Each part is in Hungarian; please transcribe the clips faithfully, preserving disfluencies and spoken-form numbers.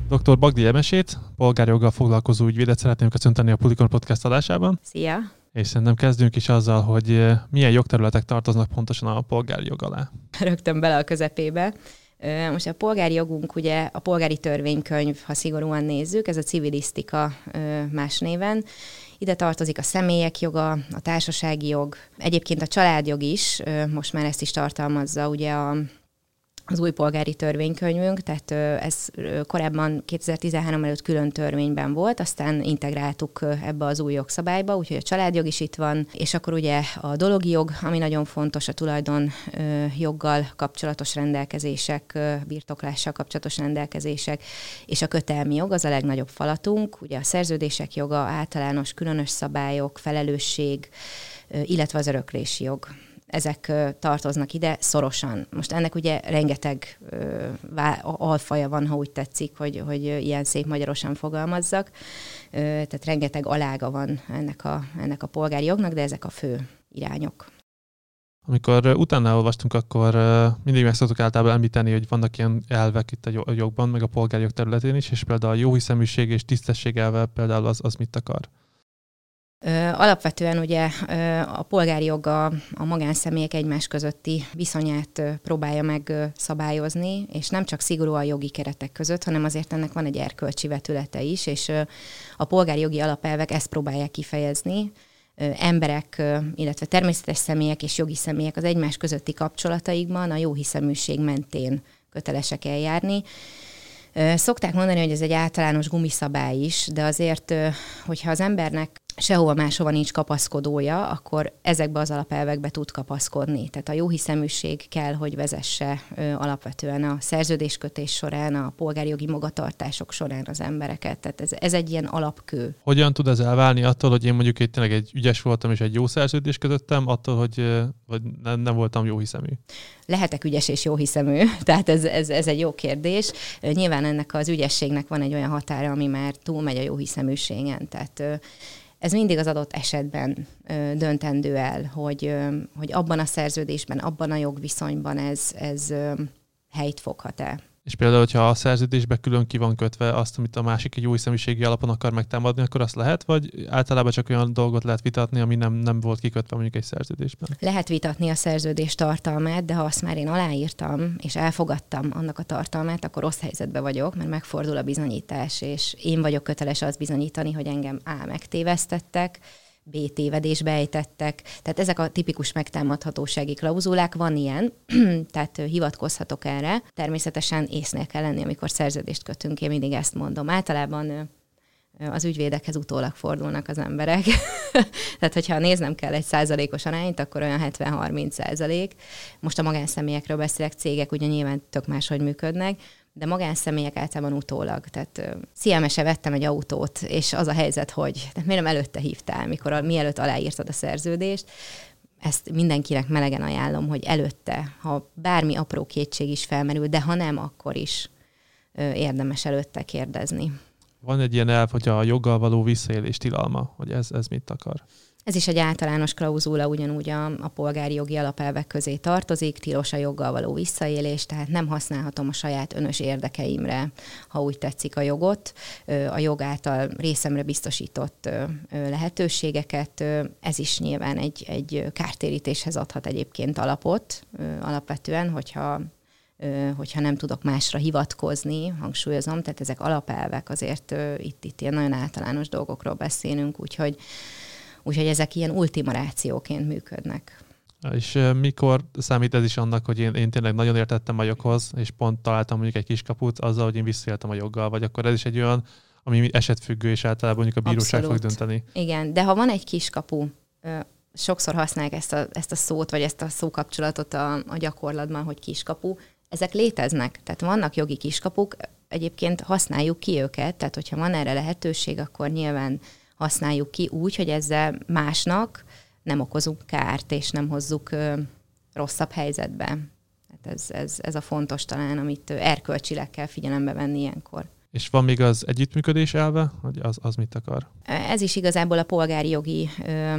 doktor Bagdi Emesét, polgárjoggal foglalkozó ügyvédet szeretném köszönteni a Pulikon Podcast adásában. Szia! És szerintem kezdjünk is azzal, hogy milyen jogterületek tartoznak pontosan a polgári jog alá. Rögtön bele a közepébe. Most a polgári jogunk, ugye a polgári törvénykönyv, ha szigorúan nézzük, ez a civilisztika más néven. Ide tartozik a személyek joga, a társasági jog, egyébként a családjog is, most már ezt is tartalmazza ugye a az új polgári törvénykönyvünk, tehát ez korábban kétezer-tizenhárom előtt külön törvényben volt, aztán integráltuk ebbe az új jogszabályba, úgyhogy a családjog is itt van, és akkor ugye a dologi jog, ami nagyon fontos, a tulajdon joggal kapcsolatos rendelkezések, birtoklással kapcsolatos rendelkezések, és a kötelmi jog, az a legnagyobb falatunk, ugye a szerződések joga, általános különös szabályok, felelősség, illetve az öröklési jog. Ezek tartoznak ide szorosan. Most ennek ugye rengeteg ö, vá- alfaja van, ha úgy tetszik, hogy, hogy ilyen szép magyarosan fogalmazzak. Ö, tehát rengeteg alága van ennek a, ennek a polgári jognak, de ezek a fő irányok. Amikor utána olvastunk, akkor mindig meg szoktuk általában említeni, hogy vannak ilyen elvek itt a jogban, meg a polgári jog területén is, és például a jóhiszeműség és tisztesség elve például az, az mit akar? Alapvetően ugye a polgári jog a, a magánszemélyek egymás közötti viszonyát próbálja meg szabályozni, és nem csak szigorúan jogi keretek között, hanem azért ennek van egy erkölcsi vetülete is, és a polgári jogi alapelvek ezt próbálják kifejezni. Emberek, illetve természetes személyek és jogi személyek az egymás közötti kapcsolataikban a jóhiszeműség mentén kötelesek eljárni. Szokták mondani, hogy ez egy általános gumiszabály is, de azért, hogyha az embernek sehova máshova nincs kapaszkodója, akkor ezekbe az alapelvekbe tud kapaszkodni. Tehát a jóhiszeműség kell, hogy vezesse alapvetően a szerződéskötés során, a polgári jogi magatartások során az embereket. Tehát ez, ez egy ilyen alapkő. Hogyan tud ez elválni attól, hogy én mondjuk itt tényleg egy ügyes voltam és egy jó szerződés kötöttem, attól, hogy, hogy nem, nem voltam jóhiszemű? Lehetek ügyes és jóhiszemű, tehát ez, ez, ez egy jó kérdés. Nyilván ennek az ügyességnek van egy olyan határa, ami már túlmegy a jóhiszeműségen. Tehát ez mindig az adott esetben ö, döntendő el, hogy, ö, hogy abban a szerződésben, abban a jogviszonyban ez, ez ö, helyt foghat-e. És például, hogyha a szerződésbe külön ki van kötve azt, amit a másik egy jóhiszeműségi alapon akar megtámadni, akkor azt lehet, vagy általában csak olyan dolgot lehet vitatni, ami nem, nem volt kikötve mondjuk egy szerződésben? Lehet vitatni a szerződés tartalmát, de ha azt már én aláírtam, és elfogadtam annak a tartalmát, akkor rossz helyzetben vagyok, mert megfordul a bizonyítás, és én vagyok köteles azt bizonyítani, hogy engem A. megtévesztettek, B. tévedésbe ejtettek. Tehát ezek a tipikus megtámadhatósági klauzulák, van ilyen, tehát hivatkozhatok erre. Természetesen észnél kell lenni, amikor szerződést kötünk, én mindig ezt mondom. Általában az ügyvédekhez utólag fordulnak az emberek. Tehát, hogyha néznem kell egy százalékos arányt, akkor olyan hetven-harminc százalék. Most a magánszemélyekről beszélek, cégek ugye nyilván tök máshogy működnek, de magánszemélyek általában utólag. Tehát Sziamese vettem egy autót, és az a helyzet, hogy tehát miért nem előtte hívtál, mikor a, mielőtt aláírtad a szerződést. Ezt mindenkinek melegen ajánlom, hogy előtte, ha bármi apró kétség is felmerül, de ha nem, akkor is érdemes előtte kérdezni. Van egy ilyen elv, hogy a joggal való visszaélés tilalma, hogy ez, ez mit akar? Ez is egy általános klauzula, ugyanúgy a, a polgári jogi alapelvek közé tartozik, tilos a joggal való visszaélés, tehát nem használhatom a saját önös érdekeimre, ha úgy tetszik a jogot, a jog által részemre biztosított lehetőségeket. Ez is nyilván egy, egy kártérítéshez adhat egyébként alapot, alapvetően, hogyha hogyha nem tudok másra hivatkozni, hangsúlyozom, tehát ezek alapelvek, azért itt, itt ilyen nagyon általános dolgokról beszélünk, úgyhogy, úgyhogy ezek ilyen ultimarációként működnek. És mikor számít ez is annak, hogy én, én tényleg nagyon értettem a joghoz, és pont találtam mondjuk egy kiskaput azzal, hogy én visszaéltem a joggal, vagy akkor ez is egy olyan, ami esetfüggő, és általában mondjuk a bíróság Abszolút. fog dönteni. Igen, de ha van egy kiskapu, sokszor használják ezt a, ezt a szót, vagy ezt a szókapcsolatot a, a gyakorlatban, hogy kiskapu, ezek léteznek, tehát vannak jogi kiskapuk, egyébként használjuk ki őket, tehát hogyha van erre lehetőség, akkor nyilván használjuk ki úgy, hogy ezzel másnak nem okozunk kárt, és nem hozzuk ö, rosszabb helyzetbe. Tehát ez, ez, ez a fontos talán, amit erkölcsileg kell figyelembe venni ilyenkor. És van még az együttműködés elve, hogy az, az mit akar? Ez is igazából a polgári jogi ö,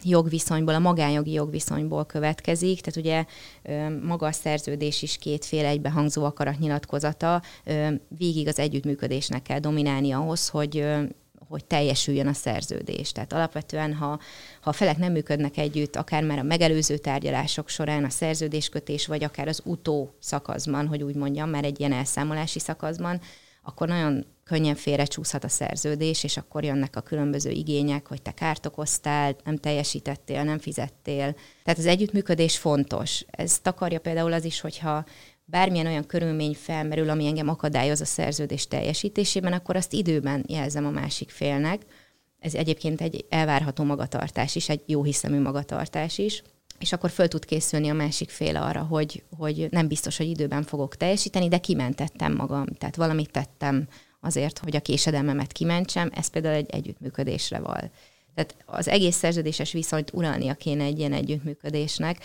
jogviszonyból, a magánjogi jogviszonyból következik, tehát ugye maga a szerződés is kétféle egybehangzó akaratnyilatkozata, végig az együttműködésnek kell dominálni ahhoz, hogy hogy teljesüljön a szerződés. Tehát alapvetően, ha, ha a felek nem működnek együtt, akár már a megelőző tárgyalások során, a szerződéskötés, vagy akár az utó szakaszban, hogy úgy mondjam, már egy ilyen elszámolási szakaszban, akkor nagyon könnyen félrecsúszhat a szerződés, és akkor jönnek a különböző igények, hogy te kárt okoztál, nem teljesítettél, nem fizettél. Tehát az együttműködés fontos. Ez takarja például az is, hogyha bármilyen olyan körülmény felmerül, ami engem akadályoz a szerződés teljesítésében, akkor azt időben jelzem a másik félnek. Ez egyébként egy elvárható magatartás is, egy jó hiszemű magatartás is, és akkor föl tud készülni a másik fél arra, hogy, hogy nem biztos, hogy időben fogok teljesíteni, de kimentettem magam. Tehát valamit tettem azért, hogy a késedelmemet kimentsem, ez például egy együttműködésre val. Tehát az egész szerződéses viszonyt uralnia kéne egy ilyen együttműködésnek.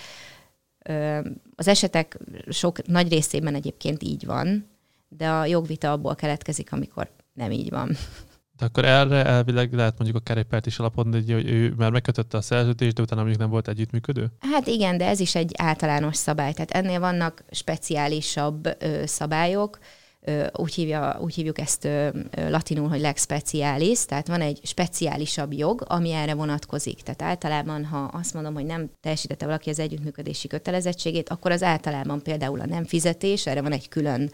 Az esetek sok nagy részében egyébként így van, de a jogvita abból keletkezik, amikor nem így van. De akkor erre elvileg lehet mondjuk akár egy pert is alapodni, hogy ő már megkötötte a szerződést, de utána mondjuk nem volt együttműködő? Hát igen, de ez is egy általános szabály. Tehát ennél vannak speciálisabb ö, szabályok, Úgy, hívja, úgy hívjuk ezt latinul, hogy lex specialis, tehát van egy speciálisabb jog, ami erre vonatkozik. Tehát általában, ha azt mondom, hogy nem teljesítette valaki az együttműködési kötelezettségét, akkor az általában például a nem fizetés, erre van egy külön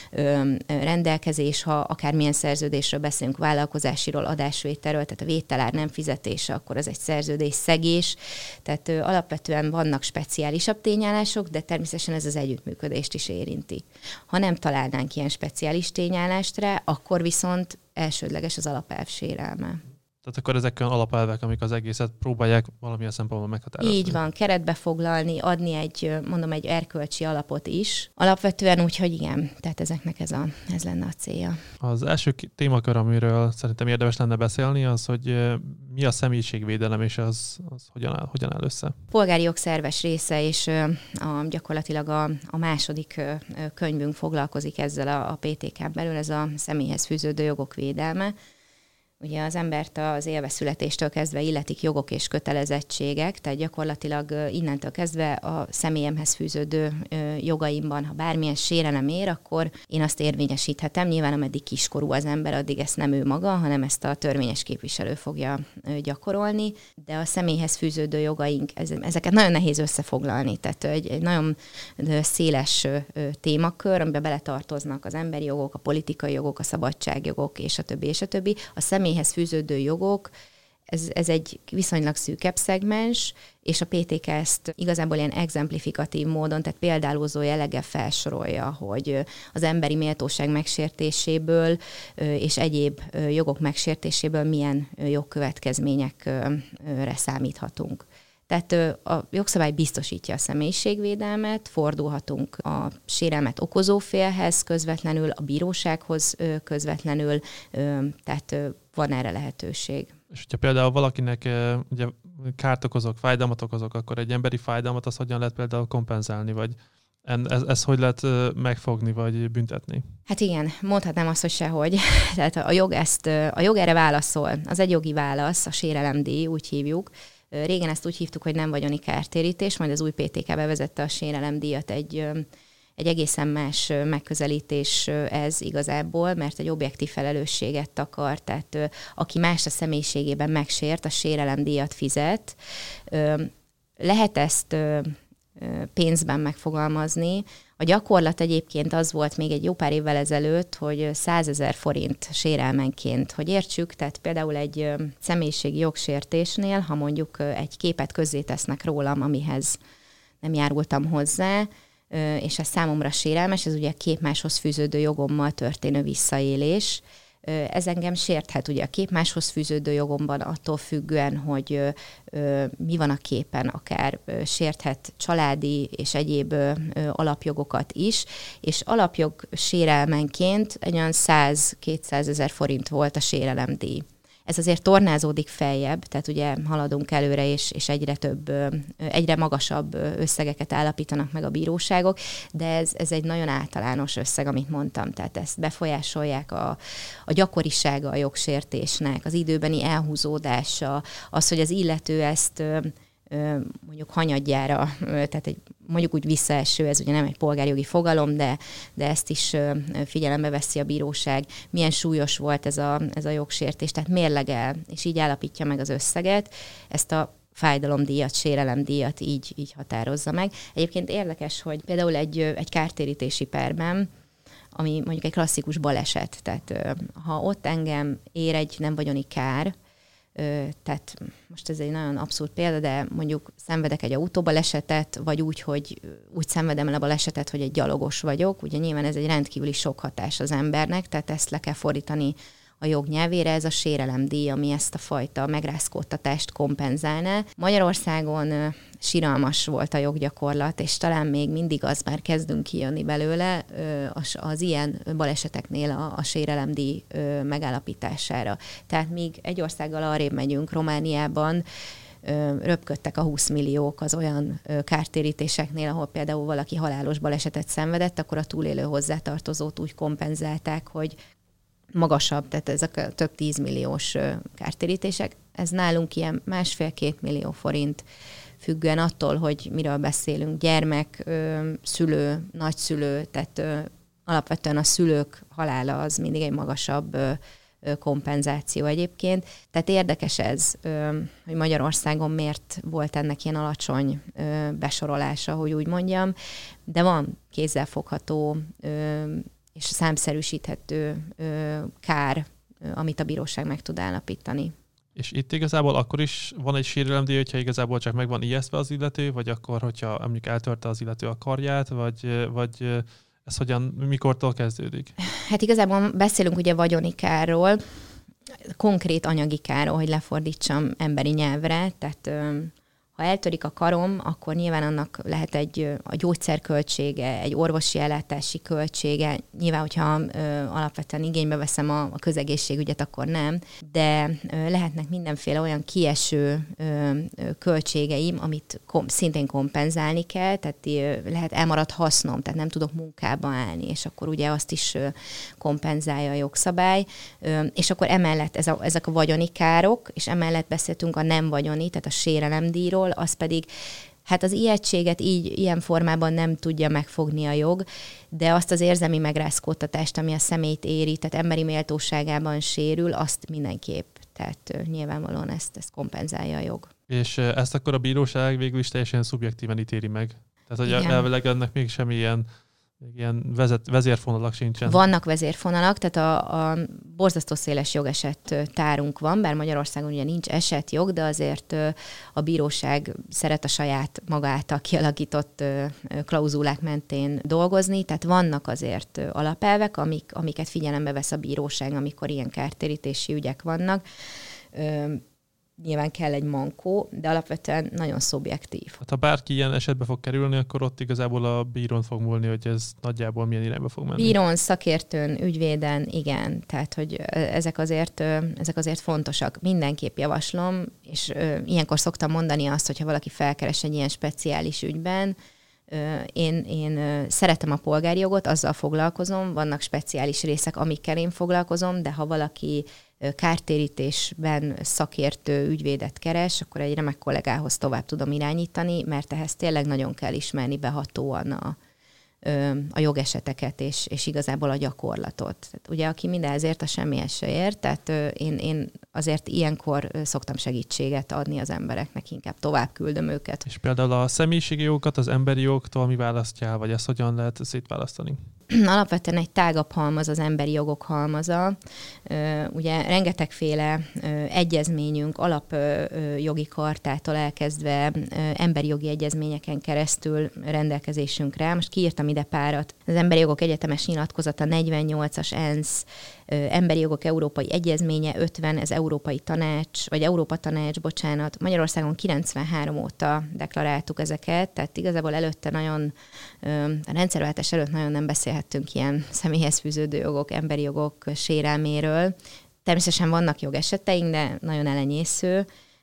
ö, rendelkezés, ha akármilyen szerződésről beszélünk, vállalkozásiról, adásvételről, tehát a vételár nem fizetése, akkor az egy szerződés szegés. Tehát ö, alapvetően vannak speciálisabb tényállások, de természetesen ez az együttműködést is érinti. Ha nem találnánk ilyen speciális tényállást rá, akkor viszont elsődleges az alapelv sérelme. Tehát akkor ezek olyan alapelvek, amik az egészet próbálják valamilyen szempontból meghatározni. Így van, keretbe foglalni, adni egy, mondom, egy erkölcsi alapot is. Alapvetően úgy, hogy igen, tehát ezeknek ez, a, ez lenne a célja. Az első témakör, amiről szerintem érdemes lenne beszélni, az, hogy mi a személyiségvédelem, és az, az hogyan, áll, hogyan áll össze? Polgári jog szerves része, és a, gyakorlatilag a, a második könyvünk foglalkozik ezzel a, a pé té ká-n belül, ez a személyhez fűződő jogok védelme. Ugye az embert az élve születéstől kezdve illetik jogok és kötelezettségek, tehát gyakorlatilag innentől kezdve a személyemhez fűződő jogaimban, ha bármilyen sérelem ér, akkor én azt érvényesíthetem. Nyilván ameddig kiskorú az ember, addig ezt nem ő maga, hanem ezt a törvényes képviselő fogja gyakorolni, de a személyhez fűződő jogaink, ezeket nagyon nehéz összefoglalni. Tehát egy, egy nagyon széles témakör, amiben beletartoznak az emberi jogok, a politikai jogok, a szabadságjogok, és a többi, és a többi. A személyhez fűződő jogok, ez, ez egy viszonylag szűkebb szegmens, és a pé té ká ezt igazából ilyen exemplifikatív módon, tehát példálózó jelleggel felsorolja, hogy az emberi méltóság megsértéséből és egyéb jogok megsértéséből milyen jogkövetkezményekre számíthatunk. Tehát a jogszabály biztosítja a személyiségvédelmet, fordulhatunk a sérelmet okozó félhez közvetlenül, a bírósághoz közvetlenül, tehát van erre lehetőség. És hogyha például valakinek ugye, kárt okozok, fájdalmat okozok, akkor egy emberi fájdalmat az hogyan lehet például kompenzálni, vagy ez, ez hogy lehet megfogni, vagy büntetni? Hát igen, mondhatnám azt, hogy sehogy. Tehát a jog, ezt, a jog erre válaszol. Az egy jogi válasz, a sérelemdíj, úgy hívjuk. Régen ezt úgy hívtuk, hogy nem vagyoni kártérítés, majd az új pé té ká bevezette a sérelemdíjat, egy, egy egészen más megközelítés ez igazából, mert egy objektív felelősséget takar, tehát aki más a személyiségében megsért, a sérelemdíjat fizet. Lehet ezt pénzben megfogalmazni. A gyakorlat egyébként az volt még egy jó pár évvel ezelőtt, hogy százezer forint sérelmenként, hogy értsük, tehát például egy személyiségi jogsértésnél, ha mondjuk egy képet közzétesznek rólam, amihez nem járultam hozzá, és ez számomra sérelmes, ez ugye a képmáshoz fűződő jogommal történő visszaélés. Ez engem sérthet ugye a képmáshoz fűződő jogomban attól függően, hogy ö, ö, mi van a képen, akár ö, sérthet családi és egyéb ö, alapjogokat is, és alapjog sérelmenként egy olyan száz-kétszázezer forint volt a sérelemdíj. Ez azért tornázódik feljebb, tehát ugye haladunk előre, és, és egyre több, egyre magasabb összegeket állapítanak meg a bíróságok, de ez, ez egy nagyon általános összeg, amit mondtam, tehát ezt befolyásolják a, a gyakorisága a jogsértésnek, az időbeni elhúzódása, az, hogy az illető ezt mondjuk hanyadjára, tehát egy, mondjuk úgy visszaeső, ez ugye nem egy polgárjogi fogalom, de, de ezt is figyelembe veszi a bíróság, milyen súlyos volt ez a, ez a jogsértés, tehát mérlegel, és így állapítja meg az összeget, ezt a fájdalomdíjat, sérelemdíjat így, így határozza meg. Egyébként érdekes, hogy például egy, egy kártérítési perben, ami mondjuk egy klasszikus baleset, tehát ha ott engem ér egy nem vagyoni kár, tehát most ez egy nagyon abszurd példa, de mondjuk szenvedek egy autóbalesetet, vagy úgy, hogy úgy szenvedem el a balesetet, hogy egy gyalogos vagyok. Ugye nyilván ez egy rendkívüli sok hatás az embernek, tehát ezt le kell fordítani a jog nyelvére, ez a sérelemdíj, ami ezt a fajta megrázkódtatást kompenzálná. Magyarországon siralmas volt a joggyakorlat, és talán még mindig az már kezdünk kijönni belőle az, az ilyen baleseteknél a, a sérelemdíj megállapítására. Tehát míg egy országgal arrébb megyünk, Romániában röpködtek a húsz milliók az olyan kártérítéseknél, ahol például valaki halálos balesetet szenvedett, akkor a túlélő hozzátartozót úgy kompenzálták, hogy magasabb, tehát ezek a több tízmilliós kártérítések. Ez nálunk ilyen másfél-két millió forint, függően attól, hogy miről beszélünk, gyermek, szülő, nagyszülő, tehát alapvetően a szülők halála az mindig egy magasabb kompenzáció egyébként. Tehát érdekes ez, hogy Magyarországon miért volt ennek ilyen alacsony besorolása, hogy úgy mondjam, de van kézzelfogható és számszerűsíthető kár, amit a bíróság meg tud állapítani. És itt igazából akkor is van egy sérelemdíj, hogyha igazából csak meg van ijesztve az illető, vagy akkor, hogyha mondjuk eltörte az illető a karját, vagy, vagy ez hogyan, mikortól kezdődik? Hát igazából beszélünk ugye vagyoni kárról, konkrét anyagi kárról, hogy lefordítsam emberi nyelvre, tehát ha eltörik a karom, akkor nyilván annak lehet egy a gyógyszerköltsége, egy orvosi ellátási költsége. Nyilván, hogyha ö, alapvetően igénybe veszem a, a közegészségügyet, akkor nem. De ö, lehetnek mindenféle olyan kieső ö, ö, költségeim, amit kom, szintén kompenzálni kell, tehát ö, lehet elmaradt hasznom, tehát nem tudok munkába állni, és akkor ugye azt is ö, kompenzálja a jogszabály. Ö, és akkor emellett ez a, ezek a vagyoni károk, és emellett beszéltünk a nem vagyoni, tehát a sérelemdíjról, az pedig, hát az ijegységet így, ilyen formában nem tudja megfogni a jog, de azt az érzelmi megrázkódtatást, ami a személyt éri, tehát emberi méltóságában sérül, azt mindenképp. Tehát nyilvánvalóan ezt, ezt kompenzálja a jog. És ezt akkor a bíróság végül is teljesen szubjektíven ítéli meg? Tehát, hogy elvileg ennek még semmilyen még ilyen vezet, vezérfonalak sincsen. Vannak vezérfonalak, tehát a, a borzasztó széles jogeset tárunk van, bár Magyarországon ugye nincs esetjog, de azért a bíróság szeret a saját maga által kialakított klauzulák mentén dolgozni, tehát vannak azért alapelvek, amik, amiket figyelembe vesz a bíróság, amikor ilyen kártérítési ügyek vannak. Nyilván kell egy mankó, de alapvetően nagyon szubjektív. Hát ha bárki ilyen esetbe fog kerülni, akkor ott igazából a bírón fog múlni, hogy ez nagyjából milyen irányba fog menni. Bírón, szakértőn, ügyvéden, igen. Tehát, hogy ezek azért, ezek azért fontosak. Mindenképp javaslom, és ilyenkor szoktam mondani azt, hogyha valaki felkeres egy ilyen speciális ügyben, Én, én szeretem a polgári jogot, azzal foglalkozom, vannak speciális részek, amikkel én foglalkozom, de ha valaki kártérítésben szakértő ügyvédet keres, akkor egy remek kollégához tovább tudom irányítani, mert ehhez tényleg nagyon kell ismerni behatóan a, a jogeseteket, és, és igazából a gyakorlatot. Tehát ugye aki mindenezért a semmihez se ért, tehát én, én azért ilyenkor szoktam segítséget adni az embereknek, inkább tovább küldöm őket. És például a személyiségi jogokat az emberi jogtól mi választja el, vagy ezt hogyan lehet szétválasztani? Alapvetően egy tágabb halmaz az emberi jogok halmaza. Ugye rengetegféle egyezményünk, alapjogi kartától elkezdve emberi jogi egyezményeken keresztül rendelkezésünkre. Most kiírtam ide párat. Az Emberi Jogok Egyetemes Nyilatkozata negyvennyolcas ENSZ, Emberi Jogok Európai Egyezménye ötven, ez Európai Tanács, vagy Európa Tanács, bocsánat. Magyarországon kilencvenhárom óta deklaráltuk ezeket, tehát igazából előtte nagyon, a rendszerváltás előtt nagyon nem beszélhettünk ilyen személyhez fűződő jogok, emberi jogok sérelméről. Természetesen vannak jogeseteink, de nagyon elenyésző.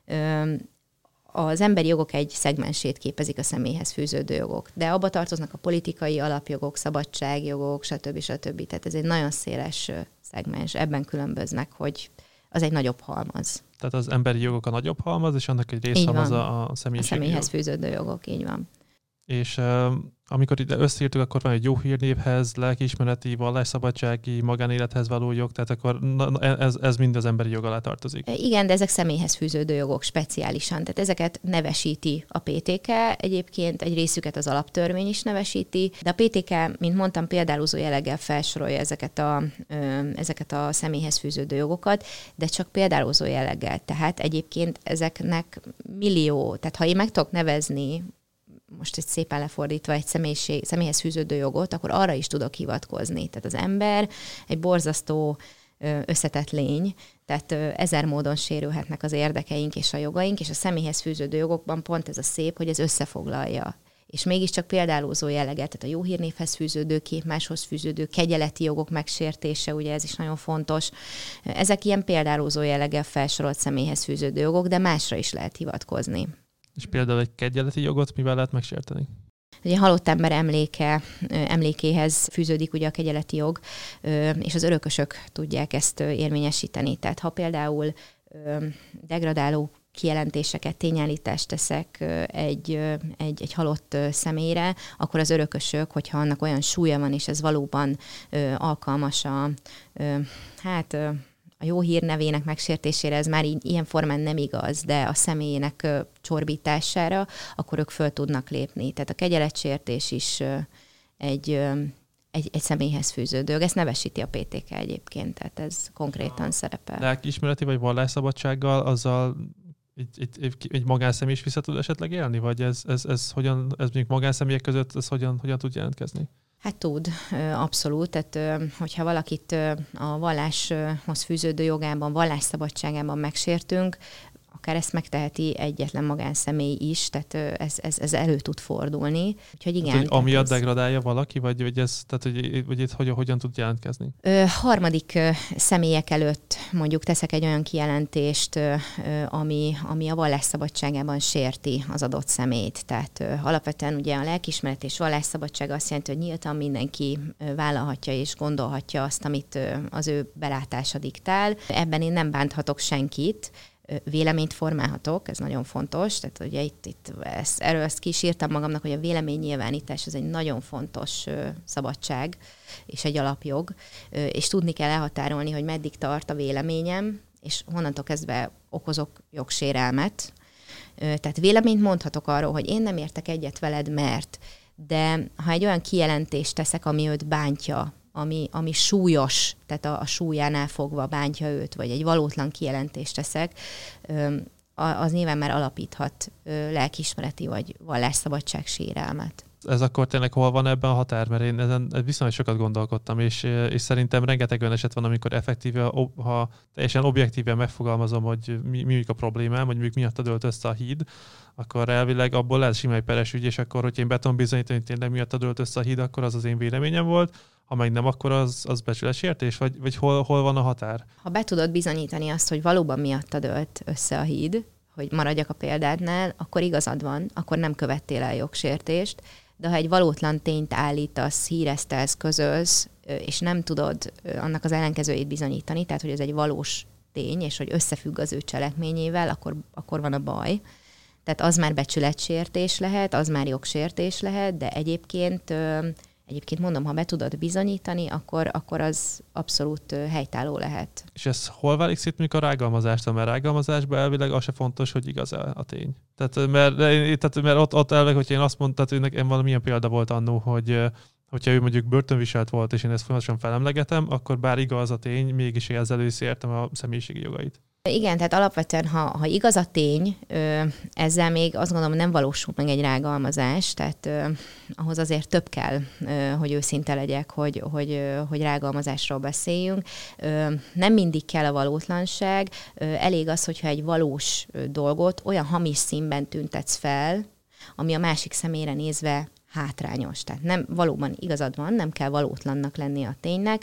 Az emberi jogok egy szegmensét képezik a személyhez fűződő jogok, de abba tartoznak a politikai alapjogok, szabadságjogok, stb. stb. Tehát ez egy nagyon széles szegmens. Ebben különböznek, hogy az egy nagyobb halmaz. Tehát az emberi jogok a nagyobb halmaz, és annak egy részhalmaz a, a személyhez jog. fűződő jogok, így van. És uh, amikor ide összeírtuk, akkor van egy jó hírnévhez, lelkiismereti, vallásszabadsági, magánélethez való jog, tehát akkor na, ez, ez mind az emberi jog alá tartozik. Igen, de ezek személyhez fűződő jogok speciálisan, tehát ezeket nevesíti a pé té ká, egyébként egy részüket az alaptörvény is nevesíti, de a pé té ká, mint mondtam, példálózó jelleggel felsorolja ezeket a, ezeket a személyhez fűződő jogokat, de csak példálózó jelleggel, tehát egyébként ezeknek millió, tehát ha én meg tudok nevezni most egy szépen lefordítva egy személyhez fűződő jogot, akkor arra is tudok hivatkozni. Tehát az ember egy borzasztó összetett lény, tehát ezer módon sérülhetnek az érdekeink és a jogaink, és a személyhez fűződő jogokban pont ez a szép, hogy ez összefoglalja. És mégiscsak példálózó jelleget, tehát a jó hírnévhez fűződő, képmáshoz fűződő, kegyeleti jogok megsértése, ugye ez is nagyon fontos. Ezek ilyen példálózó jelleggel felsorolt személyhez fűződő jogok, de másra is lehet hivatkozni. És például egy kegyeleti jogot mivel lehet megsérteni? Ugye a halott ember emléke, emlékéhez fűződik ugye a kegyeleti jog, és az örökösök tudják ezt érvényesíteni. Tehát ha például degradáló kijelentéseket, tényállítást teszek egy, egy, egy halott személyre, akkor az örökösök, hogyha annak olyan súlya van, és ez valóban alkalmas a, hát... a jó hírnevének megsértésére, ez már így, ilyen formán nem igaz, de a személyének ö, csorbítására, akkor ők föl tudnak lépni. Tehát a kegyeletsértés is ö, egy, ö, egy, egy személyhez fűződő jog. Ezt nevesíti a pé té ká egyébként, tehát ez konkrétan a szerepel. Lelkiismereti vagy vallásszabadsággal azzal egy, egy, egy magánszemély is vissza tud esetleg élni? Vagy ez, ez, ez, hogyan, ez mondjuk magánszemélyek között ez hogyan, hogyan tud jelentkezni? Hát tud, abszolút. Tehát, hogyha valakit a valláshoz fűződő jogában, vallásszabadságában megsértünk, akár ezt megteheti egyetlen magánszemély is, tehát ez, ez, ez elő tud fordulni. Úgyhogy igen. Tehát, hogy amiatt ez... degradálja valaki, vagy, vagy ez, tehát, hogy, vagy itt hogyan, hogyan tud jelentkezni? Ö, harmadik ö, személyek előtt mondjuk teszek egy olyan kijelentést, ö, ami, ami a vallásszabadságában sérti az adott személyt. Tehát ö, alapvetően ugye a lelkiismeret és vallásszabadság azt jelenti, hogy nyíltan mindenki ö, vállalhatja és gondolhatja azt, amit ö, az ő belátása diktál. Ebben én nem bánthatok senkit, véleményt formálhatok, ez nagyon fontos, tehát ugye itt, itt ezt, erről ezt ki is írtam magamnak, hogy a véleménynyilvánítás az egy nagyon fontos ö, szabadság és egy alapjog, ö, és tudni kell elhatárolni, hogy meddig tart a véleményem, és honnantól kezdve okozok jogsérelmet. Ö, tehát véleményt mondhatok arról, hogy én nem értek egyet veled, mert, de ha egy olyan kijelentést teszek, ami őt bántja, Ami, ami súlyos, tehát a, a súlyánál fogva bántja őt, vagy egy valótlan kijelentést teszek, az nyilván már alapíthat lelkiismereti vagy vallásszabadság sérelmet. Ez akkor tényleg hol van ebben a határ? Mert én ezen viszonylag sokat gondolkodtam, és, és szerintem rengeteg olyan eset van, amikor effektíve, ha teljesen objektíven megfogalmazom, hogy mi, mi a problémám, hogy miatt dőlt össze a híd, akkor elvileg abból lehet sima egy peres ügy, és akkor, hogy én be tudom bizonyítani, hogy tényleg miatt dőlt össze a híd, akkor az az én véleményem volt, ha meg nem, akkor az, az becsületsértés, vagy, vagy hol, hol van a határ? Ha be tudod bizonyítani azt, hogy valóban miatt dőlt össze a híd, hogy maradjak a példádnál, akkor igazad van, akkor nem követtél el jogsértést, de ha egy valótlan tényt állítasz, híresztelsz, közölsz, és nem tudod annak az ellenkezőjét bizonyítani, tehát hogy ez egy valós tény, és hogy összefügg az ő cselekményével, akkor, akkor van a baj. Tehát az már becsületsértés lehet, az már jogsértés lehet, de egyébként, egyébként mondom, ha be tudod bizonyítani, akkor, akkor az abszolút helytálló lehet. És ez hol válik szét mondjuk a rágalmazástól? Mert rágalmazásban elvileg az se fontos, hogy igaz a tény. Tehát mert, tehát, mert ott, ott elvileg, hogyha én azt mondtam, hogy nekem valamilyen példa volt annó, hogy hogyha ő mondjuk börtönviselt volt, és én ezt folyamatosan felemlegetem, akkor bár igaz a tény, mégis ezzel őszértem a személyiségi jogait. Igen, tehát alapvetően, ha, ha igaz a tény, ö, ezzel még azt gondolom, nem valósul meg egy rágalmazás, tehát ö, ahhoz azért több kell, ö, hogy őszinte legyek, hogy, hogy, ö, hogy rágalmazásról beszéljünk. Ö, nem mindig kell a valótlanság, ö, elég az, hogyha egy valós dolgot olyan hamis színben tüntetsz fel, ami a másik személyre nézve hátrányos. Tehát nem, valóban igazad van, nem kell valótlannak lenni a ténynek,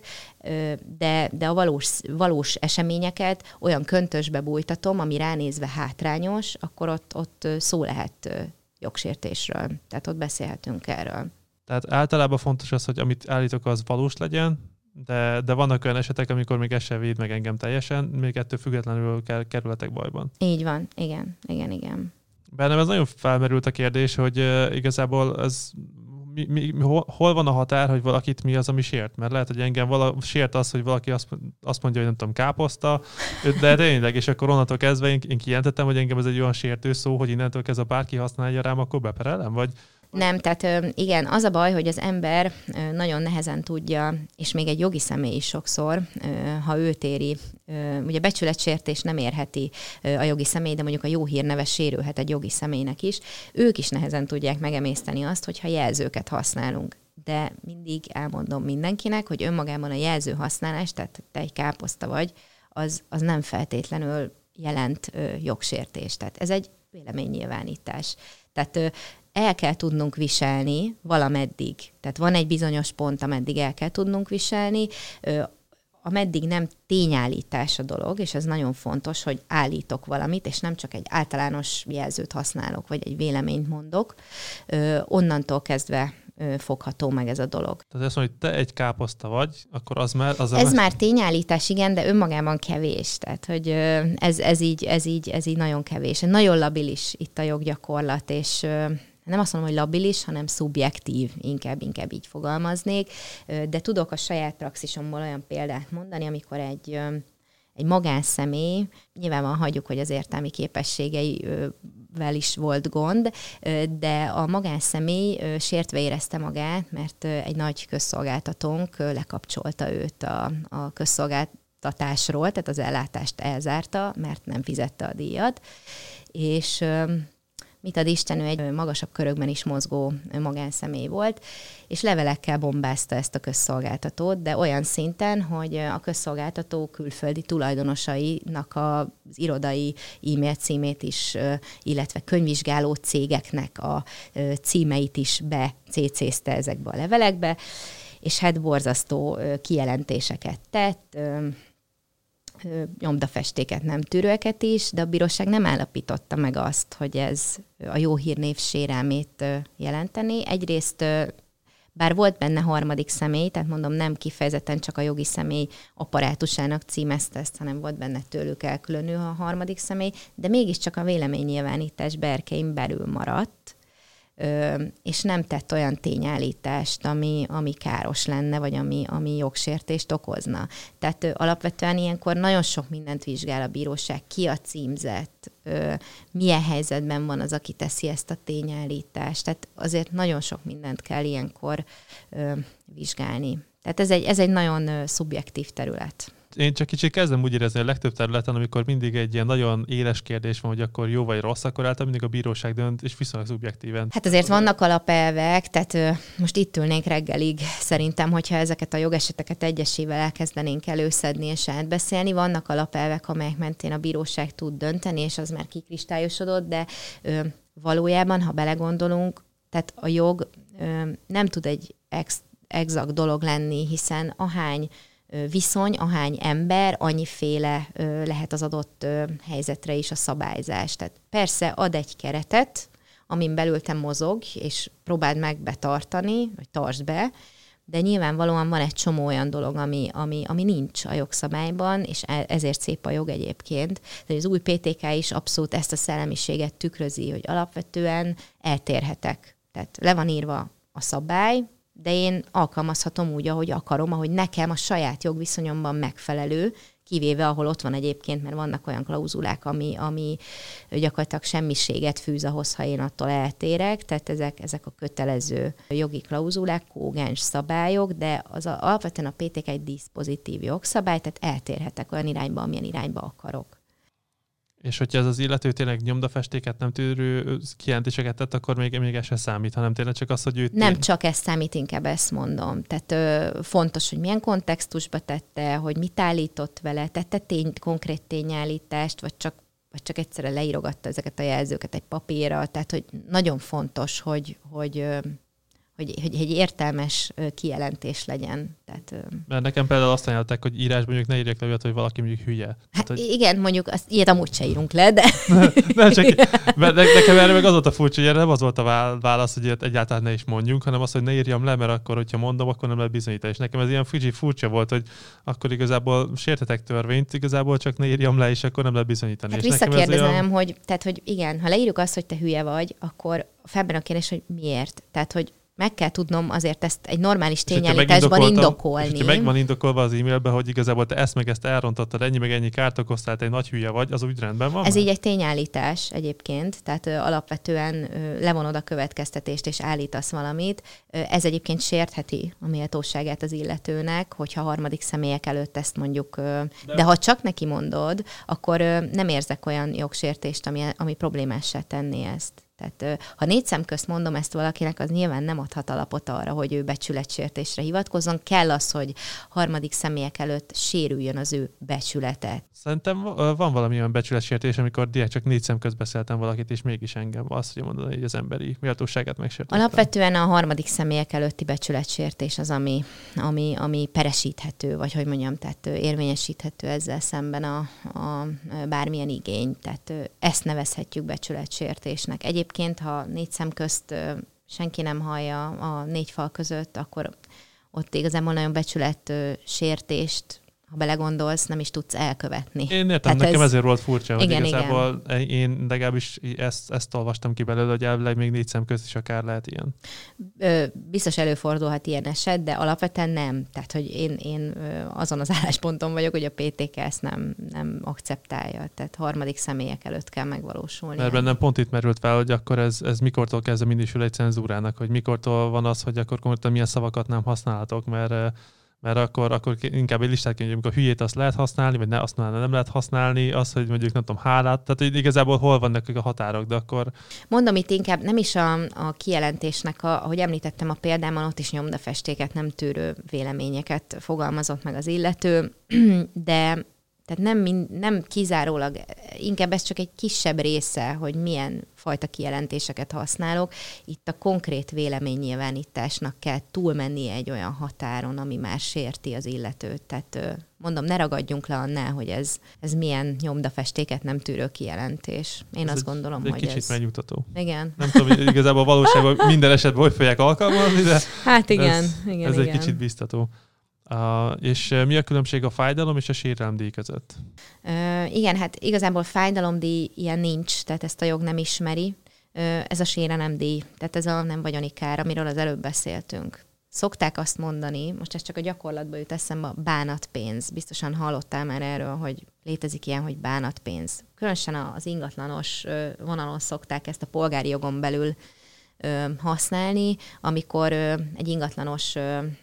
de, de a valós, valós eseményeket olyan köntösbe bújtatom, ami ránézve hátrányos, akkor ott, ott szó lehet jogsértésről. Tehát ott beszélhetünk erről. Tehát általában fontos az, hogy amit állítok, az valós legyen, de, de vannak olyan esetek, amikor még ez sem véd meg engem teljesen, még ettől függetlenül kell, kerülhetek bajban. Így van, igen, igen, igen. Bennem ez nagyon felmerült a kérdés, hogy uh, igazából ez mi, mi, hol, hol van a határ, hogy valakit mi az, ami sért? Mert lehet, hogy engem vala, sért az, hogy valaki azt, azt mondja, hogy nem tudom, káposzta, de tényleg, és akkor onnantól kezdve én, én kijelentettem, hogy engem ez egy olyan sértő szó, hogy innentől kezdve bárki használja rám, akkor beperelem, vagy... Nem, tehát igen, az a baj, hogy az ember nagyon nehezen tudja, és még egy jogi személy is sokszor, ha őt éri, ugye becsületsértés nem érheti a jogi személy, de mondjuk a jó hírneve sérülhet egy jogi személynek is, ők is nehezen tudják megemészteni azt, hogyha jelzőket használunk. De mindig elmondom mindenkinek, hogy önmagában a jelző használás, tehát te egy káposzta vagy, az, az nem feltétlenül jelent jogsértést. Tehát ez egy véleménynyilvánítás. Tehát el kell tudnunk viselni valameddig. Tehát van egy bizonyos pont, ameddig el kell tudnunk viselni, ameddig nem tényállítás a dolog, és ez nagyon fontos, hogy állítok valamit, és nem csak egy általános jelzőt használok, vagy egy véleményt mondok, onnantól kezdve fogható meg ez a dolog. Tehát azt mondja, hogy te egy káposzta vagy, akkor az már... Az ez már... már tényállítás, igen, de önmagában kevés. Tehát, hogy ez, ez, így, ez, így, ez így nagyon kevés. Nagyon labilis itt a joggyakorlat, és nem azt mondom, hogy labilis, hanem szubjektív, inkább, inkább így fogalmaznék, de tudok a saját praxisomból olyan példát mondani, amikor egy, egy magánszemély, nyilván hagyjuk, hogy az értelmi képességeivel is volt gond, de a magánszemély sértve érezte magát, mert egy nagy közszolgáltatónk lekapcsolta őt a, a közszolgáltatásról, tehát az ellátást elzárta, mert nem fizette a díjat, és mit ad Isten, ő egy magasabb körökben is mozgó magánszemély volt, és levelekkel bombázta ezt a közszolgáltatót, de olyan szinten, hogy a közszolgáltató külföldi tulajdonosainak az irodai e-mail címét is, illetve könyvvizsgáló cégeknek a címeit is becécézte ezekbe a levelekbe, és hát borzasztó kijelentéseket tett, nyomdafestéket, nem tűrőeket is, de a bíróság nem állapította meg azt, hogy ez a jó hírnév sérelmét jelenteni. Egyrészt, bár volt benne harmadik személy, tehát mondom, nem kifejezetten csak a jogi személy apparátusának címezte ezt, hanem volt benne tőlük elkülönül a harmadik személy, de mégiscsak a véleménynyilvánítás berkein belül maradt, és nem tett olyan tényállítást, ami, ami káros lenne, vagy ami, ami jogsértést okozna. Tehát alapvetően ilyenkor nagyon sok mindent vizsgál a bíróság, ki a címzett, milyen helyzetben van az, aki teszi ezt a tényállítást. Tehát azért nagyon sok mindent kell ilyenkor vizsgálni. Tehát ez egy, ez egy nagyon szubjektív terület. Én csak kicsit kezdem úgy érezni, a legtöbb területen, amikor mindig egy ilyen nagyon éles kérdés van, hogy akkor jó vagy rossz, akkor általában mindig a bíróság dönt, és viszonylag szubjektíven. Hát azért vannak alapelvek, tehát ö, most itt ülnénk reggelig szerintem, hogyha ezeket a jogeseteket egyesével elkezdenénk előszedni és átbeszélni, vannak alapelvek, amelyek mentén a bíróság tud dönteni, és az már kikristályosodott, de ö, valójában, ha belegondolunk, tehát a jog ö, nem tud egy ex, exakt dolog lenni, hiszen ahány viszony, ahány ember, annyiféle lehet az adott helyzetre is a szabályzás. Tehát persze ad egy keretet, amin belül te mozog, és próbáld meg betartani, vagy tartsd be, de nyilvánvalóan van egy csomó olyan dolog, ami, ami, ami nincs a jogszabályban, és ezért szép a jog egyébként. De az új pé té ká is abszolút ezt a szellemiséget tükrözi, hogy alapvetően eltérhetek. Tehát le van írva a szabály, de én alkalmazhatom úgy, ahogy akarom, ahogy nekem a saját jogviszonyomban megfelelő, kivéve ahol ott van egyébként, mert vannak olyan klauzulák, ami, ami gyakorlatilag semmiséget fűz ahhoz, ha én attól eltérek, tehát ezek, ezek a kötelező jogi klauzulák, kógens szabályok, de az a, alapvetően a pé té ká egy diszpozitív jogszabály, tehát eltérhetek olyan irányba, amilyen irányba akarok. És hogyha ez az illető tényleg nyomdafestéket nem tűrő kijelentéseket tett, akkor még, még ez sem számít, hanem tényleg csak az, hogy ő... Nem csak ez számít, inkább ezt mondom. Tehát ö, fontos, hogy milyen kontextusba tette, hogy mit állított vele, tette tény, konkrét tényállítást, vagy csak, vagy csak egyszerűen leírogatta ezeket a jelzőket egy papírra. Tehát, hogy nagyon fontos, hogy, hogy, ö, hogy, hogy egy értelmes kijelentés legyen. Tehát, mert nekem például azt ajánlották, hogy írásban mondjuk ne írjak le olyat, hogy valaki mondjuk hülye. Hát hát, hogy... igen, mondjuk azt, ilyet amúgy se írunk le, de... ne, csak, mert nekem erre meg az volt a furcsa, hogy nem az volt a válasz, hogy ilyet egyáltalán ne is mondjunk, hanem az, hogy ne írjam le, mert akkor, hogyha mondom, akkor nem lehet bizonyítani. És nekem ez ilyen furcsa volt, hogy akkor igazából sértetek törvényt, igazából csak ne írjam le, és akkor nem lehet bizonyítani. Hát és visszakérdezem, olyan... hogy, tehát, hogy igen, ha leírjuk azt, hogy te hülye vagy, akkor felben a kérdés, hogy miért. Tehát, hogy meg kell tudnom azért ezt egy normális tényállításban indokolni. És meg van indokolva az e-mailben, hogy igazából te ezt meg ezt elrontottad, ennyi meg ennyi kárt okoztál, te egy nagy hülye vagy, az úgy rendben van? Ez már? Így egy tényállítás egyébként, tehát ö, alapvetően ö, levonod a következtetést és állítasz valamit. Ö, ez egyébként sértheti a méltóságát az illetőnek, hogyha harmadik személyek előtt ezt mondjuk, ö, de... de ha csak neki mondod, akkor ö, nem érzek olyan jogsértést, ami, ami problémássá tenné ezt. Tehát ha négy szem közt mondom ezt valakinek, az nyilván nem adhat alapot arra, hogy ő becsületsértésre hivatkozzon. Kell az, hogy harmadik személyek előtt sérüljön az ő becsülete. Szerintem van valami olyan becsületsértés, amikor direkt csak négy szem közt beszéltem valakit, és mégis engem azt, hogy mondani, hogy az emberi méltóságát megsértettem. Alapvetően a harmadik személyek előtti becsületsértés az, ami, ami, ami peresíthető, vagy hogy mondjam, tehát érvényesíthető ezzel szemben a, a bármilyen igény. Tehát ezt nevezhetjük becsületsértésnek. Egyébként, ha négy szem közt senki nem hallja a négy fal között, akkor ott igazából nagyon becsületsértést, ha belegondolsz, nem is tudsz elkövetni. Én értem, tehát nekem ez... ezért volt furcsa, hogy igen, igazából igen. én legalábbis ezt, ezt olvastam ki belőle, hogy elvileg még négy szem közt is akár lehet ilyen. Biztos előfordulhat ilyen eset, de alapvetően nem. Tehát, hogy én, én azon az állásponton vagyok, hogy a pé té ká ezt nem, nem akceptálja. Tehát harmadik személyek előtt kell megvalósulni. Mert bennem pont itt merült fel, hogy akkor ez, ez mikortól kezdve minősül egy cenzúrának, hogy mikortól van az, hogy akkor konkrétan milyen szavakat nem használhatok, mert Mert akkor, akkor inkább egy listát kell, hogy amikor hülyét azt lehet használni, vagy ne, azt nem lehet használni, az, hogy mondjuk nem tudom, hálát, tehát hogy igazából hol vannak a határok, de akkor... Mondom itt inkább nem is a, a kijelentésnek, a, ahogy említettem a példában, ott is nyomdafestéket nem tűrő véleményeket fogalmazott meg az illető, de tehát nem, nem kizárólag, inkább ez csak egy kisebb része, hogy milyen fajta kijelentéseket használok. Itt a konkrét véleménynyilvánításnak kell túlmennie egy olyan határon, ami már sérti az illetőt. Tehát mondom, ne ragadjunk le annál, hogy ez, ez milyen nyomdafestéket nem tűrő kijelentés. Én ez azt egy, gondolom, egy hogy kicsit ez... megnyugtató. Igen. Nem tudom, hogy igazából valóságban minden esetben hogy fogják alkalmazni, de hát igen, ez, igen, ez igen. egy kicsit biztató. Uh, és mi a különbség a fájdalom és a sérelemdíj között? Uh, igen, hát igazából fájdalomdíj ilyen nincs, tehát ezt a jog nem ismeri. Uh, ez a sérelemdíj, tehát ez a nem vagyoni kár, amiről az előbb beszéltünk. Szokták azt mondani, most ez csak a gyakorlatban jut eszembe, a bánatpénz. Biztosan hallottál már erről, hogy létezik ilyen, hogy bánatpénz. Különösen az ingatlanos vonalon szokták ezt a polgári jogon belül használni, amikor egy ingatlanos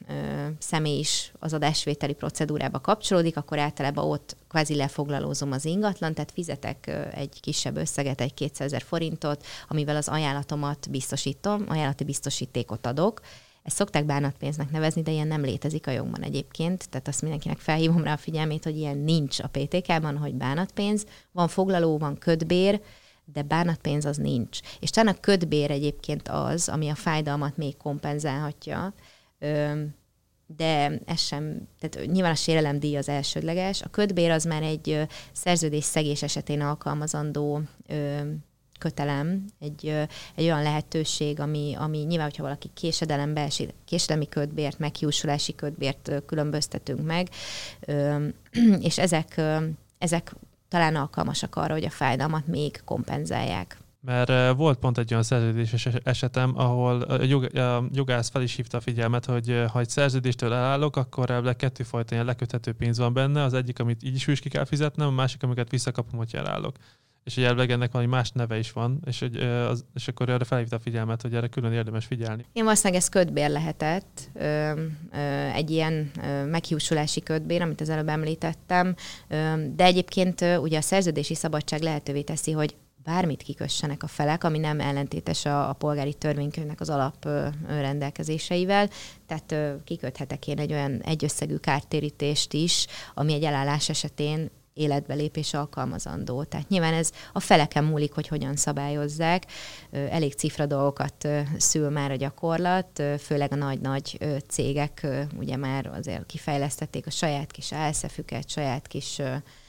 személy is az adásvételi procedúrába kapcsolódik, akkor általában ott kvázi lefoglalózom az ingatlan, tehát fizetek egy kisebb összeget, egy kétszázezer forintot, amivel az ajánlatomat biztosítom, ajánlati biztosítékot adok. Ezt szokták bánatpénznek nevezni, de ilyen nem létezik a jogban egyébként, tehát azt mindenkinek felhívom rá a figyelmét, hogy ilyen nincs a pé té ká-ban, hogy bánatpénz. Van foglaló, van kötbér, de bánatpénz az nincs. És talán a kötbér egyébként az, ami a fájdalmat még kompenzálhatja, de ez sem, tehát nyilván a sérelemdíj az elsődleges. A kötbér az már egy szerződésszegés esetén alkalmazandó kötelem, egy, egy olyan lehetőség, ami, ami nyilván, hogyha valaki késedelembe esik, késedelmi kötbért, meghiúsulási kötbért különböztetünk meg, és ezek, ezek talán alkalmasak arra, hogy a fájdalmat még kompenzálják. Mert volt pont egy olyan szerződéses esetem, ahol a, jog, a jogász fel is hívta a figyelmet, hogy ha egy szerződéstől elállok, akkor ebből kettőfajta ilyen leköthető pénz van benne, az egyik, amit így is ki kell fizetnem, a másik, amiket visszakapom, hogyha elállok. És hogy elvileg ennek valami más neve is van, és, hogy, az, és akkor erre felhívta a figyelmet, hogy erre külön érdemes figyelni. Én valószínűleg ez kötbér lehetett, ö, ö, egy ilyen ö, meghiúsulási kötbér, amit az előbb említettem, ö, de egyébként ö, ugye a szerződési szabadság lehetővé teszi, hogy bármit kikössenek a felek, ami nem ellentétes a, a polgári törvénykönyvnek az alap ö, rendelkezéseivel, tehát ö, kiköthetek én egy olyan egyösszegű kártérítést is, ami egy elállás esetén életbelépés alkalmazandó. Tehát nyilván ez a feleken múlik, hogy hogyan szabályozzák. Elég cifra dolgokat szül már a gyakorlat, főleg a nagy-nagy cégek ugye már azért kifejlesztették a saját kis á es ef-üket, saját kis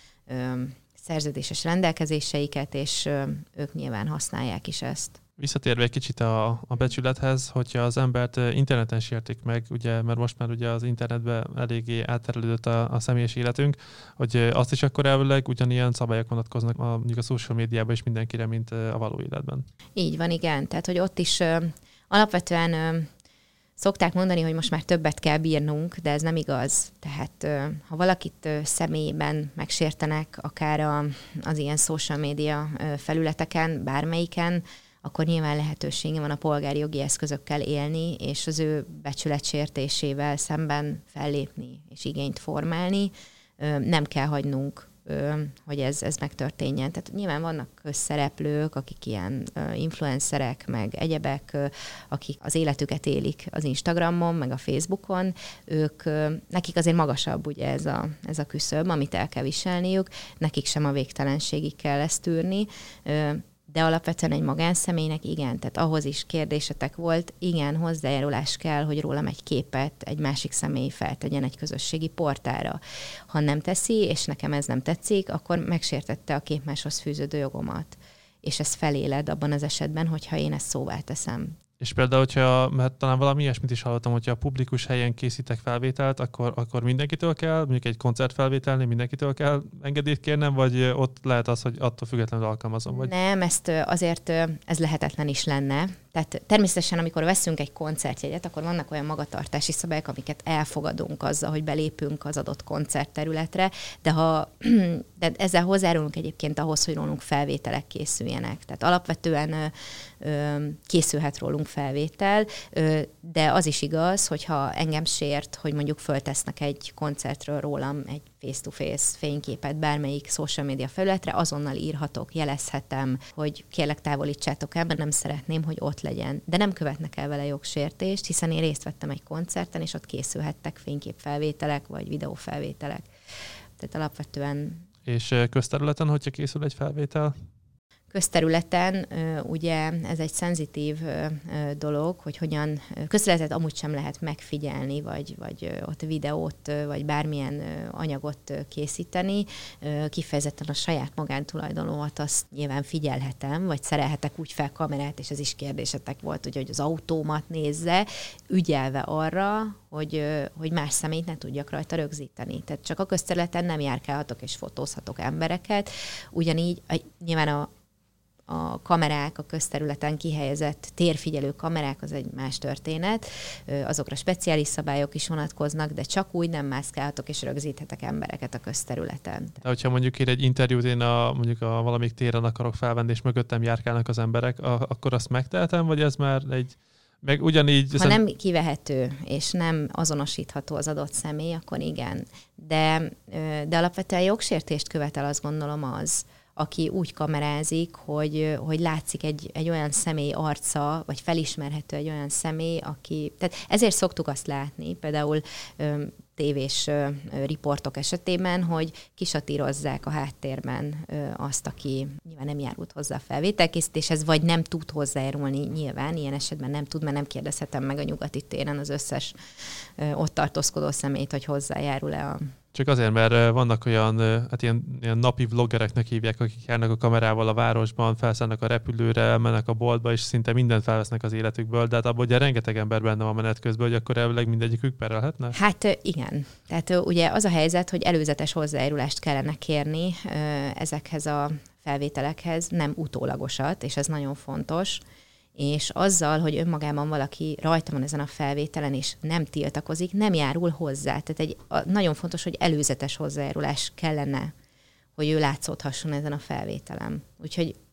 szerződéses rendelkezéseiket, és ők nyilván használják is ezt. Visszatérve egy kicsit a, a becsülethez, hogyha az embert interneten sértik meg, ugye, mert most már ugye az internetben eléggé átterelődött a, a személyes életünk, hogy azt is akkor elvileg ugyanilyen szabályok vonatkoznak a, mondjuk a social médiában is mindenkire, mint a való életben. Így van, igen. Tehát, hogy ott is ö, alapvetően ö, szokták mondani, hogy most már többet kell bírnunk, de ez nem igaz. Tehát ö, ha valakit ö, személyben megsértenek, akár a, az ilyen social media ö, felületeken, bármelyiken, akkor nyilván lehetősége van a polgári jogi eszközökkel élni, és az ő becsületsértésével szemben fellépni és igényt formálni. Nem kell hagynunk, hogy ez, ez megtörténjen. Tehát nyilván vannak közszereplők, akik ilyen influencerek, meg egyebek, akik az életüket élik az Instagramon, meg a Facebookon, ők, nekik azért magasabb ugye ez a, ez a küszöb, amit el kell viselniük, nekik sem a végtelenségig kell ezt tűrni, de alapvetően egy magánszemélynek igen, tehát ahhoz is kérdésetek volt, igen, hozzájárulás kell, hogy rólam egy képet egy másik személy feltegyen egy közösségi portára. Ha nem teszi, és nekem ez nem tetszik, akkor megsértette a képmáshoz fűződő jogomat. És ez feléled abban az esetben, hogyha én ezt szóvá teszem. És például, hogyha, mert talán valami ilyesmit is hallottam, hogyha a publikus helyen készítek felvételt, akkor, akkor mindenkitől kell, mondjuk egy koncertfelvételnél mindenkitől kell engedélyt kérnem, vagy ott lehet az, hogy attól függetlenül alkalmazom? Vagy... Nem, ezt azért ez lehetetlen is lenne. Tehát természetesen, amikor veszünk egy koncertjegyet, akkor vannak olyan magatartási szabályok, amiket elfogadunk azzal, hogy belépünk az adott koncertterületre, de ha de ezzel hozzárulunk egyébként ahhoz, hogy rólunk felvételek készüljenek. Tehát alapvetően ö, ö, készülhet rólunk felvétel, ö, de az is igaz, hogyha engem sért, hogy mondjuk föltesznek egy koncertről rólam egy face-to-face fényképet bármelyik social media felületre, azonnal írhatok, jelezhetem, hogy kérlek távolítsátok el, mert nem szeretném, hogy ott legyen. De nem követnek el vele jogsértést, hiszen én részt vettem egy koncerten, és ott készülhettek fényképfelvételek, vagy videófelvételek. Tehát alapvetően... És közterületen, hogyha készül egy felvétel? Közterületen ugye ez egy szenzitív dolog, hogy hogyan közterületet amúgy sem lehet megfigyelni, vagy, vagy ott videót, vagy bármilyen anyagot készíteni. Kifejezetten a saját magántulajdonomat azt nyilván figyelhetem, vagy szerelhetek úgy fel kamerát, és ez is kérdésetek volt, ugye, hogy az autómat nézze, ügyelve arra, hogy, hogy más személyt ne tudjak rajta rögzíteni. Tehát csak a közterületen nem járkálhatok és fotózhatok embereket. Ugyanígy nyilván a a kamerák, a közterületen kihelyezett térfigyelő kamerák, az egy más történet. Azokra speciális szabályok is vonatkoznak, de csak úgy nem mászkálhatok és rögzíthetek embereket a közterületen. De hogyha mondjuk én egy interjút, én a, mondjuk a valamik téren akarok felvenni, és mögöttem járkálnak az emberek, a, akkor azt megtehetem, vagy ez már egy... Meg ugyanígy... Ha szem... nem kivehető, és nem azonosítható az adott személy, akkor igen. De, de alapvetően jogsértést követel, azt gondolom az, aki úgy kamerázik, hogy, hogy látszik egy, egy olyan személy arca, vagy felismerhető egy olyan személy, aki... Tehát ezért szoktuk azt látni, például ö, tévés ö, riportok esetében, hogy kisatírozzák a háttérben ö, azt, aki nyilván nem járult hozzá a felvételkészítéshez, vagy nem tud hozzájárulni nyilván, ilyen esetben nem tud, mert nem kérdezhetem meg a nyugati téren az összes ö, ott tartózkodó személyt, hogy hozzájárul-e a... Csak azért, mert vannak olyan, hát ilyen, ilyen napi vloggereknek hívják, akik járnak a kamerával a városban, felszállnak a repülőre, elmennek a boltba, és szinte mindent felvesznek az életükből, de hát abban ugye rengeteg ember benne van menet közben, hogy akkor elvileg mindegyikük perelhetne? Hát igen. Tehát ugye az a helyzet, hogy előzetes hozzájárulást kellene kérni ezekhez a felvételekhez, nem utólagosat, és ez nagyon fontos. És azzal, hogy önmagában valaki rajta van ezen a felvételen, és nem tiltakozik, nem járul hozzá. Tehát egy, a, nagyon fontos, hogy előzetes hozzájárulás kellene, hogy ő látszódhasson ezen a felvételen. Úgyhogy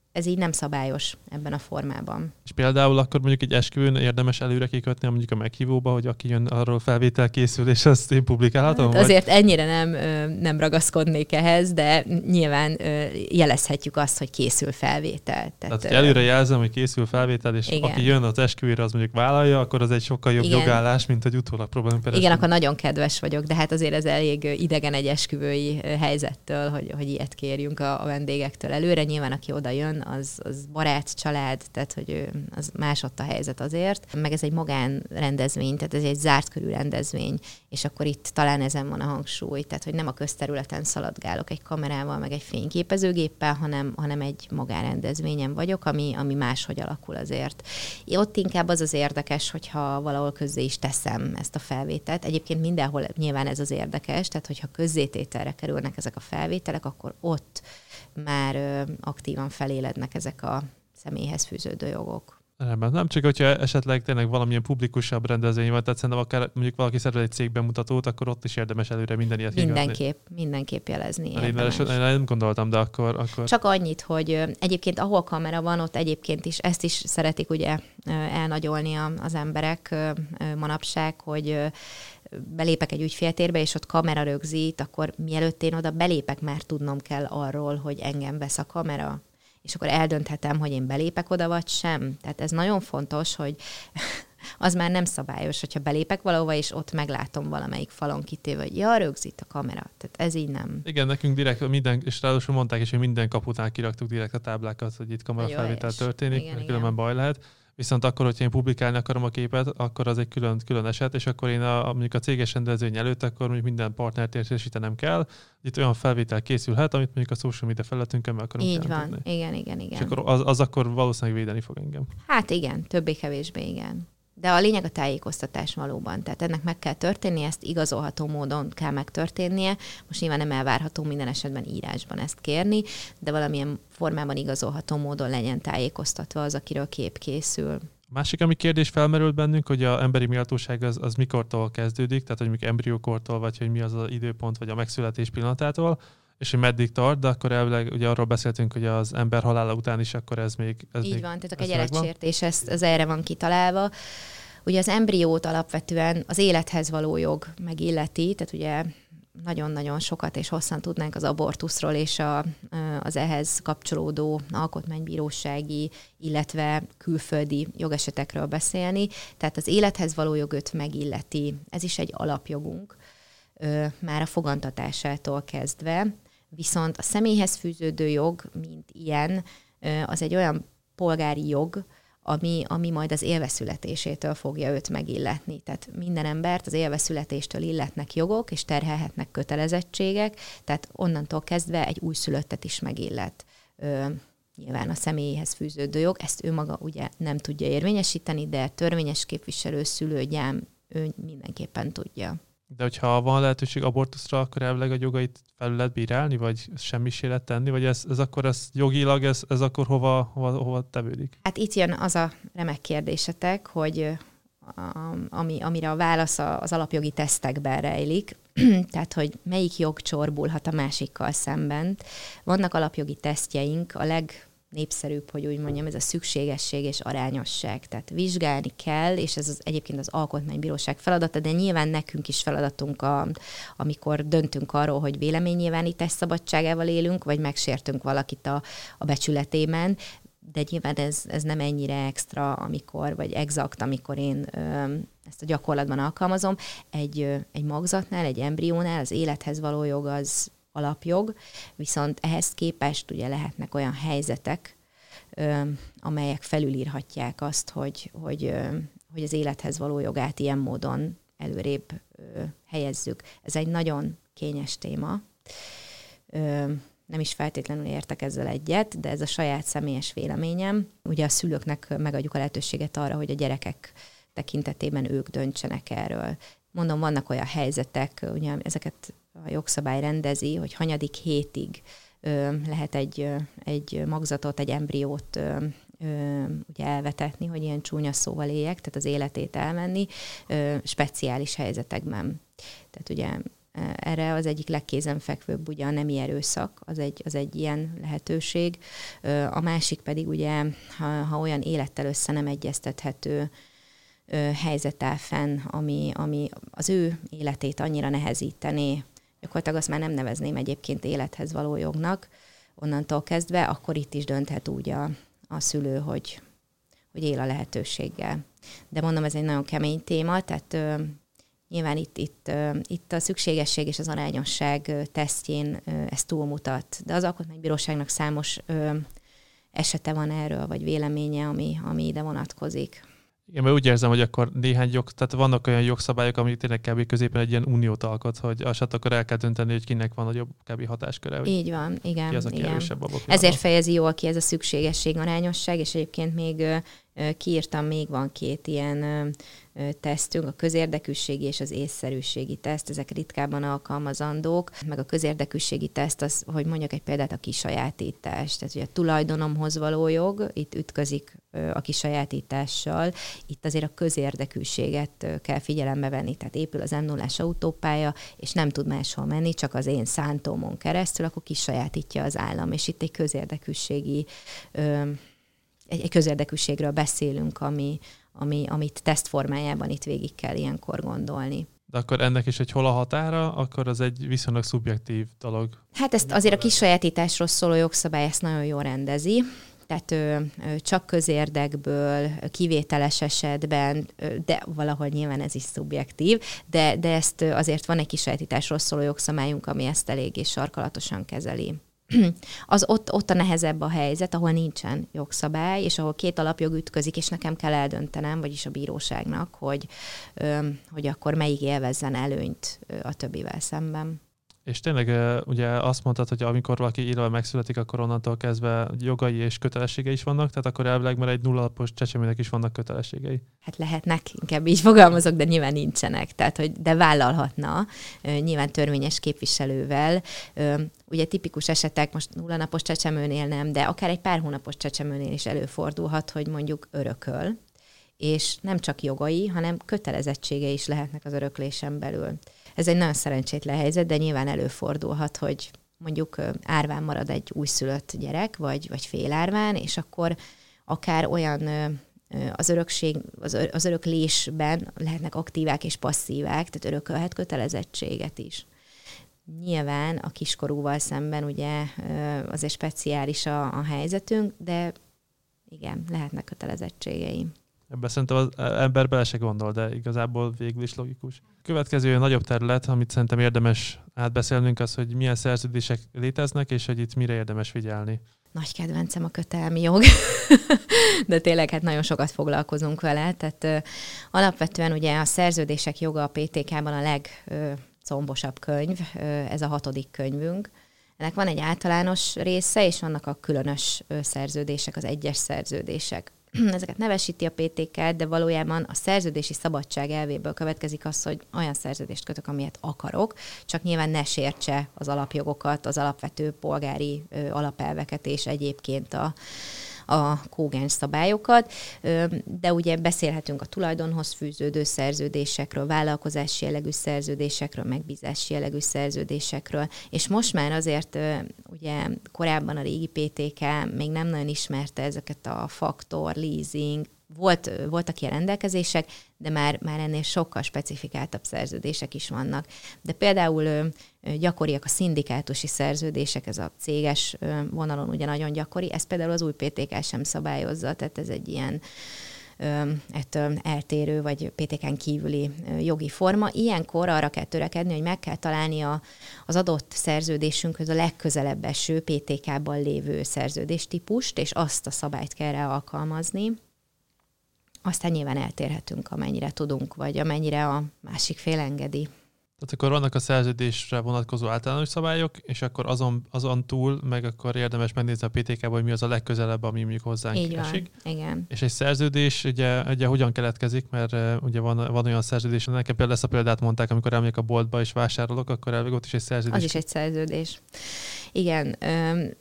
ez így nem szabályos ebben a formában. És például akkor mondjuk egy esküvőn érdemes előre kikötni mondjuk a meghívóba, hogy aki jön, arról felvétel készül, és azt én publikálhatom? Hát azért ennyire nem, nem ragaszkodnék ehhez, de nyilván jelezhetjük azt, hogy készül felvétel. Tehát, Tehát előre jelzem, hogy készül felvétel, és igen. aki jön az esküvőre, az mondjuk vállalja, akkor az egy sokkal jobb igen. jogállás, mint hogy utólag próbálunk peresni. Igen, akkor nagyon kedves vagyok, de hát azért ez elég idegen egy esküvői helyzettől, hogy, hogy ilyet kérjünk a, a vendégektől előre. Nyilván, aki oda jön, az, az barát, család, tehát hogy az más ott a helyzet azért. Meg ez egy magánrendezvény, tehát ez egy zárt körű rendezvény, és akkor itt talán ezen van a hangsúly, tehát hogy nem a közterületen szaladgálok egy kamerával, meg egy fényképezőgéppel, hanem, hanem egy magánrendezvényen vagyok, ami, ami máshogy alakul azért. Ott inkább az az érdekes, hogyha valahol közzé is teszem ezt a felvételt. Egyébként mindenhol nyilván ez az érdekes, tehát hogyha közzétételre kerülnek ezek a felvételek, akkor ott már ö, aktívan felélednek ezek a személyhez fűződő jogok. Nem, nem csak, hogyha esetleg tényleg valamilyen publikusabb rendezvény van, tehát szerintem akár mondjuk valaki szervez egy cégbemutatót, akkor ott is érdemes előre minden ilyet Mindenképp, mindenképp jelezni érdemes. Én nem gondoltam, de akkor, akkor... Csak annyit, hogy egyébként ahol kamera van, ott egyébként is ezt is szeretik ugye elnagyolni az emberek manapság, hogy belépek egy ügyféltérbe, és ott kamera rögzít, akkor mielőtt én oda belépek, már tudnom kell arról, hogy engem vesz a kamera, és akkor eldönthetem, hogy én belépek oda, vagy sem. Tehát ez nagyon fontos, hogy az már nem szabályos, hogyha belépek valahova, és ott meglátom valamelyik falon kitéve, hogy ja, rögzít a kamera. Tehát ez így nem. Igen, nekünk direkt minden, és ráadásul mondták is, hogy minden kapután kiraktuk direkt a táblákat, hogy itt kamerafelvétel történik, igen, különben igen. baj lehet. Viszont akkor, hogyha én publikálni akarom a képet, akkor az egy külön, külön eset, és akkor én a, mondjuk a céges rendezvény előtt, akkor mondjuk minden partnert értesítenem kell. Itt olyan felvétel készülhet, amit mondjuk a social media felületünkön meg akarunk Így jelenteni. van, igen, igen, igen. És akkor az, az akkor valószínűleg védeni fog engem. Hát igen, többé-kevésbé igen. De a lényeg a tájékoztatás valóban. Tehát ennek meg kell történnie, ezt igazolható módon kell megtörténnie. Most nyilván nem elvárható minden esetben írásban ezt kérni, de valamilyen formában igazolható módon legyen tájékoztatva az, akiről kép készül. Másik, ami kérdés felmerült bennünk, hogy az emberi méltóság az, az mikortól kezdődik, tehát hogy mondjuk embriókortól, vagy hogy mi az az időpont, vagy a megszületés pillanatától, és hogy meddig tart, de akkor elvileg ugye arról beszéltünk, hogy az ember halála után is akkor ez még... Ez Így még, van, tehát a kegyelettsértés, ez, ez erre van kitalálva. Ugye az embriót alapvetően az élethez való jog megilleti, tehát ugye nagyon-nagyon sokat és hosszan tudnánk az abortuszról és a, az ehhez kapcsolódó alkotmánybírósági, illetve külföldi jogesetekről beszélni. Tehát az élethez való jogot megilleti. Ez is egy alapjogunk, már a fogantatásától kezdve. Viszont a személyhez fűződő jog, mint ilyen, az egy olyan polgári jog, ami, ami majd az élveszületésétől fogja őt megilletni. Tehát minden embert az élveszületéstől illetnek jogok, és terhelhetnek kötelezettségek, tehát onnantól kezdve egy újszülöttet is megillet. Ö, nyilván a személyhez fűződő jog, ezt ő maga ugye nem tudja érvényesíteni, de törvényes képviselő, szülő, gyám, ő mindenképpen tudja. De hogyha van lehetőség abortuszra, akkor elvileg a jogait felül lehet bírálni, vagy semmisé lehet tenni, vagy ez, ez akkor ez jogilag, ez, ez akkor hova, hova, hova tevődik? Hát itt jön az a remek kérdésetek, hogy ami, amire a válasz az alapjogi tesztekben rejlik, tehát hogy melyik jog csorbulhat a másikkal szemben. Vannak alapjogi tesztjeink, a leg népszerűbb, hogy úgy mondjam, ez a szükségesség és arányosság. Tehát vizsgálni kell, és ez az, egyébként az alkotmánybíróság feladata, de nyilván nekünk is feladatunk, a, amikor döntünk arról, hogy véleménynyilvánítás szabadságával élünk, vagy megsértünk valakit a, a becsületében, de nyilván ez, ez nem ennyire extra, amikor, vagy exakt, amikor én ö, ezt a gyakorlatban alkalmazom. Egy, ö, egy magzatnál, egy embriónál az élethez való jog az alapjog, viszont ehhez képest ugye lehetnek olyan helyzetek, ö, amelyek felülírhatják azt, hogy, hogy, ö, hogy az élethez való jogát ilyen módon előrébb ö, helyezzük. Ez egy nagyon kényes téma. Ö, nem is feltétlenül értek ezzel egyet, de ez a saját személyes véleményem. Ugye a szülőknek megadjuk a lehetőséget arra, hogy a gyerekek tekintetében ők döntsenek erről. Mondom, vannak olyan helyzetek, ugye ezeket a jogszabály rendezi, hogy hanyadik hétig ö, lehet egy, ö, egy magzatot, egy embriót ö, ö, ugye elvetetni, hogy ilyen csúnya szóval éljek, tehát az életét elmenni, ö, speciális helyzetekben. Tehát ugye erre az egyik legkézenfekvőbb ugye a nemi erőszak, az egy, az egy ilyen lehetőség. A másik pedig ugye, ha, ha olyan élettel össze nem egyeztethető helyzet áll fenn, ami, ami az ő életét annyira nehezítené, gyakorlatilag azt már nem nevezném egyébként élethez való jognak, onnantól kezdve, akkor itt is dönthet úgy a, a szülő, hogy, hogy él a lehetőséggel. De mondom, ez egy nagyon kemény téma, tehát ö, nyilván itt, itt, ö, itt a szükségesség és az arányosság ö, tesztjén ö, ez túlmutat. De az alkotmánybíróságnak számos ö, esete van erről, vagy véleménye, ami, ami ide vonatkozik. Igen, mert úgy érzem, hogy akkor néhány jog, tehát vannak olyan jogszabályok, amik tényleg kb. Középen egy ilyen uniót alkot, hogy azt akkor el kell dönteni, hogy kinek van nagyobb kb. Hatásköre. Így van, igen. Ki az, aki igen. erősebb abban. Ezért fejezi jól ki ez a szükségesség, arányosság, és egyébként még kiírtam, még van két ilyen tesztünk, a közérdekűségi és az észszerűségi teszt, ezek ritkában alkalmazandók, meg a közérdekűségi teszt, az, hogy mondjak egy példát, a kisajátítás. Tehát ugye a tulajdonomhoz való jog, itt ütközik a kisajátítással, itt azért a közérdekűséget kell figyelembe venni, tehát épül az em nullás autópálya, és nem tud máshol menni, csak az én szántómon keresztül, akkor kisajátítja az állam, és itt egy közérdekűségi egy, egy közérdekűségről beszélünk, ami, ami, amit tesztformájában itt végig kell ilyenkor gondolni. De akkor ennek is, hogy hol a határa, akkor az egy viszonylag szubjektív dolog. Hát ezt azért a kisajátításról szóló jogszabály ezt nagyon jól rendezi. Tehát ö, ö, csak közérdekből, kivételes esetben, ö, de valahol nyilván ez is szubjektív, de, de ezt ö, azért van egy kisajátításról szóló jogszabályunk, ami ezt eléggé sarkalatosan kezeli. Az ott, ott a nehezebb a helyzet, ahol nincsen jogszabály, és ahol két alapjog ütközik, és nekem kell eldöntenem, vagyis a bíróságnak, hogy, ö, hogy akkor melyik élvezzen előnyt a többivel szemben. És tényleg ugye azt mondtad, hogy amikor valaki élve megszületik, akkor onnantól kezdve jogai és kötelességei is vannak, tehát akkor elvileg már egy nullalapos csecsemőnek is vannak kötelességei. Hát lehetnek, inkább így fogalmazok, de nyilván nincsenek. Tehát, hogy de vállalhatna, nyilván törvényes képviselővel. Ugye tipikus esetek, most nullanapos csecsemőnél nem, de akár egy pár hónapos csecsemőnél is előfordulhat, hogy mondjuk örököl, és nem csak jogai, hanem kötelezettségei is lehetnek az öröklésen belül. Ez egy nagyon szerencsétlen helyzet, de nyilván előfordulhat, hogy mondjuk árván marad egy újszülött gyerek, vagy, vagy félárván, és akkor akár olyan az örökség, az öröklésben lehetnek aktívák és passzívák, tehát örökölhet kötelezettséget is. Nyilván a kiskorúval szemben ugye azért speciális a, a helyzetünk, de igen, lehetnek kötelezettségei. Ebben szerintem az ember bele se gondol, de igazából végül is logikus. Következő nagyobb terület, amit szerintem érdemes átbeszélnünk, az, hogy milyen szerződések léteznek, és hogy itt mire érdemes figyelni. Nagy kedvencem a kötelmi jog, de tényleg hát nagyon sokat foglalkozunk vele. Tehát ö, alapvetően ugye a szerződések joga a pé té ká-ban a legcombosabb könyv, ö, ez a hatodik könyvünk. Ennek van egy általános része, és vannak a különös ö, szerződések, az egyes szerződések. Ezeket nevesíti a pé té ká, de valójában a szerződési szabadság elvéből következik az, hogy olyan szerződést kötök, amilyet akarok, csak nyilván ne sértse az alapjogokat, az alapvető polgári ö, alapelveket és egyébként a, a kógens szabályokat, de ugye beszélhetünk a tulajdonhoz fűződő szerződésekről, vállalkozási jellegű szerződésekről, megbízási jellegű szerződésekről, és most már azért ugye korábban a régi pé té ká még nem nagyon ismerte ezeket a faktor, leasing, Volt, voltak ilyen rendelkezések, de már, már ennél sokkal specifikáltabb szerződések is vannak. De például gyakoriak a szindikátusi szerződések, ez a céges vonalon ugye nagyon gyakori, ez például az új pé té ká sem szabályozza, tehát ez egy ilyen ettől eltérő, vagy pé té kán kívüli jogi forma. Ilyenkor arra kell törekedni, hogy meg kell találni a, az adott szerződésünkhöz a legközelebb eső pé té ká-ban lévő szerződéstípust, és azt a szabályt kell rá alkalmazni. Aztán nyilván eltérhetünk, amennyire tudunk, vagy amennyire a másik fél engedi. Tehát akkor vannak a szerződésre vonatkozó általános szabályok, és akkor azon, azon túl meg akkor érdemes megnézni a pé té ká-ban, hogy mi az a legközelebb, ami mondjuk hozzánk Így esik. Van, igen. És egy szerződés ugye, ugye hogyan keletkezik, mert uh, ugye van, van olyan szerződés, nekem például ezt a példát mondták, amikor elmegyek a boltba és vásárolok, akkor elvég ott is egy szerződés. Az is egy szerződés. Igen. Öm,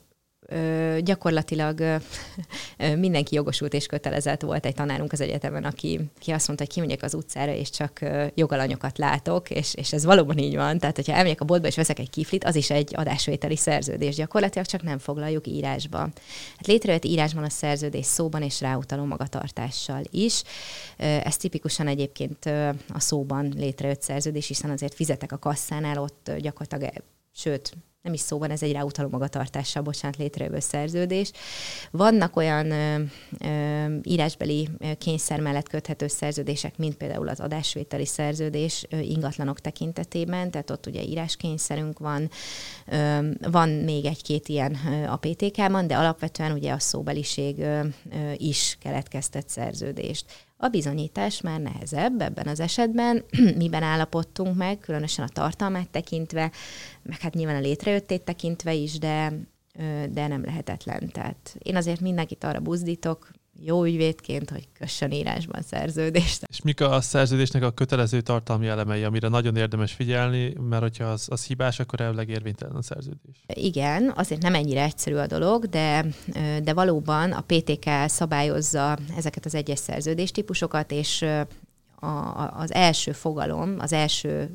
Ö, gyakorlatilag ö, mindenki jogosult és kötelezett. Volt egy tanárunk az egyetemen, aki, aki azt mondta, hogy kimegyek az utcára, és csak ö, jogalanyokat látok, és, és ez valóban így van. Tehát, hogyha elmegyek a boltba, és veszek egy kiflit, az is egy adásvételi szerződés. Gyakorlatilag csak nem foglaljuk írásba. Hát létrejött írásban a szerződés szóban és ráutaló magatartással is. Ez tipikusan egyébként a szóban létrejött szerződés, hiszen azért fizetek a kasszánál, ott gyakorlatilag, sőt, nem is szóban, ez egy ráutaló magatartással, bocsánat, létrejövő szerződés. Vannak olyan ö, ö, írásbeli kényszer mellett köthető szerződések, mint például az adásvételi szerződés ö, ingatlanok tekintetében, tehát ott ugye íráskényszerünk van. Ö, van még egy-két ilyen ö, a pé té ká-ban, de alapvetően ugye a szóbeliség ö, ö, is keletkeztet szerződést. A bizonyítás már nehezebb ebben az esetben, miben állapodtunk meg, különösen a tartalmát tekintve, meg hát nyilván a létrejöttét tekintve is, de, de nem lehetetlen. Tehát én azért mindenkit arra buzdítok, jó ügyvédként, hogy kössön írásban szerződést. És mik a szerződésnek a kötelező tartalmi elemei, amire nagyon érdemes figyelni, mert hogyha az, az hibás, akkor elvileg érvénytelen a szerződés. Igen, azért nem ennyire egyszerű a dolog, de, de valóban a pé té ká szabályozza ezeket az egyes szerződéstípusokat, és a, az első fogalom, az első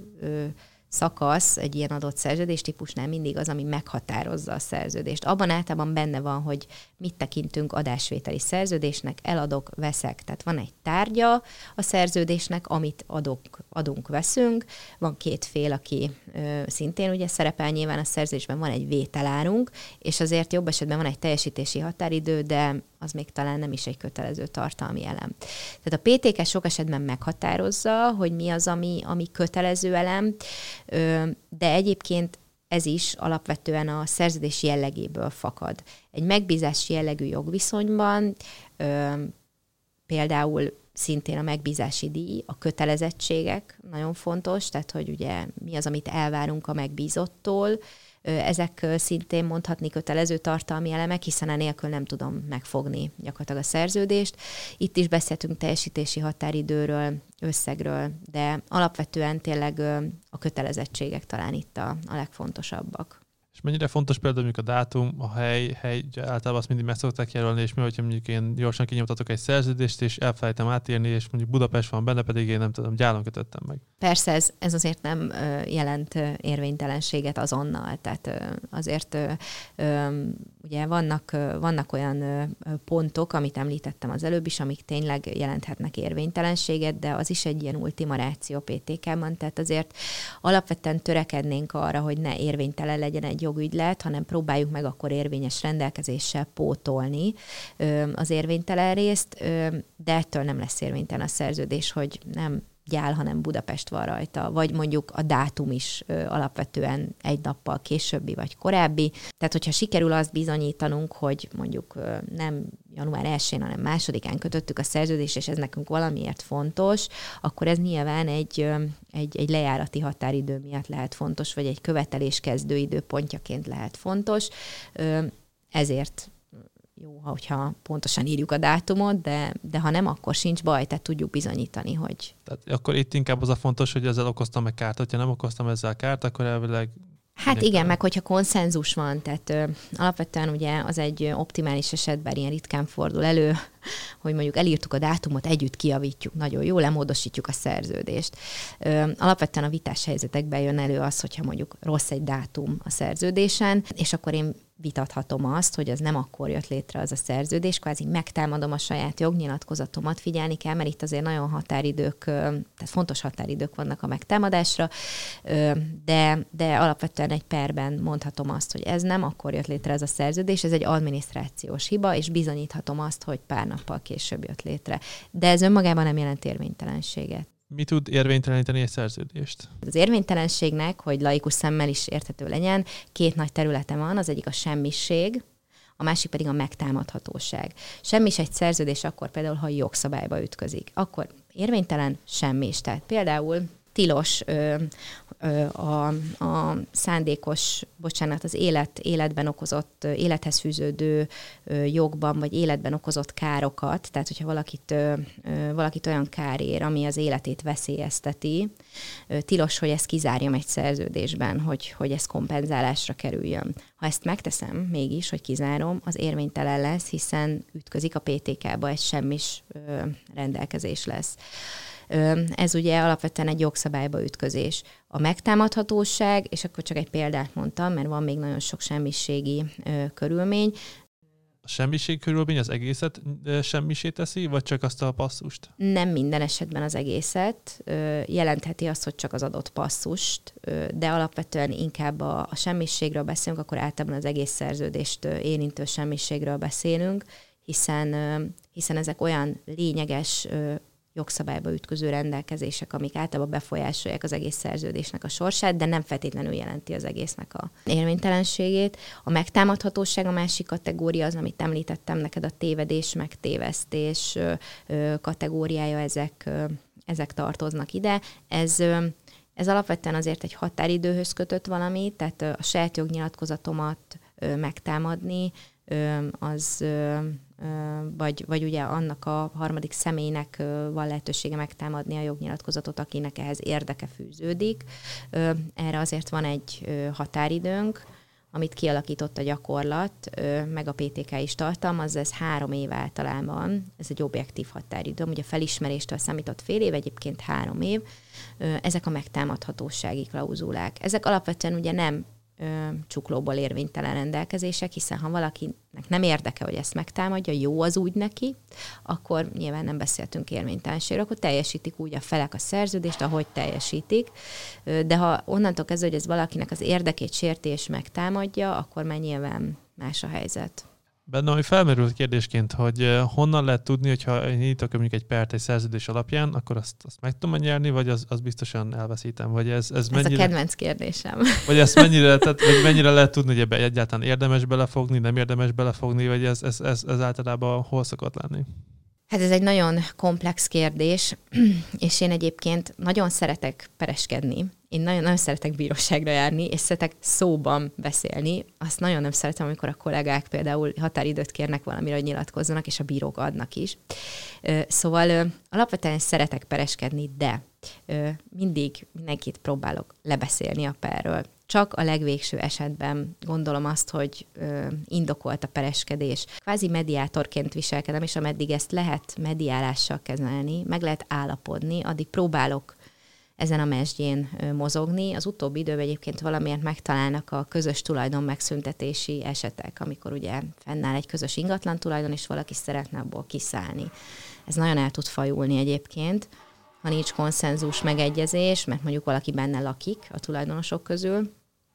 szakasz egy ilyen adott szerződéstípusnál mindig az, ami meghatározza a szerződést. Abban általában benne van, hogy mit tekintünk adásvételi szerződésnek, eladok, veszek. Tehát van egy tárgya a szerződésnek, amit adok, adunk, veszünk. Van két fél, aki ö, szintén ugye szerepel nyilván a szerződésben, van egy vételárunk, és azért jobb esetben van egy teljesítési határidő, de az még talán nem is egy kötelező tartalmi elem. Tehát a pé té ká sok esetben meghatározza, hogy mi az, ami, ami kötelező elem, de egyébként ez is alapvetően a szerződés jellegéből fakad. Egy megbízási jellegű jogviszonyban például szintén a megbízási díj, a kötelezettségek nagyon fontos, tehát hogy ugye mi az, amit elvárunk a megbízottól, ezek szintén mondhatni kötelező tartalmi elemek, hiszen enélkül nem tudom megfogni gyakorlatilag a szerződést. Itt is beszéltünk teljesítési határidőről, összegről, de alapvetően tényleg a kötelezettségek talán itt a, a legfontosabbak. És mennyire fontos például mondjuk a dátum, a hely, hely általában azt mindig meg szokták jelölni, és mi, hogyha mondjuk én gyorsan kinyomtatok egy szerződést, és elfelejtem átírni, és mondjuk Budapest van benne, pedig én nem tudom, Gyálon kötöttem meg. Persze ez, ez azért nem ö, jelent ö, érvénytelenséget azonnal, tehát ö, azért ö, ö, ugye vannak, ö, vannak olyan ö, pontok, amit említettem az előbb is, amik tényleg jelenthetnek érvénytelenséget, de az is egy ilyen ultima ratio pé té ká-ban, tehát azért alapvetően törekednénk arra, hogy ne érvénytelen legyen egy jogügylet, hanem próbáljuk meg akkor érvényes rendelkezéssel pótolni ö, az érvénytelen részt, ö, de ettől nem lesz érvénytelen a szerződés, hogy nem Gyál, hanem Budapest van rajta, vagy mondjuk a dátum is ö, alapvetően egy nappal későbbi vagy korábbi. Tehát, hogyha sikerül azt bizonyítanunk, hogy mondjuk ö, nem január elsején, hanem másodikán kötöttük a szerződést, és ez nekünk valamiért fontos, akkor ez nyilván egy, ö, egy, egy lejárati határidő miatt lehet fontos, vagy egy követelés kezdő időpontjaként lehet fontos. Ö, ezért jó, hogyha pontosan írjuk a dátumot, de, de ha nem, akkor sincs baj, tehát tudjuk bizonyítani, hogy... Tehát akkor itt inkább az a fontos, hogy ezzel okoztam meg kárt, hogyha nem okoztam ezzel kárt, akkor elvileg... Hát igen, talán. Meg hogyha konszenzus van, tehát ö, alapvetően ugye az egy optimális eset, bár ilyen ritkán fordul elő, hogy mondjuk elírtuk a dátumot, együtt kijavítjuk, nagyon jó, lemódosítjuk a szerződést. Ö, alapvetően a vitás helyzetekben jön elő az, hogyha mondjuk rossz egy dátum a szerződésen, és akkor én vitathatom azt, hogy az nem akkor jött létre az a szerződés, kvázi megtámadom a saját jognyilatkozatomat, figyelni kell, mert itt azért nagyon határidők, tehát fontos határidők vannak a megtámadásra, de, de alapvetően egy perben mondhatom azt, hogy ez nem akkor jött létre ez a szerződés, ez egy adminisztrációs hiba, és bizonyíthatom azt, hogy pár nappal később jött létre. De ez önmagában nem jelent érvénytelenséget. Mi tud érvényteleníteni egy szerződést? Az érvénytelenségnek, hogy laikus szemmel is érthető legyen, két nagy területe van, az egyik a semmisség, a másik pedig a megtámadhatóság. Semmis egy szerződés akkor például, ha jogszabályba ütközik. Akkor érvénytelen, semmis. Tehát például tilos ö, a, a szándékos, bocsánat, az élet, életben okozott, élethez fűződő jogban, vagy életben okozott károkat, tehát hogyha valakit, valakit olyan kár ér, ami az életét veszélyezteti, tilos, hogy ezt kizárjam egy szerződésben, hogy, hogy ez kompenzálásra kerüljön. Ha ezt megteszem mégis, hogy kizárom, az érvénytelen lesz, hiszen ütközik a pé té ká-ba, egy semmis rendelkezés lesz. Ez ugye alapvetően egy jogszabályba ütközés. A megtámadhatóság, és akkor csak egy példát mondtam, mert van még nagyon sok semmiségi ö, körülmény. A semmiség körülmény az egészet semmisé teszi, vagy csak azt a passzust? Nem minden esetben az egészet. Ö, jelentheti azt, hogy csak az adott passzust, ö, de alapvetően inkább a, a semmiségről beszélünk, akkor általában az egész szerződést érintő semmiségről beszélünk, hiszen, ö, hiszen ezek olyan lényeges ö, jogszabályba ütköző rendelkezések, amik általában befolyásolják az egész szerződésnek a sorsát, de nem feltétlenül jelenti az egésznek a érvénytelenségét. A megtámadhatóság a másik kategória, az, amit említettem neked, a tévedés, megtévesztés kategóriája, ezek, ezek tartoznak ide. Ez, ez alapvetően azért egy határidőhöz kötött valami, tehát a saját jognyilatkozatomat megtámadni, az... Vagy, vagy ugye annak a harmadik személynek van lehetősége megtámadni a jognyilatkozatot, akinek ehhez érdeke fűződik. Erre azért van egy határidőnk, amit kialakított a gyakorlat, meg a pé té ká is tartalmaz, ez három év általában, ez egy objektív határidő, ugye a felismeréstől számított fél év, egyébként három év, ezek a megtámadhatósági klauzulák. Ezek alapvetően ugye nem csuklóból érvénytelen rendelkezések, hiszen ha valakinek nem érdeke, hogy ezt megtámadja, jó az úgy neki, akkor nyilván nem beszéltünk érvénytelenségről, akkor teljesítik úgy a felek a szerződést, ahogy teljesítik, de ha onnantól kezdve, hogy ez valakinek az érdekét sérti és megtámadja, akkor már nyilván más a helyzet. Benne, ami felmerült kérdésként, hogy honnan lehet tudni, hogyha én nyitok mondjuk egy pert egy szerződés alapján, akkor azt, azt meg tudom nyerni, vagy az, az biztosan elveszítem? Vagy ez, ez, ez mennyire, a kedvenc kérdésem. Vagy ezt mennyire, tehát, vagy mennyire lehet tudni, hogy egyáltalán érdemes belefogni, nem érdemes belefogni, vagy ez, ez, ez, ez általában hol szokott lenni? Hát ez egy nagyon komplex kérdés, és én egyébként nagyon szeretek pereskedni. Én nagyon, nagyon szeretek bíróságra járni, és szeretek szóban beszélni. Azt nagyon nem szeretem, amikor a kollégák például határidőt kérnek valamire, hogy nyilatkozzanak, és a bírók adnak is. Szóval alapvetően szeretek pereskedni, de mindig mindenkit próbálok lebeszélni a perről. Csak a legvégső esetben gondolom azt, hogy ö, indokolt a pereskedés. Kvázi mediátorként viselkedem, és ameddig ezt lehet mediálással kezelni, meg lehet állapodni, addig próbálok ezen a mesdjén ö, mozogni. Az utóbbi időben egyébként valamiért megtalálnak a közös tulajdon megszüntetési esetek, amikor ugye fennáll egy közös ingatlan tulajdon, és valaki szeretne abból kiszállni. Ez nagyon el tud fajulni egyébként, ha nincs konszenzus, megegyezés, mert mondjuk valaki benne lakik a tulajdonosok közül,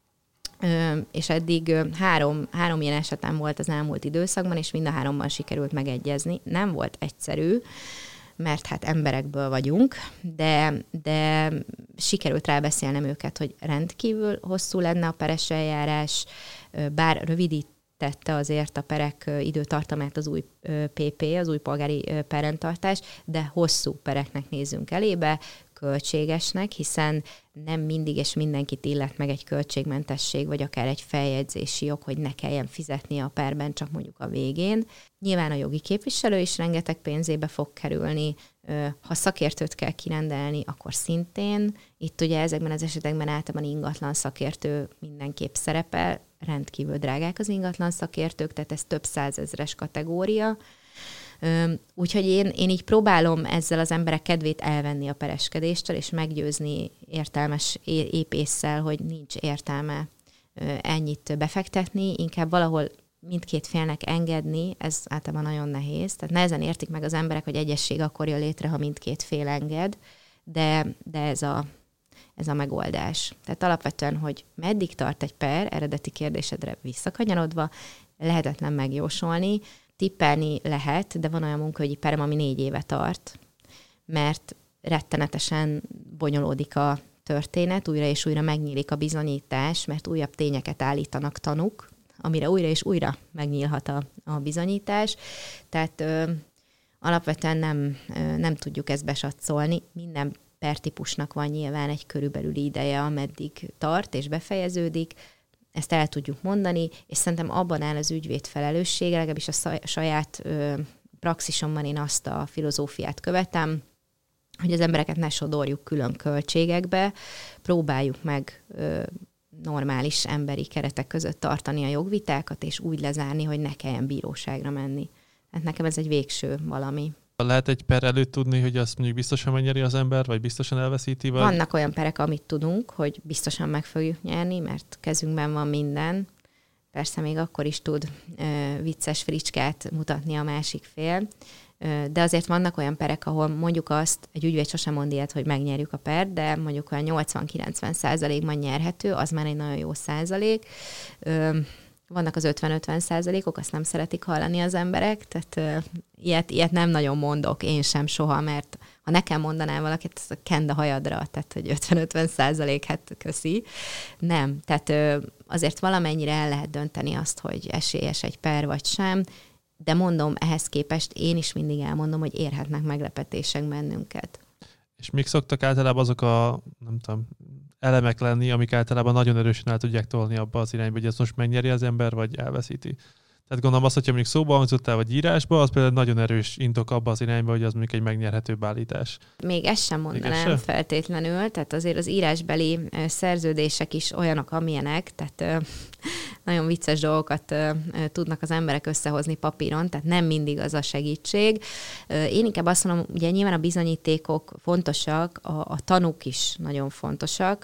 és eddig három, három ilyen esetem volt az elmúlt időszakban, és mind a háromban sikerült megegyezni. Nem volt egyszerű, mert hát emberekből vagyunk, de, de sikerült rábeszélnem őket, hogy rendkívül hosszú lenne a peres eljárás, bár rövidítette azért a perek időtartamát az új pé pé, az új polgári perrendtartás, de hosszú pereknek nézzünk elébe, költségesnek, hiszen nem mindig és mindenkit illet meg egy költségmentesség, vagy akár egy feljegyzési jog, hogy ne kelljen fizetni a perben csak mondjuk a végén. Nyilván a jogi képviselő is rengeteg pénzébe fog kerülni, ha szakértőt kell kirendelni, akkor szintén. Itt ugye ezekben az esetekben általában ingatlan szakértő mindenképp szerepel, rendkívül drágák az ingatlan szakértők, tehát ez több százezres kategória. Úgyhogy én, én így próbálom ezzel az emberek kedvét elvenni a pereskedéstől, és meggyőzni értelmes épésszel, hogy nincs értelme ennyit befektetni, inkább valahol mindkét félnek engedni, ez általában nagyon nehéz. Tehát nehezen értik meg az emberek, hogy egyesség akkor jön létre, ha mindkét fél enged, de, de ez, a, ez a megoldás. Tehát alapvetően, hogy meddig tart egy per, eredeti kérdésedre visszakanyarodva, lehetetlen megjósolni, tippelni lehet, de van olyan munkahogyi perem, ami négy éve tart, mert rettenetesen bonyolódik a történet, újra és újra megnyílik a bizonyítás, mert újabb tényeket állítanak tanúk, amire újra és újra megnyílhat a, a bizonyítás. Tehát ö, alapvetően nem, ö, nem tudjuk ezt besatszolni. Minden pertípusnak van nyilván egy körülbelüli ideje, ameddig tart és befejeződik, ezt el tudjuk mondani, és szerintem abban áll az ügyvéd felelőssége, legalábbis a saját ö, praxisomban én azt a filozófiát követem, hogy az embereket ne sodorjuk külön költségekbe, próbáljuk meg ö, normális emberi keretek között tartani a jogvitákat, és úgy lezárni, hogy ne kelljen bíróságra menni. Hát nekem ez egy végső valami. Lehet egy per előtt tudni, hogy azt mondjuk biztosan megnyeri az ember, vagy biztosan elveszíti? Vagy... Vannak olyan perek, amit tudunk, hogy biztosan meg fogjuk nyerni, mert kezünkben van minden. Persze még akkor is tud ö, vicces fricskát mutatni a másik fél. Ö, de azért vannak olyan perek, ahol mondjuk azt, egy ügyvéd sosem mond ilyet, hogy megnyerjük a pert, de mondjuk olyan nyolcvan-kilencven százalékban nyerhető, az már egy nagyon jó százalék. Ö, Vannak az ötven-ötven százalékok, azt nem szeretik hallani az emberek, tehát uh, ilyet, ilyet nem nagyon mondok, én sem soha, mert ha nekem mondanál valakit, az kend a hajadra, tehát hogy ötven-ötven százalék, hát köszi. Nem, tehát uh, azért valamennyire el lehet dönteni azt, hogy esélyes egy per vagy sem, de mondom, ehhez képest én is mindig elmondom, hogy érhetnek meglepetések bennünket. És mik szoktak általában azok a, nem tudom, elemek lenni, amik általában nagyon erősen el tudják tolni abba az irányba, hogy ezt most megnyeri az ember, vagy elveszíti. Tehát gondolom azt, hogyha mondjuk szóba hangzottál, vagy írásba, az például nagyon erős intok abba az irányba, hogy az mondjuk egy megnyerhetőbb állítás. Még ezt sem mondanám feltétlenül, tehát azért az írásbeli szerződések is olyanok, amilyenek, tehát nagyon vicces dolgokat tudnak az emberek összehozni papíron, tehát nem mindig az a segítség. Én inkább azt mondom, ugye nyilván a bizonyítékok fontosak, a, a tanúk is nagyon fontosak.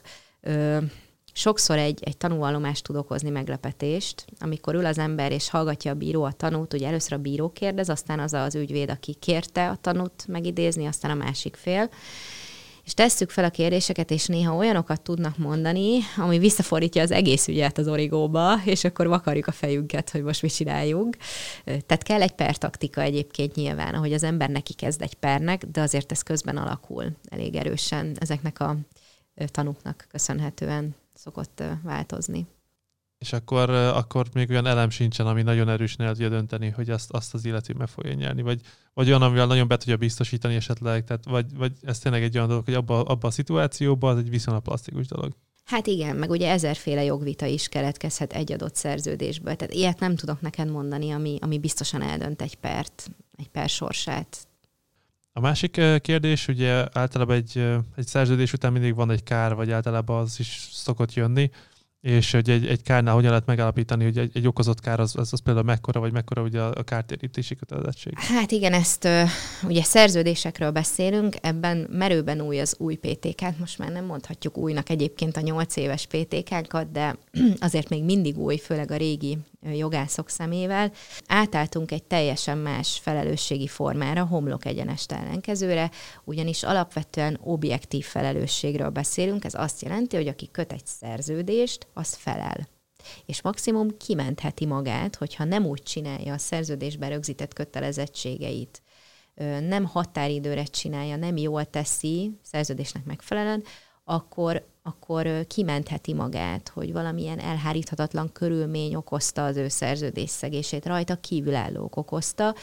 Sokszor egy, egy tanúvallomást tud okozni meglepetést, amikor ül az ember és hallgatja a bíró a tanút, ugye először a bíró kérdez, aztán az az ügyvéd, aki kérte a tanút megidézni, aztán a másik fél. És tesszük fel a kérdéseket, és néha olyanokat tudnak mondani, ami visszafordítja az egész ügyet az origóba, és akkor vakarjuk a fejünket, hogy most mit csináljunk. Tehát kell egy pertaktika egyébként nyilván, ahogy az ember neki kezd egy pernek, de azért ez közben alakul elég erősen ezeknek a tanúknak köszönhetően szokott változni. És akkor, akkor még olyan elem sincsen, ami nagyon erősen el tudja dönteni, hogy azt, azt az illető meg fogja nyerni, vagy, vagy olyan, amivel nagyon be tudja biztosítani esetleg, tehát vagy, vagy ez tényleg egy olyan dolog, hogy abban abba a szituációban az egy viszonylag plastikus dolog. Hát igen, meg ugye ezerféle jogvita is keletkezhet egy adott szerződésből, tehát ilyet nem tudok neked mondani, ami, ami biztosan eldönt egy pert, egy per sorsát. A másik kérdés, ugye általában egy, egy szerződés után mindig van egy kár, vagy általában az is szokott jönni, és hogy egy, egy kárnál hogyan lehet megállapítani, hogy egy, egy okozott kár az, az, az például mekkora, vagy mekkora ugye a, a kártérítési kötelezettség? Hát igen, ezt ugye szerződésekről beszélünk, ebben merőben új az új pé té ká, most már nem mondhatjuk újnak egyébként a nyolc éves pé té ká-nkat, de azért még mindig új, főleg a régi jogászok szemével. Átálltunk egy teljesen más felelősségi formára, homlok egyenest ellenkezőre, ugyanis alapvetően objektív felelősségről beszélünk, ez azt jelenti, hogy aki köt egy szerződést, az felel. És maximum kimentheti magát, hogyha nem úgy csinálja a szerződésben rögzített kötelezettségeit, nem határidőre csinálja, nem jól teszi, szerződésnek megfelelően, akkor, akkor kimentheti magát, hogy valamilyen elháríthatatlan körülmény okozta az ő szerződésszegését, rajta kívülállók okozta,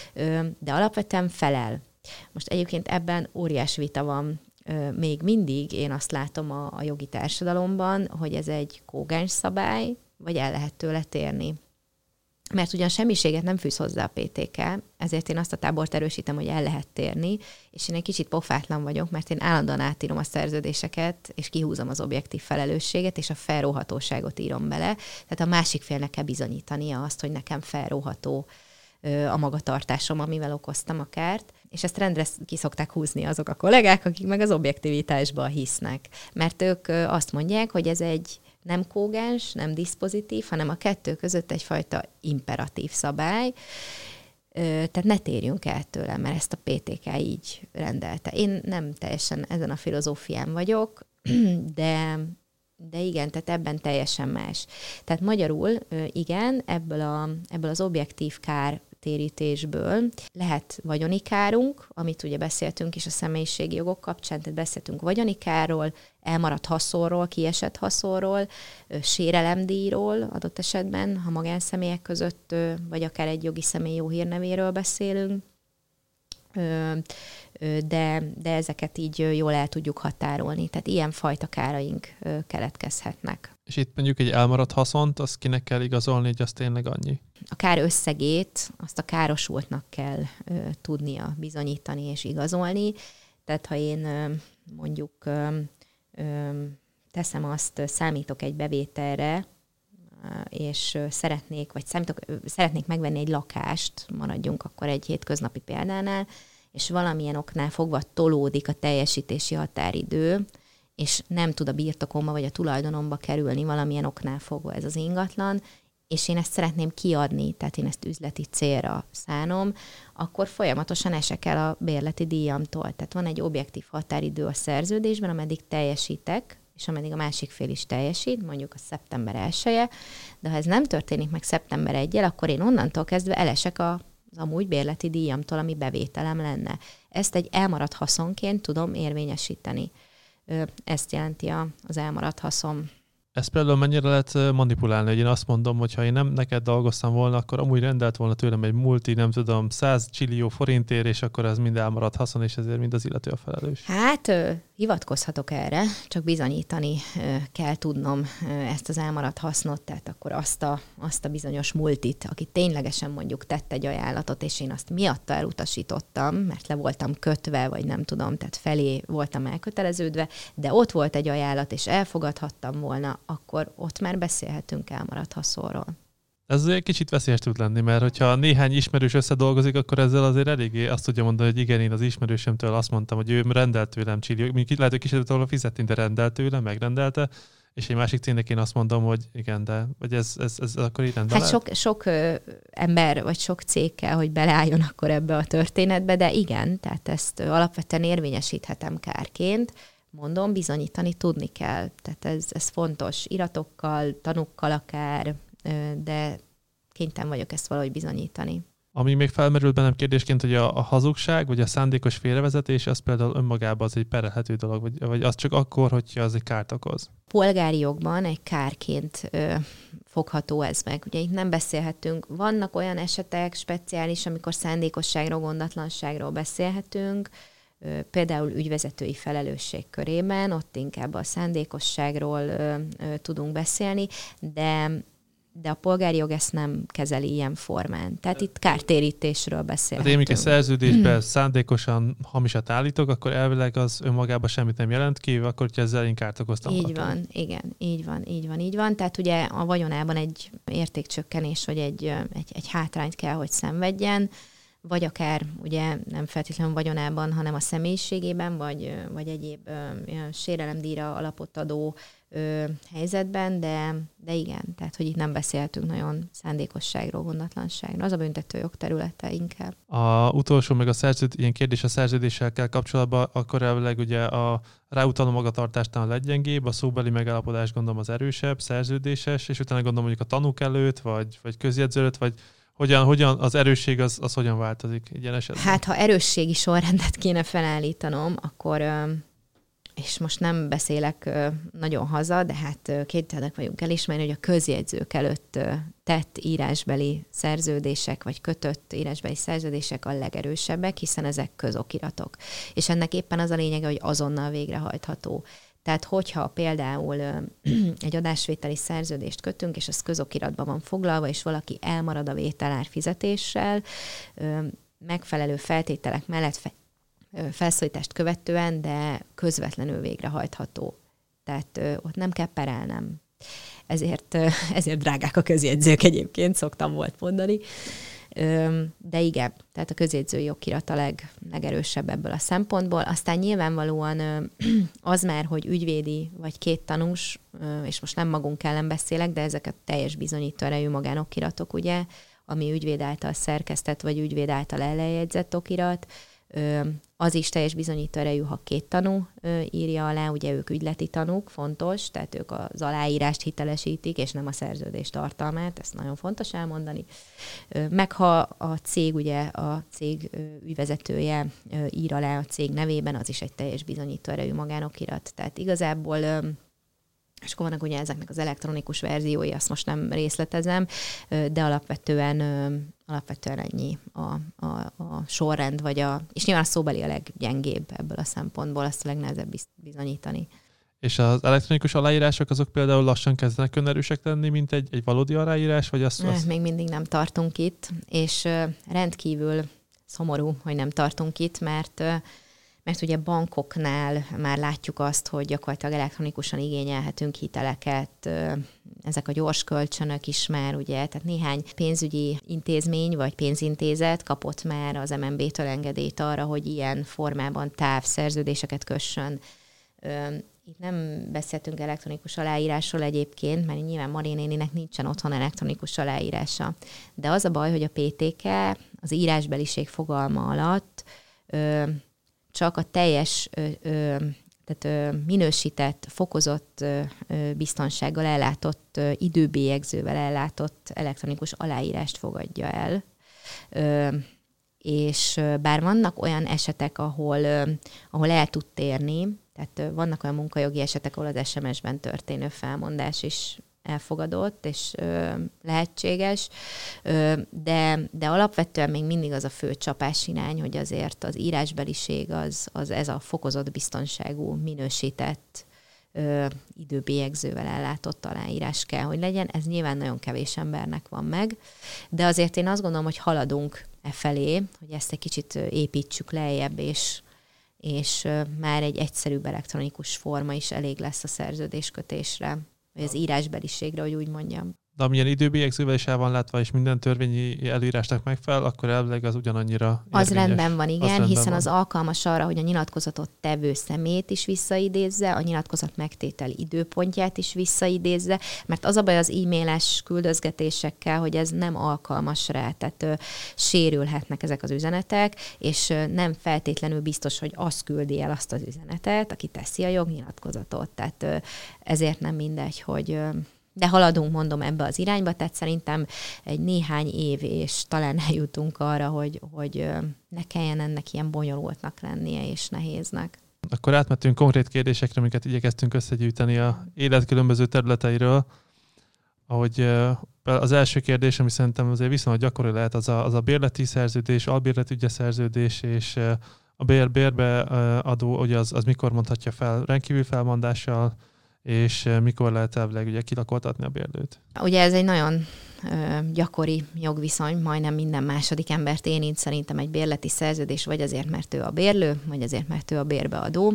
de alapvetően felel. Most egyébként ebben óriási vita van még mindig, én azt látom a, a jogi társadalomban, hogy ez egy kógáns szabály, vagy el lehet tőle térni. Mert ugyan semmiséget nem fűz hozzá a pé té ká, ezért én azt a tábort erősítem, hogy el lehet térni, és én egy kicsit pofátlan vagyok, mert én állandóan átírom a szerződéseket, és kihúzom az objektív felelősséget, és a felróhatóságot írom bele. Tehát a másik félnek kell bizonyítania azt, hogy nekem felróható a magatartásom, amivel okoztam a kárt, és ezt rendre ki szokták húzni azok a kollégák, akik meg az objektivitásban hisznek. Mert ők azt mondják, hogy ez egy nem kógáns, nem diszpozitív, hanem a kettő között egyfajta imperatív szabály, tehát ne térjünk el tőle, mert ezt a pé té ká így rendelte. Én nem teljesen ezen a filozófián vagyok, de, de igen, tehát ebben teljesen más. Tehát magyarul igen, ebből, a, ebből az objektív kár térítésből lehet vagyoni kárunk, amit ugye beszéltünk is a személyiségi jogok kapcsán, tehát beszéltünk vagyoni kárról, elmaradt haszonról, kiesett haszonról, sérelemdíjról adott esetben, ha magánszemélyek között, vagy akár egy jogi személy jó hírnevéről beszélünk, de, de ezeket így jól el tudjuk határolni. Tehát ilyen fajta káraink keletkezhetnek. És itt mondjuk egy elmaradt haszont, azt kinek kell igazolni, hogy az tényleg annyi? A kár összegét, azt a károsultnak kell ö, tudnia bizonyítani és igazolni. Tehát ha én ö, mondjuk ö, ö, teszem azt, számítok egy bevételre, és szeretnék, vagy számítok, szeretnék megvenni egy lakást, maradjunk akkor egy hétköznapi példánál, és valamilyen oknál fogva tolódik a teljesítési határidő, és nem tud a birtokomba vagy a tulajdonomba kerülni valamilyen oknál fogva ez az ingatlan, és én ezt szeretném kiadni, tehát én ezt üzleti célra szánom, akkor folyamatosan esek el a bérleti díjamtól. Tehát van egy objektív határidő a szerződésben, ameddig teljesítek, és ameddig a másik fél is teljesít, mondjuk a szeptember elseje, de ha ez nem történik meg szeptember elseje, akkor én onnantól kezdve elesek a, az amúgy bérleti díjamtól, ami bevételem lenne. Ezt egy elmaradt haszonként tudom érvényesíteni. Ezt jelenti a, az elmaradt haszon. Ezt például mennyire lehet manipulálni, hogy én azt mondom, hogy ha én nem neked dolgoztam volna, akkor amúgy rendelt volna tőlem egy multi, nem tudom, száz csillió forintért, és akkor ez mind elmaradt haszon, és ezért mind az illető a felelős. Hát ö, hivatkozhatok erre, csak bizonyítani ö, kell tudnom ö, ezt az elmaradt hasznot, tehát akkor azt a, azt a bizonyos multit, aki ténylegesen mondjuk tett egy ajánlatot, és én azt miatta elutasítottam, mert le voltam kötve, vagy nem tudom, tehát felé voltam elköteleződve, de ott volt egy ajánlat, és elfogadhattam volna, akkor ott már beszélhetünk elmaradt haszonról. Ez egy kicsit veszélyes tud lenni, mert hogyha néhány ismerős összedolgozik, akkor ezzel azért eléggé azt tudja mondani, hogy igen, én az ismerősömtől azt mondtam, hogy ő rendelt tőlem csillió. Mondjuk lehet, hogy kicsit tőle fizetni, de rendelt tőle, megrendelte, és egy másik cégnek én azt mondom, hogy igen, de vagy ez, ez, ez akkor így rendben. Hát sok, sok ö, ember, vagy sok cég kell, hogy beleálljon akkor ebbe a történetbe, de igen, tehát ezt ö, alapvetően érvényesíthetem kárként. Mondom, bizonyítani tudni kell. Tehát ez, ez fontos. Iratokkal, tanukkal akár, de kénytelen vagyok ezt valahogy bizonyítani. Ami még felmerült bennem kérdésként, hogy a, a hazugság, vagy a szándékos félrevezetés, az például önmagában az egy perelhető dolog, vagy, vagy az csak akkor, hogyha az egy kárt okoz? Polgári jogban egy kárként ö, fogható ez meg. Ugye itt nem beszélhetünk. Vannak olyan esetek speciális, amikor szándékosságról, gondatlanságról beszélhetünk, például ügyvezetői felelősség körében, ott inkább a szándékosságról ö, ö, tudunk beszélni, de, de a polgári jog ezt nem kezeli ilyen formán. Tehát itt kártérítésről beszélhetünk. Hát én, mikor szerződésben hmm. szándékosan hamisat állítok, akkor elvileg az önmagában semmit nem jelent ki, akkor hogyha ezzel én kárt okoztam. Így van, igen, így van, így van, így van. Tehát ugye a vagyonában egy értékcsökkenés, vagy egy, egy, egy hátrányt kell, hogy szenvedjen, vagy akár ugye nem feltétlenül vagyonában, hanem a személyiségében, vagy, vagy egyéb ö, sérelemdíjra alapot adó ö, helyzetben, de, de igen, tehát hogy itt nem beszéltünk nagyon szándékosságról, gondatlanságról. Az a büntetőjog területe inkább. A utolsó meg a szerződ, ilyen kérdés a szerződéssel kell kapcsolatban, akkor elvileg ugye a ráutaló magatartásnál a leggyengébb, a szóbeli megállapodás gondolom az erősebb, szerződéses, és utána gondolom mondjuk a tanúk előtt, vagy, vagy közjegyző előtt, vagy Hogyan, hogyan az erősség az, az hogyan változik ilyen esetben? Hát, ha erősségi sorrendet kéne felállítanom, akkor, és most nem beszélek nagyon haza, de hát kénytelenek vagyunk elismerni, hogy a közjegyzők előtt tett írásbeli szerződések, vagy kötött írásbeli szerződések a legerősebbek, hiszen ezek közokiratok. És ennek éppen az a lényege, hogy azonnal végrehajtható. Tehát, hogyha például egy adásvételi szerződést kötünk, és az közokiratban van foglalva, és valaki elmarad a vételár fizetéssel, megfelelő feltételek mellett felszólítást követően, de közvetlenül végrehajtható. Tehát ott nem kell perelnem. Ezért, ezért drágák a közjegyzők egyébként, szoktam volt mondani. De igen, tehát a közjegyzői okirat a leg, legerősebb ebből a szempontból. Aztán nyilvánvalóan az már, hogy ügyvédi vagy két tanús, és most nem magunk ellen beszélek, de ezek a teljes bizonyító erejű magánokiratok, ugye, ami ügyvéd által szerkesztett, vagy ügyvéd által ellenjegyzett okirat, az is teljes bizonyító erejű, ha két tanú írja alá, ugye ők ügyleti tanúk, fontos, tehát ők az aláírást hitelesítik, és nem a szerződés tartalmát, ezt nagyon fontos elmondani. Meg ha a cég, ugye a cég ügyvezetője ír alá a cég nevében, az is egy teljes bizonyító erejű magánokirat. Tehát igazából és akkor vannak ugye ezeknek az elektronikus verziói, azt most nem részletezem, de alapvetően, alapvetően ennyi a, a, a sorrend, vagy a, és nyilván a szóbeli a leggyengébb ebből a szempontból, azt a legnehezebb bizonyítani. És az elektronikus aláírások azok például lassan kezdenek önerősek lenni, mint egy, egy valódi aláírás, vagy azt, azt... Még mindig nem tartunk itt, és rendkívül szomorú, hogy nem tartunk itt, mert mert ugye bankoknál már látjuk azt, hogy gyakorlatilag elektronikusan igényelhetünk hiteleket, ezek a gyors kölcsönök is már, ugye, tehát néhány pénzügyi intézmény vagy pénzintézet kapott már az em en bé-től engedélyt arra, hogy ilyen formában távszerződéseket kössön. Itt nem beszéltünk elektronikus aláírásról egyébként, mert nyilván Mari néninek nincsen otthon elektronikus aláírása. De az a baj, hogy a pé té ká az írásbeliség fogalma alatt csak a teljes ö, ö, tehát, ö, minősített, fokozott ö, biztonsággal ellátott, ö, időbélyegzővel ellátott elektronikus aláírást fogadja el. Ö, és ö, bár vannak olyan esetek, ahol, ö, ahol el tud térni, tehát ö, vannak olyan munkajogi esetek, ahol az es em es-ben történő felmondás is elfogadott, és ö, lehetséges, ö, de, de alapvetően még mindig az a fő csapás irány, hogy azért az írásbeliség az, az ez a fokozott biztonságú, minősített, ö, időbélyegzővel ellátott aláírás kell, hogy legyen. Ez nyilván nagyon kevés embernek van meg, de azért én azt gondolom, hogy haladunk e felé, hogy ezt egy kicsit építsük lejjebb, és és ö, már egy egyszerűbb elektronikus forma is elég lesz a szerződéskötésre, vagy az írásbeliségre, hogy úgy mondjam. De amilyen időbélyegzővel is el van látva, és minden törvényi előírásnak megfelel, akkor elvileg az ugyanannyira érvényes. Az rendben van, igen, az rendben hiszen van. Az alkalmas arra, hogy a nyilatkozatot tevő személyt is visszaidézze, a nyilatkozat megtételi időpontját is visszaidézze, mert az a baj az e-mailes küldözgetésekkel, hogy ez nem alkalmas rá, tehát ö, sérülhetnek ezek az üzenetek, és ö, nem feltétlenül biztos, hogy az küldi el azt az üzenetet, aki teszi a jognyilatkozatot. Tehát ö, ezért nem mindegy, hogy... Ö, De haladunk, mondom, ebbe az irányba, tehát szerintem egy néhány év, és talán eljutunk arra, hogy, hogy ne kelljen ennek ilyen bonyolultnak lennie, és nehéznek. Akkor átmentünk konkrét kérdésekre, amiket igyekeztünk összegyűjteni a élet különböző területeiről. Ahogy az első kérdés, ami szerintem azért viszonylag gyakori lehet, az a, az a bérleti szerződés, albérleti ügyeszerződés, és a bér, bérbe adó, ugye az, az mikor mondhatja fel rendkívül felmondással, és mikor lehet elvileg ugye kilakoltatni a bérlőt? Ugye ez egy nagyon ö, gyakori jogviszony, majdnem minden második embert érint szerintem egy bérleti szerződés, vagy azért, mert ő a bérlő, vagy azért, mert ő a bérbeadó.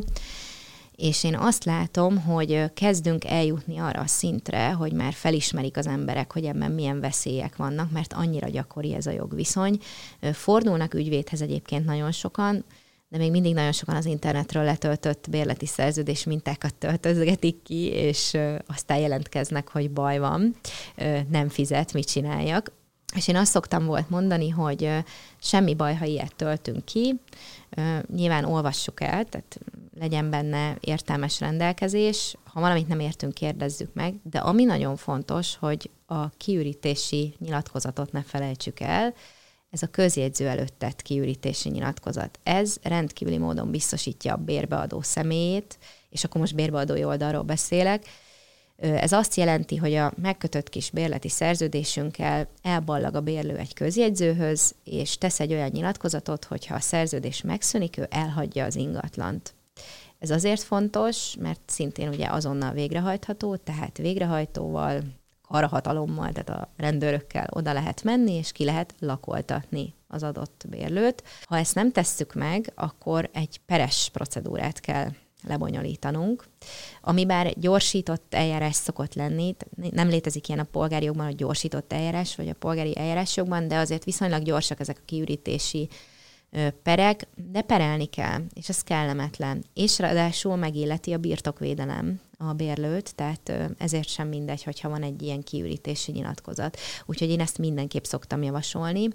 És én azt látom, hogy kezdünk eljutni arra a szintre, hogy már felismerik az emberek, hogy ebben milyen veszélyek vannak, mert annyira gyakori ez a jogviszony. Fordulnak ügyvédhez egyébként nagyon sokan, de még mindig nagyon sokan az internetről letöltött bérleti szerződés mintákat töltözgetik ki, és aztán jelentkeznek, hogy baj van, nem fizet, mit csináljak. És én azt szoktam volt mondani, hogy semmi baj, ha ilyet töltünk ki, nyilván olvassuk el, tehát legyen benne értelmes rendelkezés, ha valamit nem értünk, kérdezzük meg, de ami nagyon fontos, hogy a kiürítési nyilatkozatot ne felejtsük el, ez a közjegyző előtt tett kiürítési nyilatkozat. Ez rendkívüli módon biztosítja a bérbeadó személyét, és akkor most bérbeadói oldalról beszélek. Ez azt jelenti, hogy a megkötött kis bérleti szerződésünkkel elballag a bérlő egy közjegyzőhöz, és tesz egy olyan nyilatkozatot, hogyha a szerződés megszűnik, ő elhagyja az ingatlant. Ez azért fontos, mert szintén ugye azonnal végrehajtható, tehát végrehajtóval, karahatalommal, tehát a rendőrökkel oda lehet menni, és ki lehet lakoltatni az adott bérlőt. Ha ezt nem tesszük meg, akkor egy peres procedúrát kell lebonyolítanunk, ami bár gyorsított eljárás szokott lenni, nem létezik ilyen a polgári jogban, hogy gyorsított eljárás, vagy a polgári eljárásjogban, de azért viszonylag gyorsak ezek a kiürítési perek, de perelni kell, és ez kellemetlen. És ráadásul megilleti a birtokvédelem a bérlőt, tehát ezért sem mindegy, hogyha van egy ilyen kiürítési nyilatkozat. Úgyhogy én ezt mindenképp szoktam javasolni.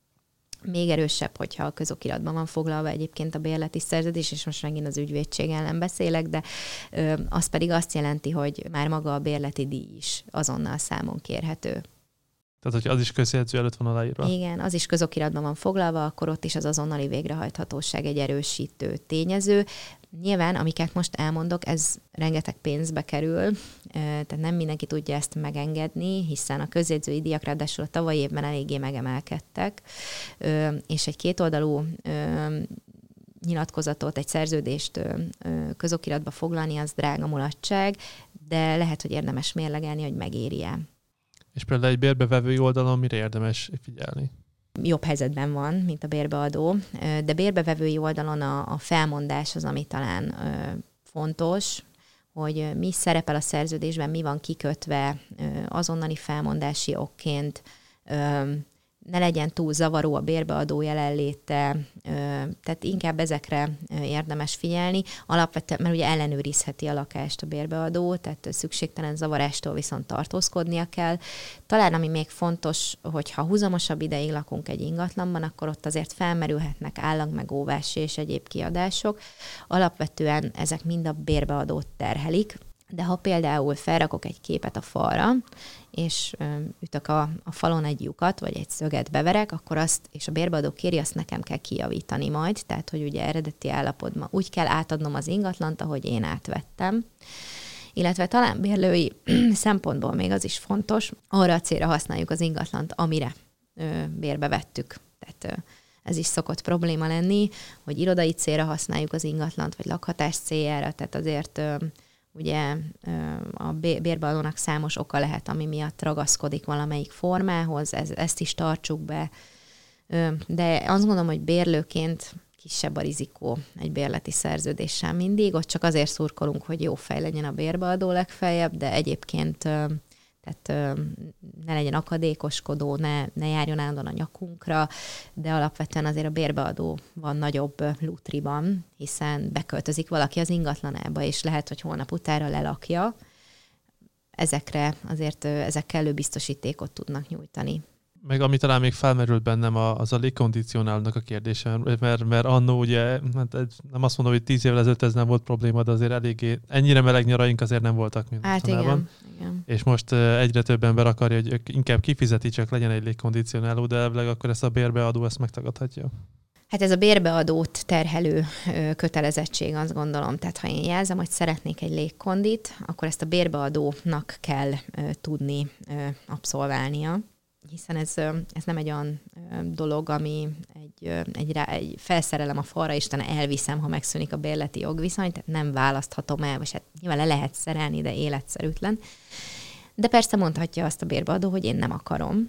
Még erősebb, hogyha a közokiratban van foglalva egyébként a bérleti szerződés, és most megint az ügyvédség ellen beszélek, de ö, az pedig azt jelenti, hogy már maga a bérleti díj is azonnal számon kérhető. Tehát, hogy az is közjegyző előtt van aláírva. Igen, az is közokiratban van foglalva, akkor ott is az azonnali végrehajthatóság egy erősítő tényező. Nyilván, amiket most elmondok, ez rengeteg pénzbe kerül, tehát nem mindenki tudja ezt megengedni, hiszen a közjegyzői díjak ráadásul a tavalyi évben eléggé megemelkedtek, és egy kétoldalú nyilatkozatot, egy szerződést közokiratba foglalni, az drága mulatság, de lehet, hogy érdemes mérlegelni, hogy megéri-e. És például egy bérbevevői oldalon mire érdemes figyelni? Jobb helyzetben van, mint a bérbeadó, de bérbevevői oldalon a, a felmondás az, ami talán fontos, hogy mi szerepel a szerződésben, mi van kikötve azonnali felmondási okként, ne legyen túl zavaró a bérbeadó jelenléte, tehát inkább ezekre érdemes figyelni. Alapvetően, mert ugye ellenőrizheti a lakást a bérbeadó, tehát szükségtelen zavarástól viszont tartózkodnia kell. Talán ami még fontos, hogyha húzamosabb ideig lakunk egy ingatlanban, akkor ott azért felmerülhetnek állagmegóvási és egyéb kiadások. Alapvetően ezek mind a bérbeadót terhelik, de ha például felrakok egy képet a falra, és ütök a, a falon egy lyukat, vagy egy szöget beverek, akkor azt, és a bérbeadó kéri, azt nekem kell kijavítani majd, tehát, hogy ugye eredeti állapotban úgy kell átadnom az ingatlant, ahogy én átvettem. Illetve talán bérlői szempontból még az is fontos, arra a célra használjuk az ingatlant, amire ö, bérbe vettük. Tehát ö, ez is szokott probléma lenni, hogy irodai célra használjuk az ingatlant, vagy lakhatás céljára, tehát azért ö, ugye a bérbeadónak számos oka lehet, ami miatt ragaszkodik valamelyik formához, ez, ezt is tartsuk be. De azt gondolom, hogy bérlőként kisebb a rizikó egy bérleti szerződéssel mindig, ott csak azért szurkolunk, hogy jó fej legyen a bérbeadó legfeljebb, de egyébként tehát ne legyen akadékoskodó, ne, ne járjon állandóan a nyakunkra, de alapvetően azért a bérbeadó van nagyobb lútriban, hiszen beköltözik valaki az ingatlanába, és lehet, hogy holnap utára lelakja. Ezekre azért ezek kellő biztosítékot tudnak nyújtani. Meg ami talán még felmerült bennem, az a légkondicionálónak a kérdése, mert, mert annó ugye, nem azt mondom, hogy tíz évvel ezelőtt ez nem volt probléma, de azért eléggé, ennyire meleg nyaraink azért nem voltak, mint hát igen, igen. És most egyre több ember akarja, hogy inkább kifizeti, csak legyen egy légkondicionáló, de elvileg akkor ezt a bérbeadó ezt megtagadhatja. Hát ez a bérbeadót terhelő kötelezettség, azt gondolom. Tehát ha én jelzem, hogy szeretnék egy légkondit, akkor ezt a bérbeadónak kell tudni abszolválnia. Hiszen ez, ez nem egy olyan dolog, ami egy, egy, rá, egy felszerelem a falra, és utána elviszem, ha megszűnik a bérleti jogviszony, tehát nem választhatom el, vagy hát nyilván le lehet szerelni, de életszerűtlen. De persze mondhatja azt a bérbeadó, hogy én nem akarom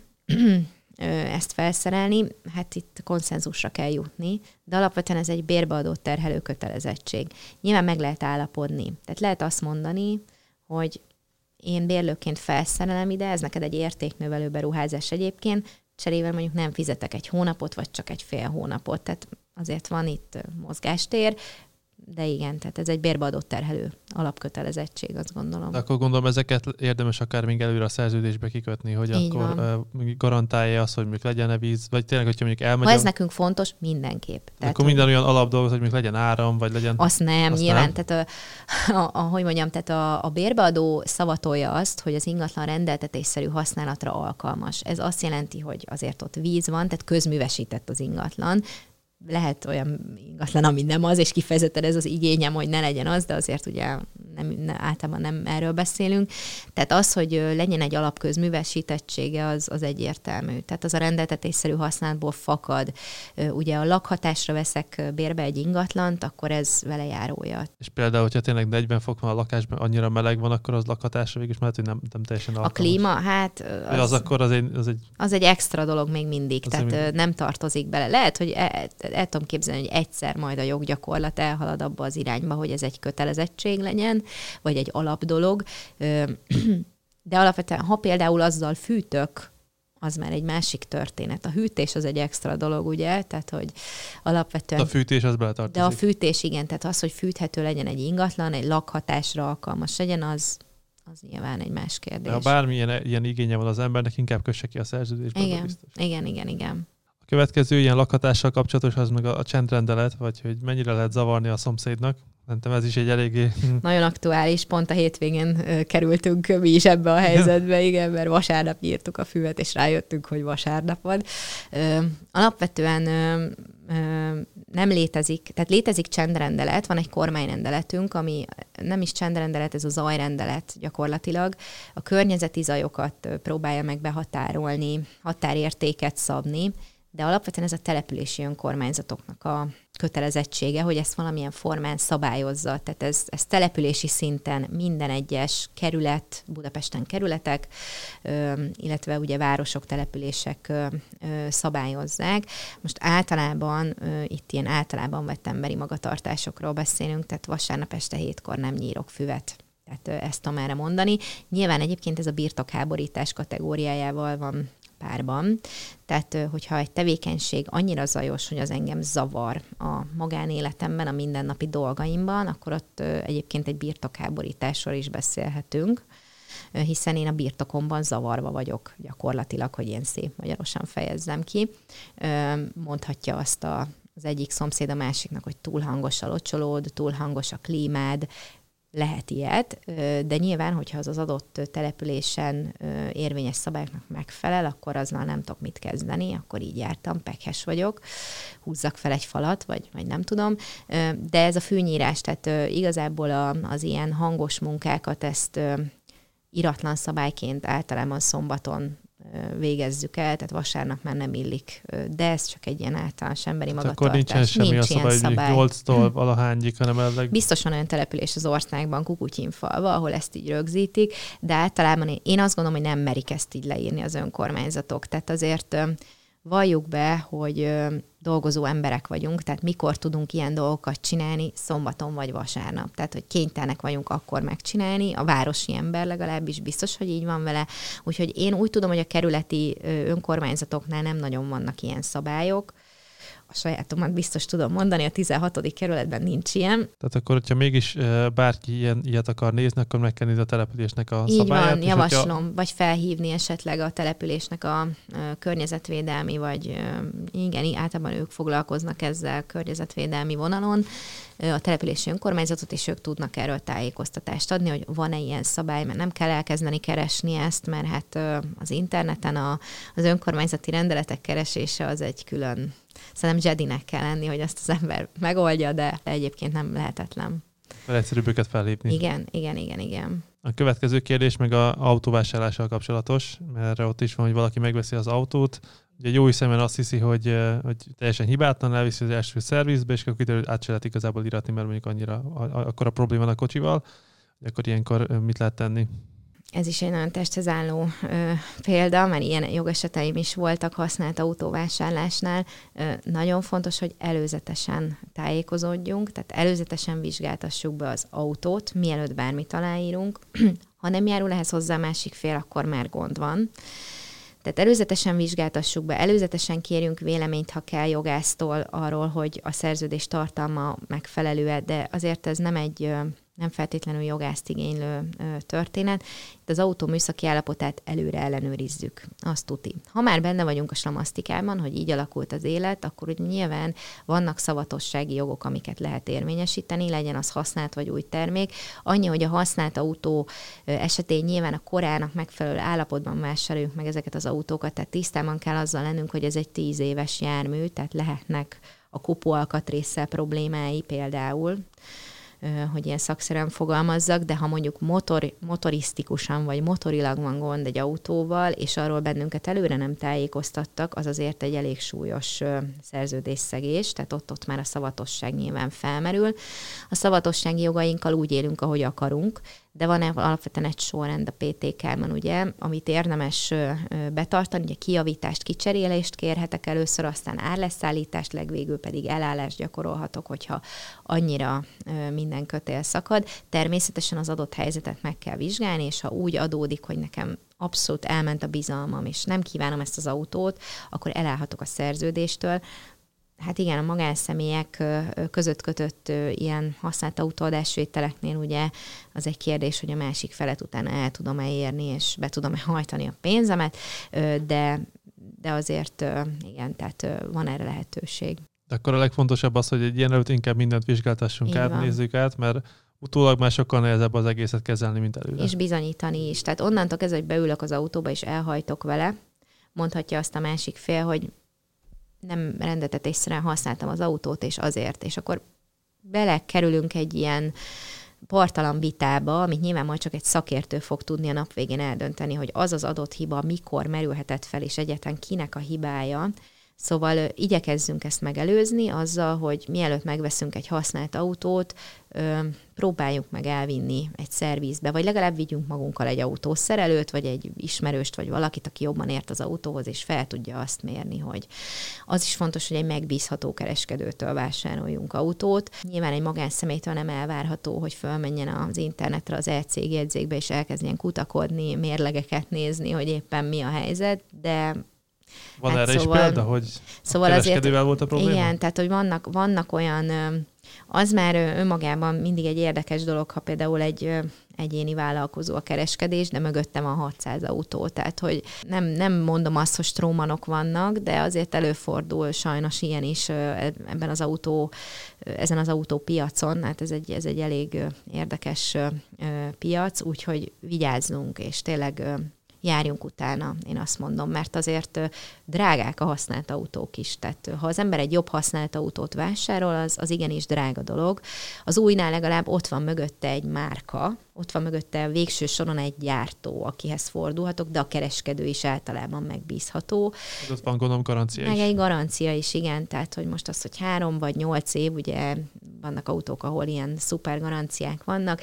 ezt felszerelni, hát itt konszenzusra kell jutni, de alapvetően ez egy bérbeadót terhelő kötelezettség. Nyilván meg lehet állapodni. Tehát lehet azt mondani, hogy én bérlőként felszerelem ide, ez neked egy értéknövelő beruházás egyébként, cserével mondjuk nem fizetek egy hónapot, vagy csak egy fél hónapot. Tehát azért van itt mozgástér, de igen, tehát ez egy bérbeadót terhelő alapkötelezettség, azt gondolom. De akkor gondolom, ezeket érdemes akár még előre a szerződésbe kikötni, hogy így akkor van. Garantálja azt, hogy még legyen-e víz, vagy tényleg, hogyha mondjuk elmegy. Ha ez nekünk fontos, mindenképp. Tehát, akkor minden olyan alapdolgot, hogy még legyen áram, vagy legyen... Azt nem, azt nyilván. Nem. Tehát a, a, a, hogy mondjam, tehát a, a bérbeadó szavatolja azt, hogy az ingatlan rendeltetésszerű használatra alkalmas. Ez azt jelenti, hogy azért ott víz van, tehát közművesített az ingatlan. Lehet olyan ingatlan, ami nem az, és kifejezetten ez az igényem, hogy ne legyen az, de azért ugye nem, ne, általában nem erről beszélünk. Tehát az, hogy legyen egy alapközművesítettsége, az, az egyértelmű. Tehát az a rendeltetésszerű használatból fakad. Ugye a lakhatásra veszek bérbe egy ingatlant, akkor ez vele járója. És például, hogyha tényleg negyven fok van a lakásban, annyira meleg van, akkor az lakhatásra végül is mert hogy nem, nem teljesen alkalmas. A klíma, hát... Az, az akkor az egy, az egy... Az egy extra dolog még mindig, tehát mindig. Nem tartozik bele. Lehet, hogy el, el tudom képzelni, hogy egyszer majd a joggyakorlat elhalad abba az irányba, hogy ez egy kötelezettség legyen, vagy egy alapdolog. De alapvetően, ha például azzal fűtök, az már egy másik történet. A hűtés az egy extra dolog, ugye? Tehát, hogy alapvetően... De a fűtés az beletartozik. De a fűtés, igen. Tehát az, hogy fűthető legyen egy ingatlan, egy lakhatásra alkalmas legyen, az, az nyilván egy más kérdés. De ha bármilyen ilyen igénye van az embernek, inkább kösse ki a szerződésbe. Igen, igen, igen, igen. A következő ilyen lakhatással kapcsolatos az meg a, a csendrendelet, vagy hogy mennyire lehet zavarni a szomszédnak. Szerintem ez is egy eléggé... Nagyon aktuális, pont a hétvégén ö, kerültünk mi is ebbe a helyzetbe, igen, mert vasárnap nyírtuk a füvet, és rájöttünk, hogy vasárnap van. Ö, alapvetően ö, nem létezik, tehát létezik csendrendelet, van egy kormányrendeletünk, ami nem is csendrendelet, ez a zajrendelet gyakorlatilag. A környezeti zajokat próbálja meg behatárolni, határértéket szabni, de alapvetően ez a települési önkormányzatoknak a kötelezettsége, hogy ezt valamilyen formán szabályozza. Tehát ez, ez települési szinten minden egyes kerület, Budapesten kerületek, illetve ugye városok, települések szabályozzák. Most általában, itt ilyen általában vett emberi magatartásokról beszélünk, tehát vasárnap este hétkor nem nyírok füvet. Tehát ezt tudom erre mondani. Nyilván egyébként ez a birtokháborítás kategóriájával van párban. Tehát, hogyha egy tevékenység annyira zajos, hogy az engem zavar a magánéletemben, a mindennapi dolgaimban, akkor ott egyébként egy birtokháborításról is beszélhetünk, hiszen én a birtokomban zavarva vagyok gyakorlatilag, hogy én szép magyarosan fejezzem ki. Mondhatja azt a, az egyik szomszéd a másiknak, hogy túl hangos a locsolód, túl hangos a klímád, lehet ilyet, de nyilván, hogyha az az adott településen érvényes szabályoknak megfelel, akkor azzal nem tudok mit kezdeni, akkor így jártam, pekhes vagyok, húzzak fel egy falat, vagy, vagy nem tudom. De ez a fűnyírás, tehát igazából a, az ilyen hangos munkákat, ezt iratlan szabályként általában szombaton végezzük el, tehát vasárnap már nem illik, de ez csak egy ilyen általános emberi hát magatartás. Akkor nincsen semmi Nincs a szabály, szabály. nyolctól valahányig, hanem elleg... Biztos van olyan település az országban, Kukutyinfalva, ahol ezt így rögzítik, de általában én, én azt gondolom, hogy nem merik ezt így leírni az önkormányzatok. Tehát azért valljuk be, hogy dolgozó emberek vagyunk, tehát mikor tudunk ilyen dolgokat csinálni, szombaton vagy vasárnap. Tehát, hogy kénytelenek vagyunk akkor megcsinálni, a városi ember legalábbis biztos, hogy így van vele. Úgyhogy én úgy tudom, hogy a kerületi önkormányzatoknál nem nagyon vannak ilyen szabályok. A sajátomat biztos tudom mondani, a tizenhatodik kerületben nincs ilyen. Tehát akkor, hogyha mégis bárki ilyen, ilyet akar nézni, akkor meg kell nézni a településnek a így szabályát. Így van, javaslom, hogyha... vagy felhívni esetleg a településnek a környezetvédelmi, vagy igen, általában ők foglalkoznak ezzel környezetvédelmi vonalon, a települési önkormányzatot, és ők tudnak erről tájékoztatást adni, hogy van-e ilyen szabály, mert nem kell elkezdeni keresni ezt, mert hát az interneten a, az önkormányzati rendeletek keresése az egy külön, szerintem Jedinek kell lenni, hogy azt az ember megoldja, de egyébként nem lehetetlen. Mert egyszerűbb őket felhívni. Igen, igen, igen, igen. A következő kérdés meg az autóvásárlással kapcsolatos, mert ott is van, hogy valaki megveszi az autót, ugye jó szemben azt hiszi, hogy, hogy teljesen hibátlan, elviszi az első szervizbe, és akkor kiderül, hogy át se lehet igazából iratni, mert mondjuk annyira akkor a probléma van a kocsival, hogy akkor ilyenkor mit lehet tenni? Ez is egy nagyon testhez álló ö, példa, mert ilyen jogeseteim is voltak használt autóvásárlásnál. Ö, nagyon fontos, hogy előzetesen tájékozódjunk, tehát előzetesen vizsgáltassuk be az autót, mielőtt bármit aláírunk. Ha nem járul ehhez hozzá másik fél, akkor már gond van. Tehát előzetesen vizsgáltassuk be, előzetesen kérjünk véleményt, ha kell jogásztól arról, hogy a szerződés tartalma megfelelő, de azért ez nem egy... nem feltétlenül jogászt igénylő történet. Itt az autó műszaki állapotát előre ellenőrizzük. Azt tuti. Ha már benne vagyunk a slamasztikában, hogy így alakult az élet, akkor úgy nyilván vannak szavatossági jogok, amiket lehet érvényesíteni, legyen az használt vagy új termék. Annyi, hogy a használt autó esetén nyilván a korának megfelelő állapotban vásároljuk meg ezeket az autókat, tehát tisztában kell azzal lennünk, hogy ez egy tíz éves jármű, tehát lehetnek a kopóalkatrésszel problémái például, hogy ilyen szakszerűen fogalmazzak, de ha mondjuk motor, motorisztikusan vagy motorilag van gond egy autóval, és arról bennünket előre nem tájékoztattak, az azért egy elég súlyos szerződésszegés, tehát ott-ott már a szavatosság nyilván felmerül. A szavatossági jogainkkal úgy élünk, ahogy akarunk, de van alapvetően egy sorrend a pé té ká-ban, ugye, amit érdemes betartani, ugye kijavítást, kicserélést kérhetek először, aztán árleszállítást, legvégül pedig elállást gyakorolhatok, hogyha annyira minden kötél szakad. Természetesen az adott helyzetet meg kell vizsgálni, és ha úgy adódik, hogy nekem abszolút elment a bizalmam, és nem kívánom ezt az autót, akkor elállhatok a szerződéstől. Hát igen, a magánszemélyek között kötött ilyen használt autóadásvételeknél ugye az egy kérdés, hogy a másik felet utána el tudom-e érni, és be tudom-e hajtani a pénzemet, de, de azért igen, tehát van erre lehetőség. De akkor a legfontosabb az, hogy egy ilyen előtt inkább mindent vizsgáltassunk át, nézzük át, mert utólag már sokkal nehezebb az egészet kezelni, mint előre. És bizonyítani is. Tehát onnantól kezdve, hogy beülök az autóba, és elhajtok vele, mondhatja azt a másik fél, hogy nem rendeltetésszerűen használtam az autót, és azért, és akkor belekerülünk egy ilyen partalan vitába, amit nyilván majd csak egy szakértő fog tudni a nap végén eldönteni, hogy az az adott hiba mikor merülhetett fel, és egyáltalán kinek a hibája. Szóval igyekezzünk ezt megelőzni azzal, hogy mielőtt megveszünk egy használt autót, próbáljuk meg elvinni egy szervizbe, vagy legalább vigyünk magunkkal egy autószerelőt, vagy egy ismerőst, vagy valakit, aki jobban ért az autóhoz, és fel tudja azt mérni, hogy az is fontos, hogy egy megbízható kereskedőtől vásároljunk autót. Nyilván egy magánszemélytől nem elvárható, hogy fölmenjen az internetre, az e-cég jegyzékbe, és elkezdjen kutakodni, mérlegeket nézni, hogy éppen mi a helyzet, de van hát erre szóval, is példa, hogy szóval a kereskedővel azért, volt a probléma? Igen, tehát hogy vannak, vannak olyan, az már önmagában mindig egy érdekes dolog, ha például egy egyéni vállalkozó a kereskedés, de mögötte van hatszáz autó. Tehát, hogy nem, nem mondom azt, hogy strómanok vannak, de azért előfordul sajnos ilyen is ebben az autó, ezen az autópiacon. Hát ez egy, ez egy elég érdekes piac, úgyhogy vigyázzunk, és tényleg járjunk utána, én azt mondom, mert azért drágák a használt autók is. Tehát ha az ember egy jobb használt autót vásárol, az, az igenis drága dolog. Az újnál legalább ott van mögötte egy márka, ott van mögötte végső soron egy gyártó, akihez fordulhatok, de a kereskedő is általában megbízható. Ott van gondolom garancia Meg is. egy garancia is, igen. Tehát, hogy most az, hogy három vagy nyolc év, ugye vannak autók, ahol ilyen szuper garanciák vannak.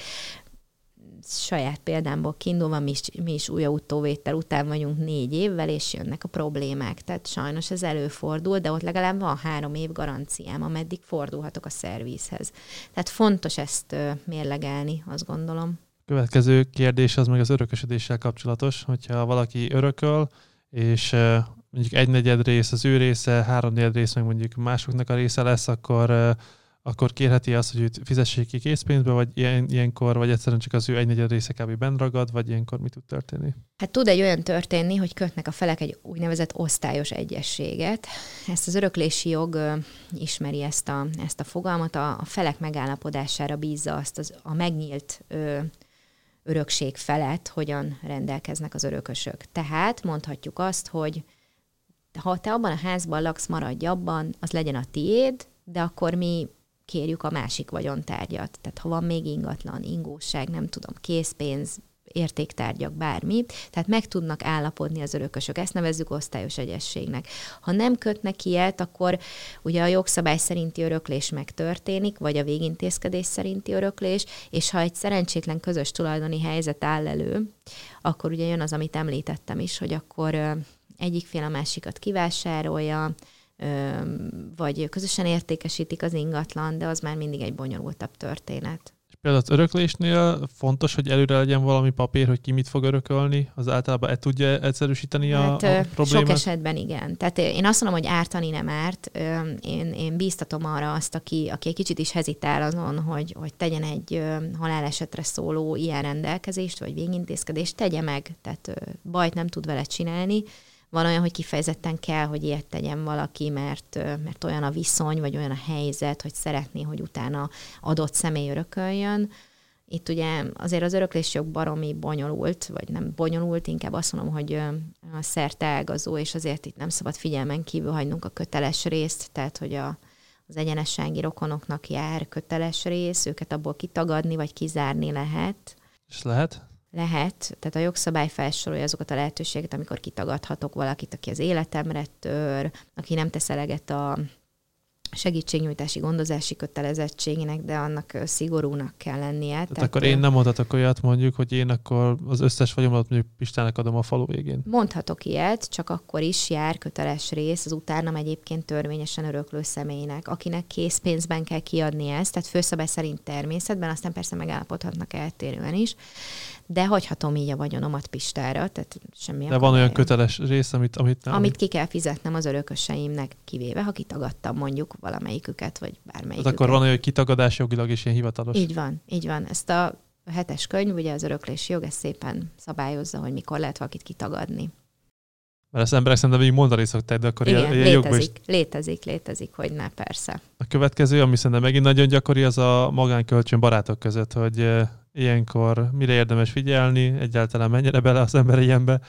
Saját példámból kiindulva, mi is, mi is új autóvétel után vagyunk négy évvel, és jönnek a problémák. Tehát sajnos ez előfordul, de ott legalább van három év garanciám, ameddig fordulhatok a szervizhez. Tehát fontos ezt mérlegelni, azt gondolom. Következő kérdés az meg az örökösödéssel kapcsolatos, hogyha valaki örököl, és mondjuk egy negyed rész az ő része, három negyed rész meg mondjuk másoknak a része lesz, akkor akkor kérheti azt, hogy őt fizessék ki készpénzbe, vagy ilyen, ilyenkor, vagy egyszerűen csak az ő egynegyed része kb. Benn ragad, vagy ilyenkor mi tud történni? Hát tud egy olyan történni, hogy kötnek a felek egy úgynevezett osztályos egyezséget. Ezt az öröklési jog ö, ismeri ezt a, ezt a fogalmat, a, a felek megállapodására bízza azt az, a megnyílt ö, örökség felett, hogyan rendelkeznek az örökösök. Tehát mondhatjuk azt, hogy ha te abban a házban laksz, maradj abban, az legyen a tiéd, de akkor mi kérjük a másik vagyontárgyat. Tehát ha van még ingatlan, ingóság, nem tudom, készpénz, értéktárgyak, bármi, tehát meg tudnak állapodni az örökösök. Ezt nevezzük osztályos egyezségnek. Ha nem kötnek ilyet, akkor ugye a jogszabály szerinti öröklés megtörténik, vagy a végintézkedés szerinti öröklés, és ha egy szerencsétlen közös tulajdoni helyzet áll elő, akkor ugye jön az, amit említettem is, hogy akkor egyik fél a másikat kivásárolja, vagy közösen értékesítik az ingatlan, de az már mindig egy bonyolultabb történet. És például az öröklésnél fontos, hogy előre legyen valami papír, hogy ki mit fog örökölni? Az általában e tudja egyszerűsíteni a, hát, a problémát? Sok esetben igen. Tehát én azt mondom, hogy ártani nem árt. Én, én bíztatom arra azt, aki, aki egy kicsit is hezitál azon, hogy, hogy tegyen egy halálesetre szóló ilyen rendelkezést, vagy végintézkedést, tegye meg. Tehát bajt nem tud vele csinálni. Van olyan, hogy kifejezetten kell, hogy ilyet tegyen valaki, mert, mert olyan a viszony, vagy olyan a helyzet, hogy szeretné, hogy utána adott személy örököljön. Itt ugye azért az öröklésjog baromi bonyolult, vagy nem bonyolult, inkább azt mondom, hogy a szerteágazó, és azért itt nem szabad figyelmen kívül hagynunk a köteles részt, tehát hogy a, az egyenessági rokonoknak jár köteles rész, őket abból kitagadni, vagy kizárni lehet. És lehet? Lehet, tehát a jogszabály felsorolja azokat a lehetőségeket, amikor kitagadhatok valakit, aki az életemre tör, aki nem tesz eleget a segítségnyújtási, gondozási kötelezettségének, de annak szigorúnak kell lennie. Tehát, tehát akkor én nem mondhatok olyat mondjuk, hogy én akkor az összes vagyomat mondjuk Pistának adom a falu végén. Mondhatok ilyet, csak akkor is jár köteles rész az utánam egyébként törvényesen öröklő személynek, akinek készpénzben kell kiadni ezt, tehát főszabály szerint természetben, aztán persze megállapodhatnak eltérően is, de hagyhatom így a vagyonomat Pistára, tehát semmi. De van olyan köteles rész, amit, amit nem. Amit ki kell fizetnem az örököseimnek, kivéve, ha kitagadtam mondjuk valamelyiküket, vagy bármelyiküket. Tehát akkor van olyan, hogy kitagadás jogilag is ilyen hivatalos. Így van, így van. Ezt a hetes könyv, ugye az öröklési jog, ez szépen szabályozza, hogy mikor lehet valakit kitagadni. Mert ezt emberek szerintem így mondani szokták, de akkor igen, ilyen, létezik, jogban is. létezik, létezik, hogy ne, persze. A következő, ami szerintem megint nagyon gyakori, az a magánkölcsön barátok között, hogy ilyenkor mire érdemes figyelni, egyáltalán mennyire bele az ember ilyenbe,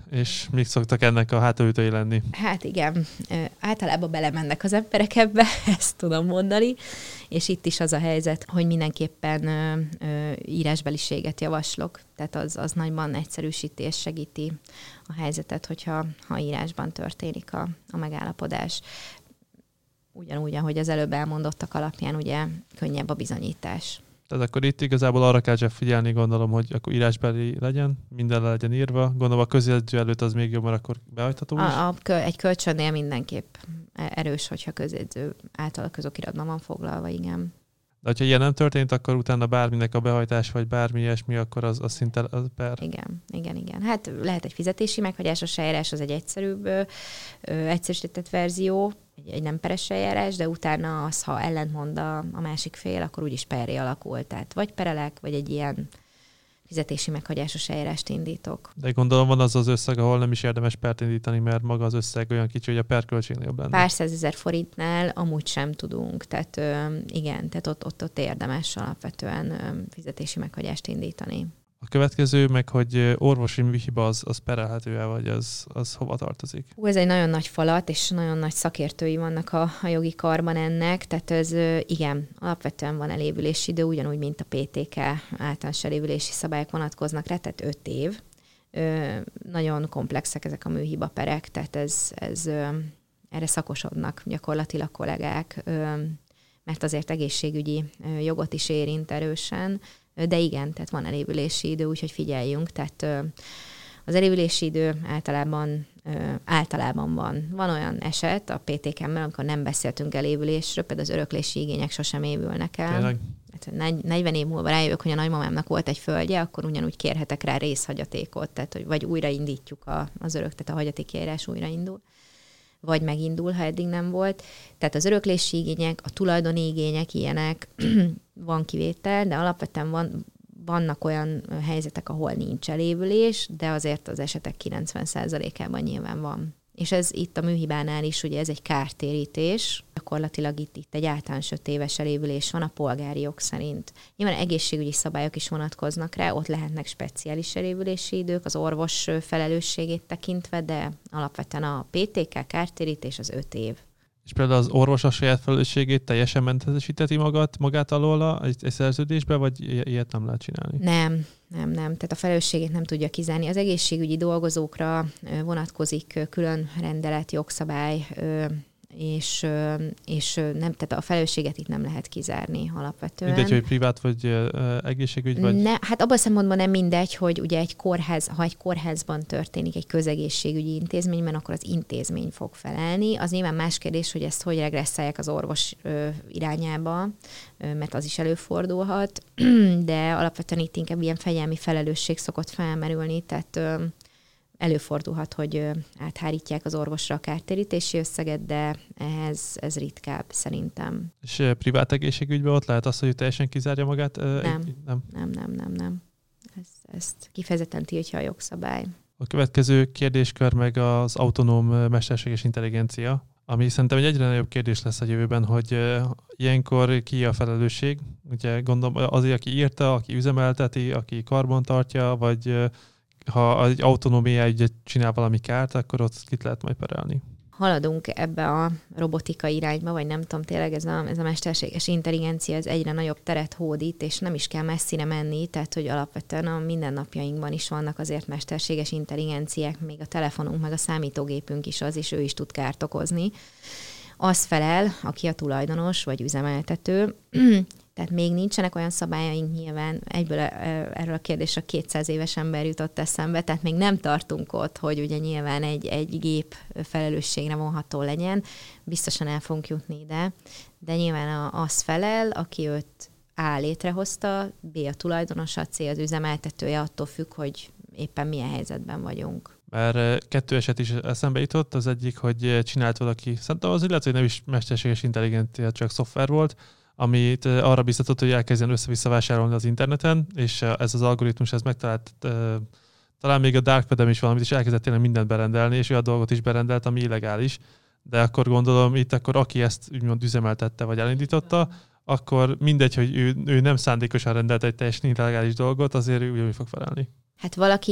És mik szoktak ennek a hátulütői lenni? Hát igen, általában belemennek az emberek ebbe, ezt tudom mondani, és itt is az a helyzet, hogy mindenképpen írásbeliséget javaslok, tehát az, az nagyban egyszerűsíti és segíti a helyzetet, hogyha ha írásban történik a, a megállapodás. Ugyanúgy, ahogy az előbb elmondottak alapján, ugye könnyebb a bizonyítás. Tehát akkor itt igazából arra kell csak figyelni, gondolom, hogy akkor írásbeli legyen, minden le legyen írva. Gondolom a közjegyző előtt az még jobb, mert akkor behajtható is. A, a, egy kölcsönnél mindenképp erős, hogyha közjegyző által a közokiratban van foglalva, igen. De hogyha ilyen nem történt, akkor utána bárminek a behajtás, vagy bármi ilyesmi, akkor az, az szinte az per. Igen, igen, igen. Hát lehet egy fizetési meghagyásos eljárás, az egy egyszerűbb, ö, ö, egyszerűsített verzió, egy, egy nem peres eljárás, de utána az, ha ellentmond a, a másik fél, akkor úgyis perré alakul. Tehát vagy perelek, vagy egy ilyen fizetési meghagyásos eljárást indítok. De gondolom van az az összeg, ahol nem is érdemes pert indítani, mert maga az összeg olyan kicsi, hogy a perköltségnél jobb lenne. Pár százezer forintnál amúgy sem tudunk, tehát ö, igen, tehát ott, ott, ott érdemes alapvetően ö, fizetési meghagyást indítani. A következő meg, hogy orvosi műhiba az, az perelhető-e, vagy az, az hova tartozik? Hú, ez egy nagyon nagy falat, és nagyon nagy szakértői vannak a, a jogi karban ennek, tehát ez igen, alapvetően van elévülési idő, ugyanúgy, mint a pé té ká általános elévülési szabályok vonatkoznak rá, tehát öt év. Ö, nagyon komplexek ezek a műhiba perek, tehát ez, ez ö, erre szakosodnak gyakorlatilag kollégák, ö, mert azért egészségügyi ö, jogot is érint erősen. De igen, tehát van elévülési idő, úgyhogy figyeljünk. Tehát az elévülési idő általában, általában van. Van olyan eset a pé té ká-mel, amikor nem beszéltünk elévülésről, például az öröklési igények sosem évülnek el. Tényleg? Hát negyven év múlva rájövök, hogy a nagymamámnak volt egy földje, akkor ugyanúgy kérhetek rá részhagyatékot, tehát hogy vagy újraindítjuk a, az örök, tehát a hagyatékjárás újraindul, vagy megindul, ha eddig nem volt. Tehát az öröklési igények, a tulajdoni igények ilyenek, van kivétel, de alapvetően van, vannak olyan helyzetek, ahol nincs elévülés, de azért az esetek kilencven százalékában nyilván van. És ez itt a műhibánál is, ugye ez egy kártérítés, gyakorlatilag itt, itt egy általános öt éves elévülés van a polgári jog szerint. Nyilván egészségügyi szabályok is vonatkoznak rá, ott lehetnek speciális elévülési idők, az orvos felelősségét tekintve, de alapvetően a pé té ká kártérítés az öt év. És például az orvos a saját felelősségét teljesen mentesíteti magát, magát alól egy, egy szerződésbe, vagy ilyet nem lehet csinálni? Nem, nem, nem. Tehát a felelősségét nem tudja kizárni. Az egészségügyi dolgozókra vonatkozik külön rendelet, jogszabály, és, és nem, tehát a felelősséget itt nem lehet kizárni alapvetően. Mindegy, hogy privát vagy egészségügy? Vagy... Ne, hát abban a szempontban nem mindegy, hogy ugye egy kórház, ha egy kórházban történik egy közegészségügyi intézményben, akkor az intézmény fog felelni. Az nyilván más kérdés, hogy ezt hogy regresszálják az orvos ö, irányába, ö, mert az is előfordulhat, de alapvetően itt inkább ilyen fegyelmi felelősség szokott felmerülni, tehát ö, előfordulhat, hogy áthárítják az orvosra a kártérítési összeget, de ehhez ez ritkább szerintem. És privát egészségügyben ott lehet az, hogy teljesen kizárja magát? Nem, nem, nem, nem, nem. nem. Ez, ezt kifejezetten tiltja a jogszabály. A következő kérdéskör meg az autonóm mesterséges intelligencia, ami szerintem egy egyre nagyobb kérdés lesz a jövőben, hogy ilyenkor ki a felelősség. Ugye gondolom azért, aki írta, aki üzemelteti, aki karbantartja, vagy ha egy autonómia ügyet csinál valami kárt, akkor ott kit lehet majd perelni. Haladunk ebbe a robotika irányba, vagy nem tudom, tényleg ez a, ez a mesterséges intelligencia ez egyre nagyobb teret hódít, és nem is kell messzire menni, tehát hogy alapvetően a mindennapjainkban is vannak azért mesterséges intelligenciák, még a telefonunk, meg a számítógépünk is az, és ő is tud kárt okozni. Az felel, aki a tulajdonos, vagy üzemeltető, tehát még nincsenek olyan szabályaink nyilván, egyből erről a kérdésre kétszáz éves ember jutott eszembe, tehát még nem tartunk ott, hogy ugye nyilván egy, egy gép felelősségre vonható legyen, biztosan el fogunk jutni ide, de nyilván az felel, aki őt A létrehozta, B a tulajdonosa, C az üzemeltetője, attól függ, hogy éppen milyen helyzetben vagyunk. Mert kettő eset is eszembe jutott, az egyik, hogy csinált valaki, szerintem az illetve, hogy nem is mesterséges intelligencia, csak szoftver volt, amit arra biztatott, hogy elkezdjen össze-vissza vásárolni az interneten, és ez az algoritmus ez megtalált, talán még a dark web-en is valamit, és elkezdett tényleg mindent berendelni, és olyan dolgot is berendelt, ami illegális. De akkor gondolom, itt akkor aki ezt úgymond üzemeltette, vagy elindította, akkor mindegy, hogy ő, ő nem szándékosan rendelt egy teljesen illegális dolgot, azért ő ugyanúgy fog felelni. Hát valaki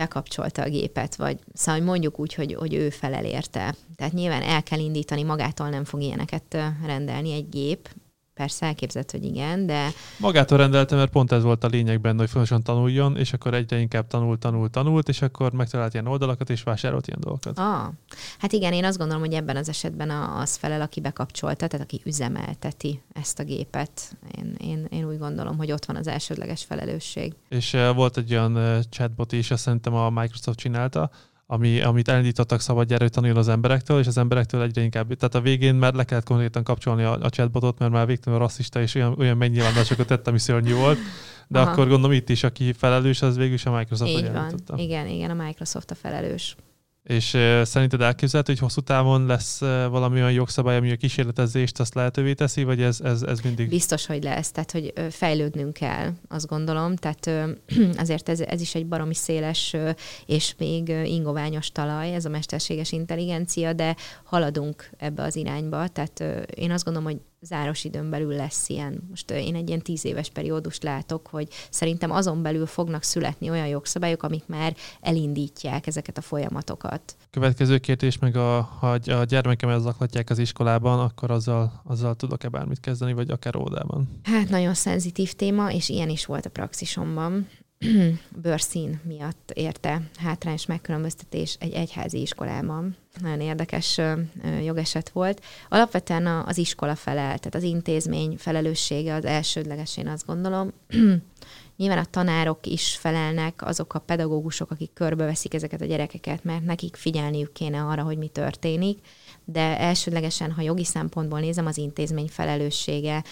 bekapcsolta a gépet, vagy szóval mondjuk úgy, hogy, hogy ő felel érte. Tehát nyilván el kell indítani, magától nem fog ilyeneket rendelni egy gép. Persze elképzelt, hogy igen, de... Magától rendelte, mert pont ez volt a lényeg benne, hogy fontosan tanuljon, és akkor egyre inkább tanult, tanult, tanult, és akkor megtalált ilyen oldalakat, és vásárolt ilyen dolgokat. Ah, hát igen, én azt gondolom, hogy ebben az esetben az felel, aki bekapcsolta, tehát aki üzemelteti ezt a gépet. Én, én, én úgy gondolom, hogy ott van az elsődleges felelősség. És uh, volt egy olyan uh, chatbot is, azt szerintem a Microsoft csinálta, Ami, amit elindítottak szabadjára, hogy tanuljon az emberektől, és az emberektől egyre inkább. Tehát a végén már le kellett konkrétan kapcsolni a, a chatbotot, mert már végtelenül rasszista, és olyan, olyan megnyilvánulásokat tett, ami szörnyű volt. De Aha. akkor gondolom itt is, aki felelős, az végül is a Microsoft. Így van. Igen, igen, a Microsoft a felelős. És uh, szerinted elképzelhető, hogy hosszú távon lesz uh, valami olyan jogszabály, ami a kísérletezést azt lehetővé teszi, vagy ez, ez, ez mindig? Biztos, hogy lesz. Tehát, hogy uh, fejlődnünk kell, azt gondolom. Tehát uh, azért ez, ez is egy baromi széles uh, és még uh, ingoványos talaj, ez a mesterséges intelligencia, de haladunk ebbe az irányba. Tehát uh, én azt gondolom, hogy záros időn belül lesz ilyen. Most uh, én egy ilyen tíz éves periódust látok, hogy szerintem azon belül fognak születni olyan jogszabályok, amik már elindítják ezeket a folyamatokat. Következő kérdés meg, a, ha a gyermekemet zaklatják az iskolában, akkor azzal, azzal tudok-e bármit kezdeni, vagy akár óvodában? Hát nagyon szenzitív téma, és ilyen is volt a praxisomban. Bőrszín miatt érte hátrányos megkülönböztetés egy egyházi iskolában. Nagyon érdekes jogeset volt. Alapvetően az iskola felel, tehát az intézmény felelőssége az elsődleges, én azt gondolom. Nyilván a tanárok is felelnek, azok a pedagógusok, akik körbeveszik ezeket a gyerekeket, mert nekik figyelniük kéne arra, hogy mi történik, de elsődlegesen, ha jogi szempontból nézem, az intézmény felelőssége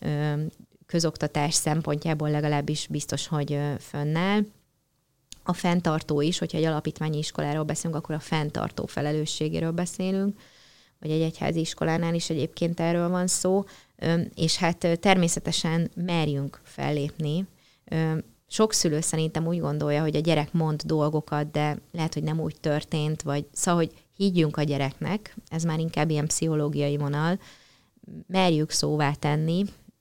közoktatás szempontjából legalábbis biztos, hogy fönnáll. A fenntartó is, hogyha egy alapítványi iskoláról beszélünk, akkor a fenntartó felelősségéről beszélünk, vagy egy egyházi iskolánál is egyébként erről van szó, és hát természetesen merjünk fellépni. Sok szülő szerintem úgy gondolja, hogy a gyerek mond dolgokat, de lehet, hogy nem úgy történt, vagy szóval, hogy higgyünk a gyereknek, ez már inkább ilyen pszichológiai vonal, merjük szóvá tenni,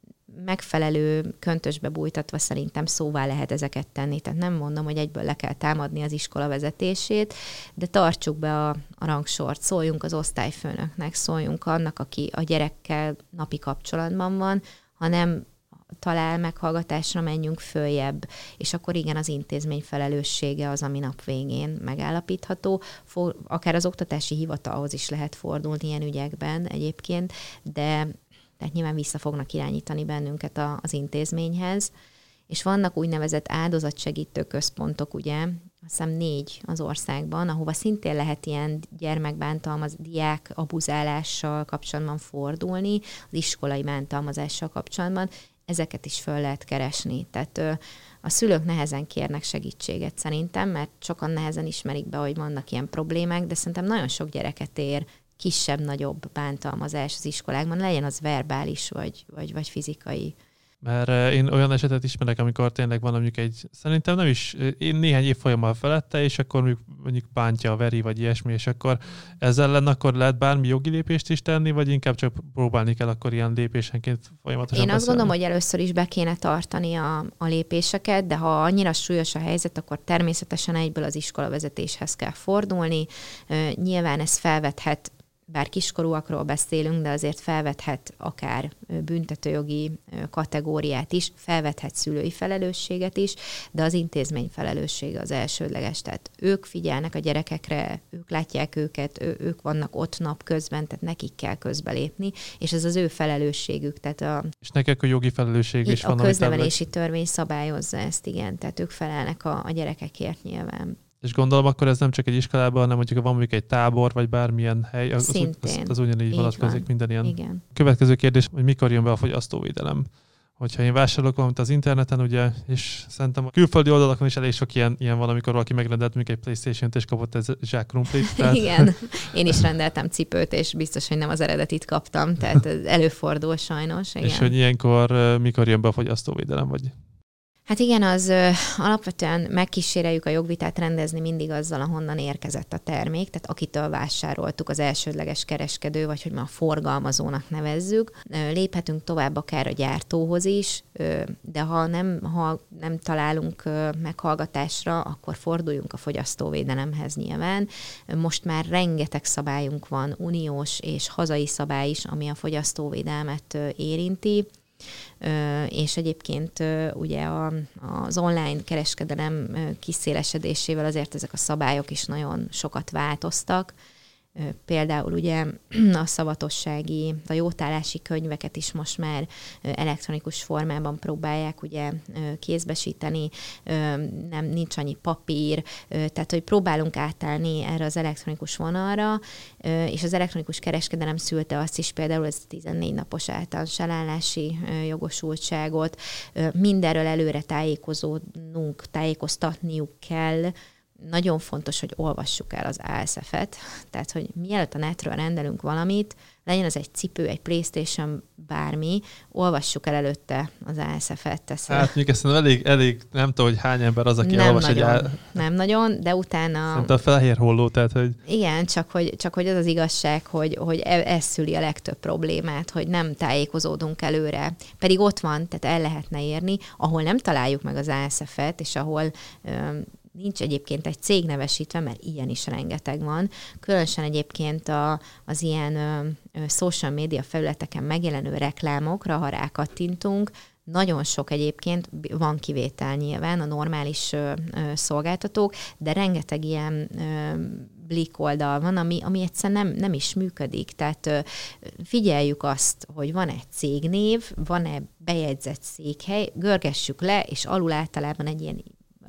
megfelelő köntösbe bújtatva szerintem szóvá lehet ezeket tenni. Tehát nem mondom, hogy egyből le kell támadni az iskola vezetését, de tartsuk be a, a rangsort, szóljunk az osztályfőnöknek, szóljunk annak, aki a gyerekkel napi kapcsolatban van, hanem talál meghallgatásra, menjünk följebb, és akkor igen, az intézmény felelőssége az, ami nap végén megállapítható. For, akár az oktatási hivatalhoz is lehet fordulni ilyen ügyekben egyébként, de tehát nyilván vissza fognak irányítani bennünket a, az intézményhez. És vannak úgynevezett áldozatsegítő központok, ugye, azt hiszem négy az országban, ahova szintén lehet ilyen gyermekbántalmaz, diák abuzálással kapcsolatban fordulni, az iskolai bántalmazással kapcsolatban, ezeket is föl lehet keresni. Tehát ö, a szülők nehezen kérnek segítséget szerintem, mert sokan nehezen ismerik be, hogy vannak ilyen problémák, de szerintem nagyon sok gyereket ér kisebb-nagyobb bántalmazás az iskolákban, legyen az verbális vagy, vagy, vagy fizikai. Mert én olyan esetet ismerek, amikor tényleg van mondjuk egy, szerintem nem is, én néhány év folyammal felette, és akkor mondjuk, mondjuk bántja, veri, vagy ilyesmi, és akkor ezzel ellen akkor lehet bármi jogi lépést is tenni, vagy inkább csak próbálni kell akkor ilyen lépésenként folyamatosan Én azt beszélni? gondolom, hogy először is be kéne tartani a, a lépéseket, de ha annyira súlyos a helyzet, akkor természetesen egyből az iskolavezetéshez kell fordulni. Nyilván ez felvethet, bár kiskorúakról beszélünk, de azért felvethet akár büntetőjogi kategóriát is, felvethet szülői felelősséget is, de az intézmény felelőssége az elsődleges. Tehát ők figyelnek a gyerekekre, ők látják őket, ő, ők vannak ott napközben, tehát nekik kell közbelépni, és ez az ő felelősségük. Tehát a, és nekik a jogi felelősség is a van. A köznevelési törvény szabályozza ezt, igen, tehát ők felelnek a, a gyerekekért nyilván. És gondolom, akkor ez nem csak egy iskolában, hanem mondjuk van mondjuk egy tábor, vagy bármilyen hely, az, az, az, az ugyanígy Így vonatkozik van. minden ilyen. Igen. Következő kérdés, hogy mikor jön be a fogyasztóvédelem? Hogyha én vásárolok valamit az interneten, ugye, és szerintem a külföldi oldalakon is elég sok ilyen, ilyen van, amikor valaki megrendelt még egy PlayStation-t, és kapott egy zsák krumplit. Tehát... Igen, én is rendeltem cipőt, és biztos, hogy nem az eredetit kaptam, tehát előfordul sajnos. Igen. És hogy ilyenkor mikor jön be a fogyasztóvédelem, vagy? Hát igen, az ö, alapvetően megkíséreljük a jogvitát rendezni mindig azzal, ahonnan érkezett a termék, tehát akitől vásároltuk, az elsődleges kereskedő, vagy hogy ma a forgalmazónak nevezzük. Ö, léphetünk tovább akár a gyártóhoz is, ö, de ha nem, ha nem találunk ö, meghallgatásra, akkor forduljunk a fogyasztóvédelemhez nyilván. Most már rengeteg szabályunk van, uniós és hazai szabály is, ami a fogyasztóvédelmet ö, érinti. És egyébként ugye az online kereskedelem kiszélesedésével azért ezek a szabályok is nagyon sokat változtak. Például ugye a szavatossági, a jótállási könyveket is most már elektronikus formában próbálják ugye kézbesíteni, nem nincs annyi papír, tehát hogy próbálunk átállni erre az elektronikus vonalra, és az elektronikus kereskedelem szülte azt is, például ez tizennégy napos általános elállási jogosultságot, mindenről előre tájékozódnunk, tájékoztatniuk kell. Nagyon fontos, hogy olvassuk el az á es ef-et, tehát, hogy mielőtt a netről rendelünk valamit, legyen az egy cipő, egy PlayStation, bármi, olvassuk el előtte az á es ef-et. Tesz. Hát mondjuk ezt elég, elég, nem tudom, hogy hány ember az, aki nem olvas nagyon, egy... Á... Nem nagyon, de utána... Szerintem a fehér holló, tehát, hogy... Igen, csak hogy, csak hogy az az igazság, hogy, hogy ez szüli a legtöbb problémát, hogy nem tájékozódunk előre. Pedig ott van, tehát el lehetne érni, ahol nem találjuk meg az á es ef-et, és ahol... Öm, nincs egyébként egy cég nevesítve, mert ilyen is rengeteg van. Különösen egyébként a, az ilyen ö, ö, social media felületeken megjelenő reklámokra, ha rákattintunk, nagyon sok egyébként, van kivétel nyilván, a normális ö, ö, szolgáltatók, de rengeteg ilyen ö, blik oldal van, ami, ami egyszerűen nem, nem is működik. Tehát ö, figyeljük azt, hogy van egy cégnév, van-e bejegyzett székhely, görgessük le, és alul általában egy ilyen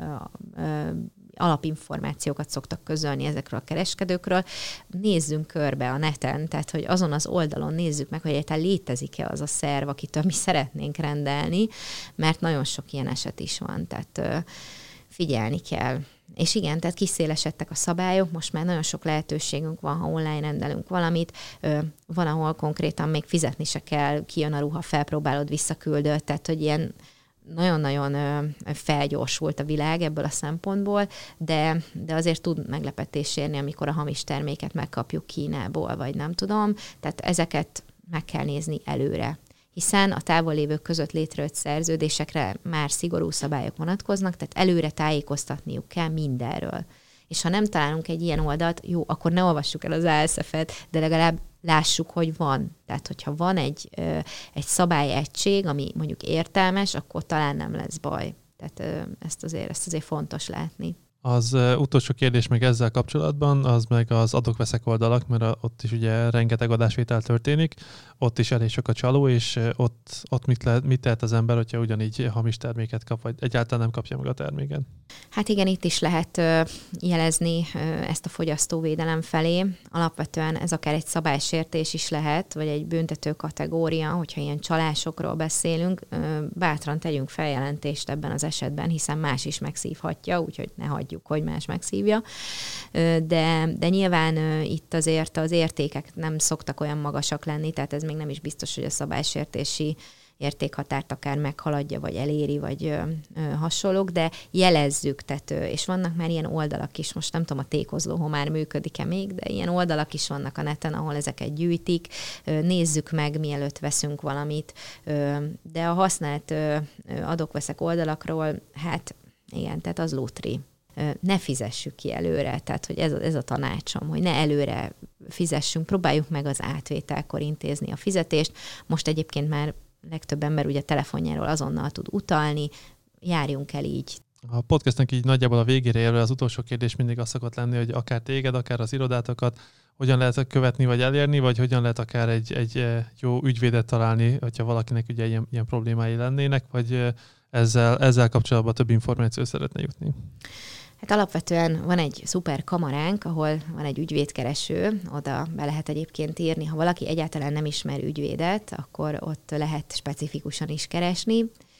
alapinformációkat szoktak közölni ezekről a kereskedőkről. Nézzünk körbe a neten, tehát hogy azon az oldalon nézzük meg, hogy egyáltalán létezik-e az a szerv, akitől mi szeretnénk rendelni, mert nagyon sok ilyen eset is van, tehát figyelni kell. És igen, tehát kiszélesedtek a szabályok, most már nagyon sok lehetőségünk van, ha online rendelünk valamit, van, ahol konkrétan még fizetni se kell, kijön a ruha, felpróbálod, visszaküldöd, tehát hogy ilyen nagyon-nagyon felgyorsult a világ ebből a szempontból, de, de azért tud meglepetés érni, amikor a hamis terméket megkapjuk Kínából, vagy nem tudom. Tehát ezeket meg kell nézni előre. Hiszen a távollévők között létrejött szerződésekre már szigorú szabályok vonatkoznak, tehát előre tájékoztatniuk kell mindenről. És ha nem találunk egy ilyen oldalt, jó, akkor ne olvassuk el az á es ef-et, de legalább lássuk, hogy van. Tehát, hogyha van egy, egy szabályegység, ami mondjuk értelmes, akkor talán nem lesz baj. Tehát ezt azért, ezt azért fontos látni. Az uh, utolsó kérdés még ezzel kapcsolatban, az meg az adok-veszek oldalak, mert a, ott is ugye rengeteg adásvétel történik, ott is elég sok a csaló, és uh, ott, ott mit, lehet, mit tehet az ember, hogyha ugyanígy hamis terméket kap, vagy egyáltalán nem kapja meg a terméket? Hát igen, itt is lehet uh, jelezni uh, ezt a fogyasztóvédelem felé. Alapvetően ez akár egy szabálysértés is lehet, vagy egy büntető kategória, hogyha ilyen csalásokról beszélünk, uh, bátran tegyünk feljelentést ebben az esetben, hiszen más is megszívhatja, úgyhogy ne hagyjuk, hogy más megszívja, de, de nyilván itt azért az értékek nem szoktak olyan magasak lenni, tehát ez még nem is biztos, hogy a szabálysértési értékhatárt akár meghaladja, vagy eléri, vagy hasonlók, de jelezzük, tehát, és vannak már ilyen oldalak is, most nem tudom, a tékozló homár működik-e még, de ilyen oldalak is vannak a neten, ahol ezeket gyűjtik, nézzük meg, mielőtt veszünk valamit, de a használt adok-veszek oldalakról, hát igen, tehát az lótri. Ne fizessük ki előre, tehát hogy ez a, ez a tanácsom, hogy ne előre fizessünk, próbáljuk meg az átvételkor intézni a fizetést. Most egyébként már legtöbb ember ugye telefonjáról azonnal tud utalni, járjunk el így. A podcastnak így nagyjából a végére érve az utolsó kérdés mindig az szokott lenni, hogy akár téged, akár az irodátokat hogyan lehet követni vagy elérni, vagy hogyan lehet akár egy, egy jó ügyvédet találni, hogyha valakinek ugye ilyen, ilyen problémái lennének, vagy ezzel, ezzel kapcsolatban több információ szeretne jutni. Hát alapvetően van egy szuper kamaránk, ahol van egy ügyvédkereső, oda be lehet egyébként írni. Ha valaki egyáltalán nem ismer ügyvédet, akkor ott lehet specifikusan is keresni.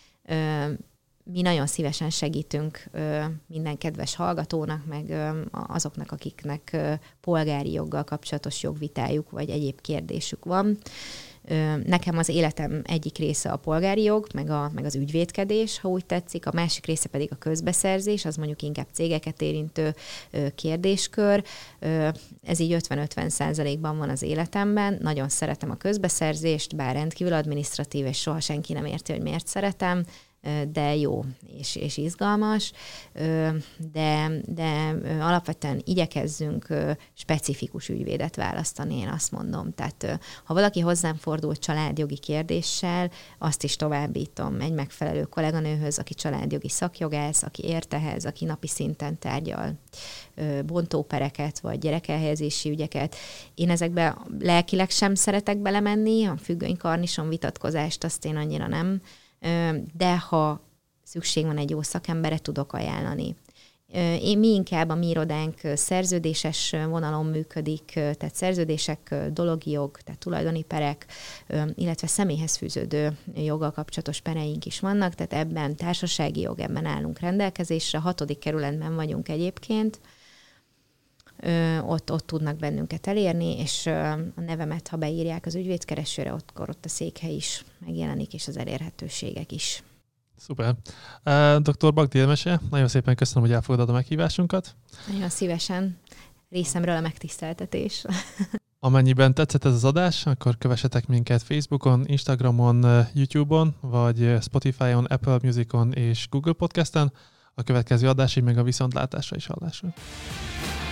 Mi nagyon szívesen segítünk minden kedves hallgatónak, meg azoknak, akiknek polgári joggal kapcsolatos jogvitájuk, vagy egyéb kérdésük van. Nekem az életem egyik része a polgári jog, meg, a, meg az ügyvédkedés, ha úgy tetszik, a másik része pedig a közbeszerzés, az mondjuk inkább cégeket érintő kérdéskör. Ez így ötven-ötven százalékban van az életemben. Nagyon szeretem a közbeszerzést, bár rendkívül adminisztratív, és soha senki nem érti, hogy miért szeretem, de jó és, és izgalmas, de, de alapvetően igyekezzünk specifikus ügyvédet választani, én azt mondom. Tehát ha valaki hozzám fordul családjogi kérdéssel, azt is továbbítom egy megfelelő kolléganőhöz, aki családjogi szakjogász, aki ért ehhez, aki napi szinten tárgyal bontópereket, vagy gyerekelhelyezési ügyeket. Én ezekbe lelkileg sem szeretek belemenni, a függöny karnison vitatkozást azt én annyira nem, de ha szükség van egy jó szakemberre, tudok ajánlani. Én, mi inkább a mi irodánk szerződéses vonalon működik, tehát szerződések, dologi jog, tehát tulajdoni perek, illetve személyhez fűződő joggal kapcsolatos pereink is vannak, tehát ebben társasági jog, ebben állunk rendelkezésre, a hatodik kerületben vagyunk egyébként, ott, ott tudnak bennünket elérni, és a nevemet, ha beírják az ügyvédkeresőre, ott, akkor ott a székhely is megjelenik, és az elérhetőségek is. Szuper. doktor Bagdi Élmese, nagyon szépen köszönöm, hogy elfogadod a meghívásunkat. Nagyon szívesen. Részemről a megtiszteltetés. Amennyiben tetszett ez az adás, akkor kövessetek minket Facebookon, Instagramon, YouTube-on, vagy Spotify-on, Apple Musicon és Google Podcasten. A következő adásig meg a viszontlátásra is hallásra.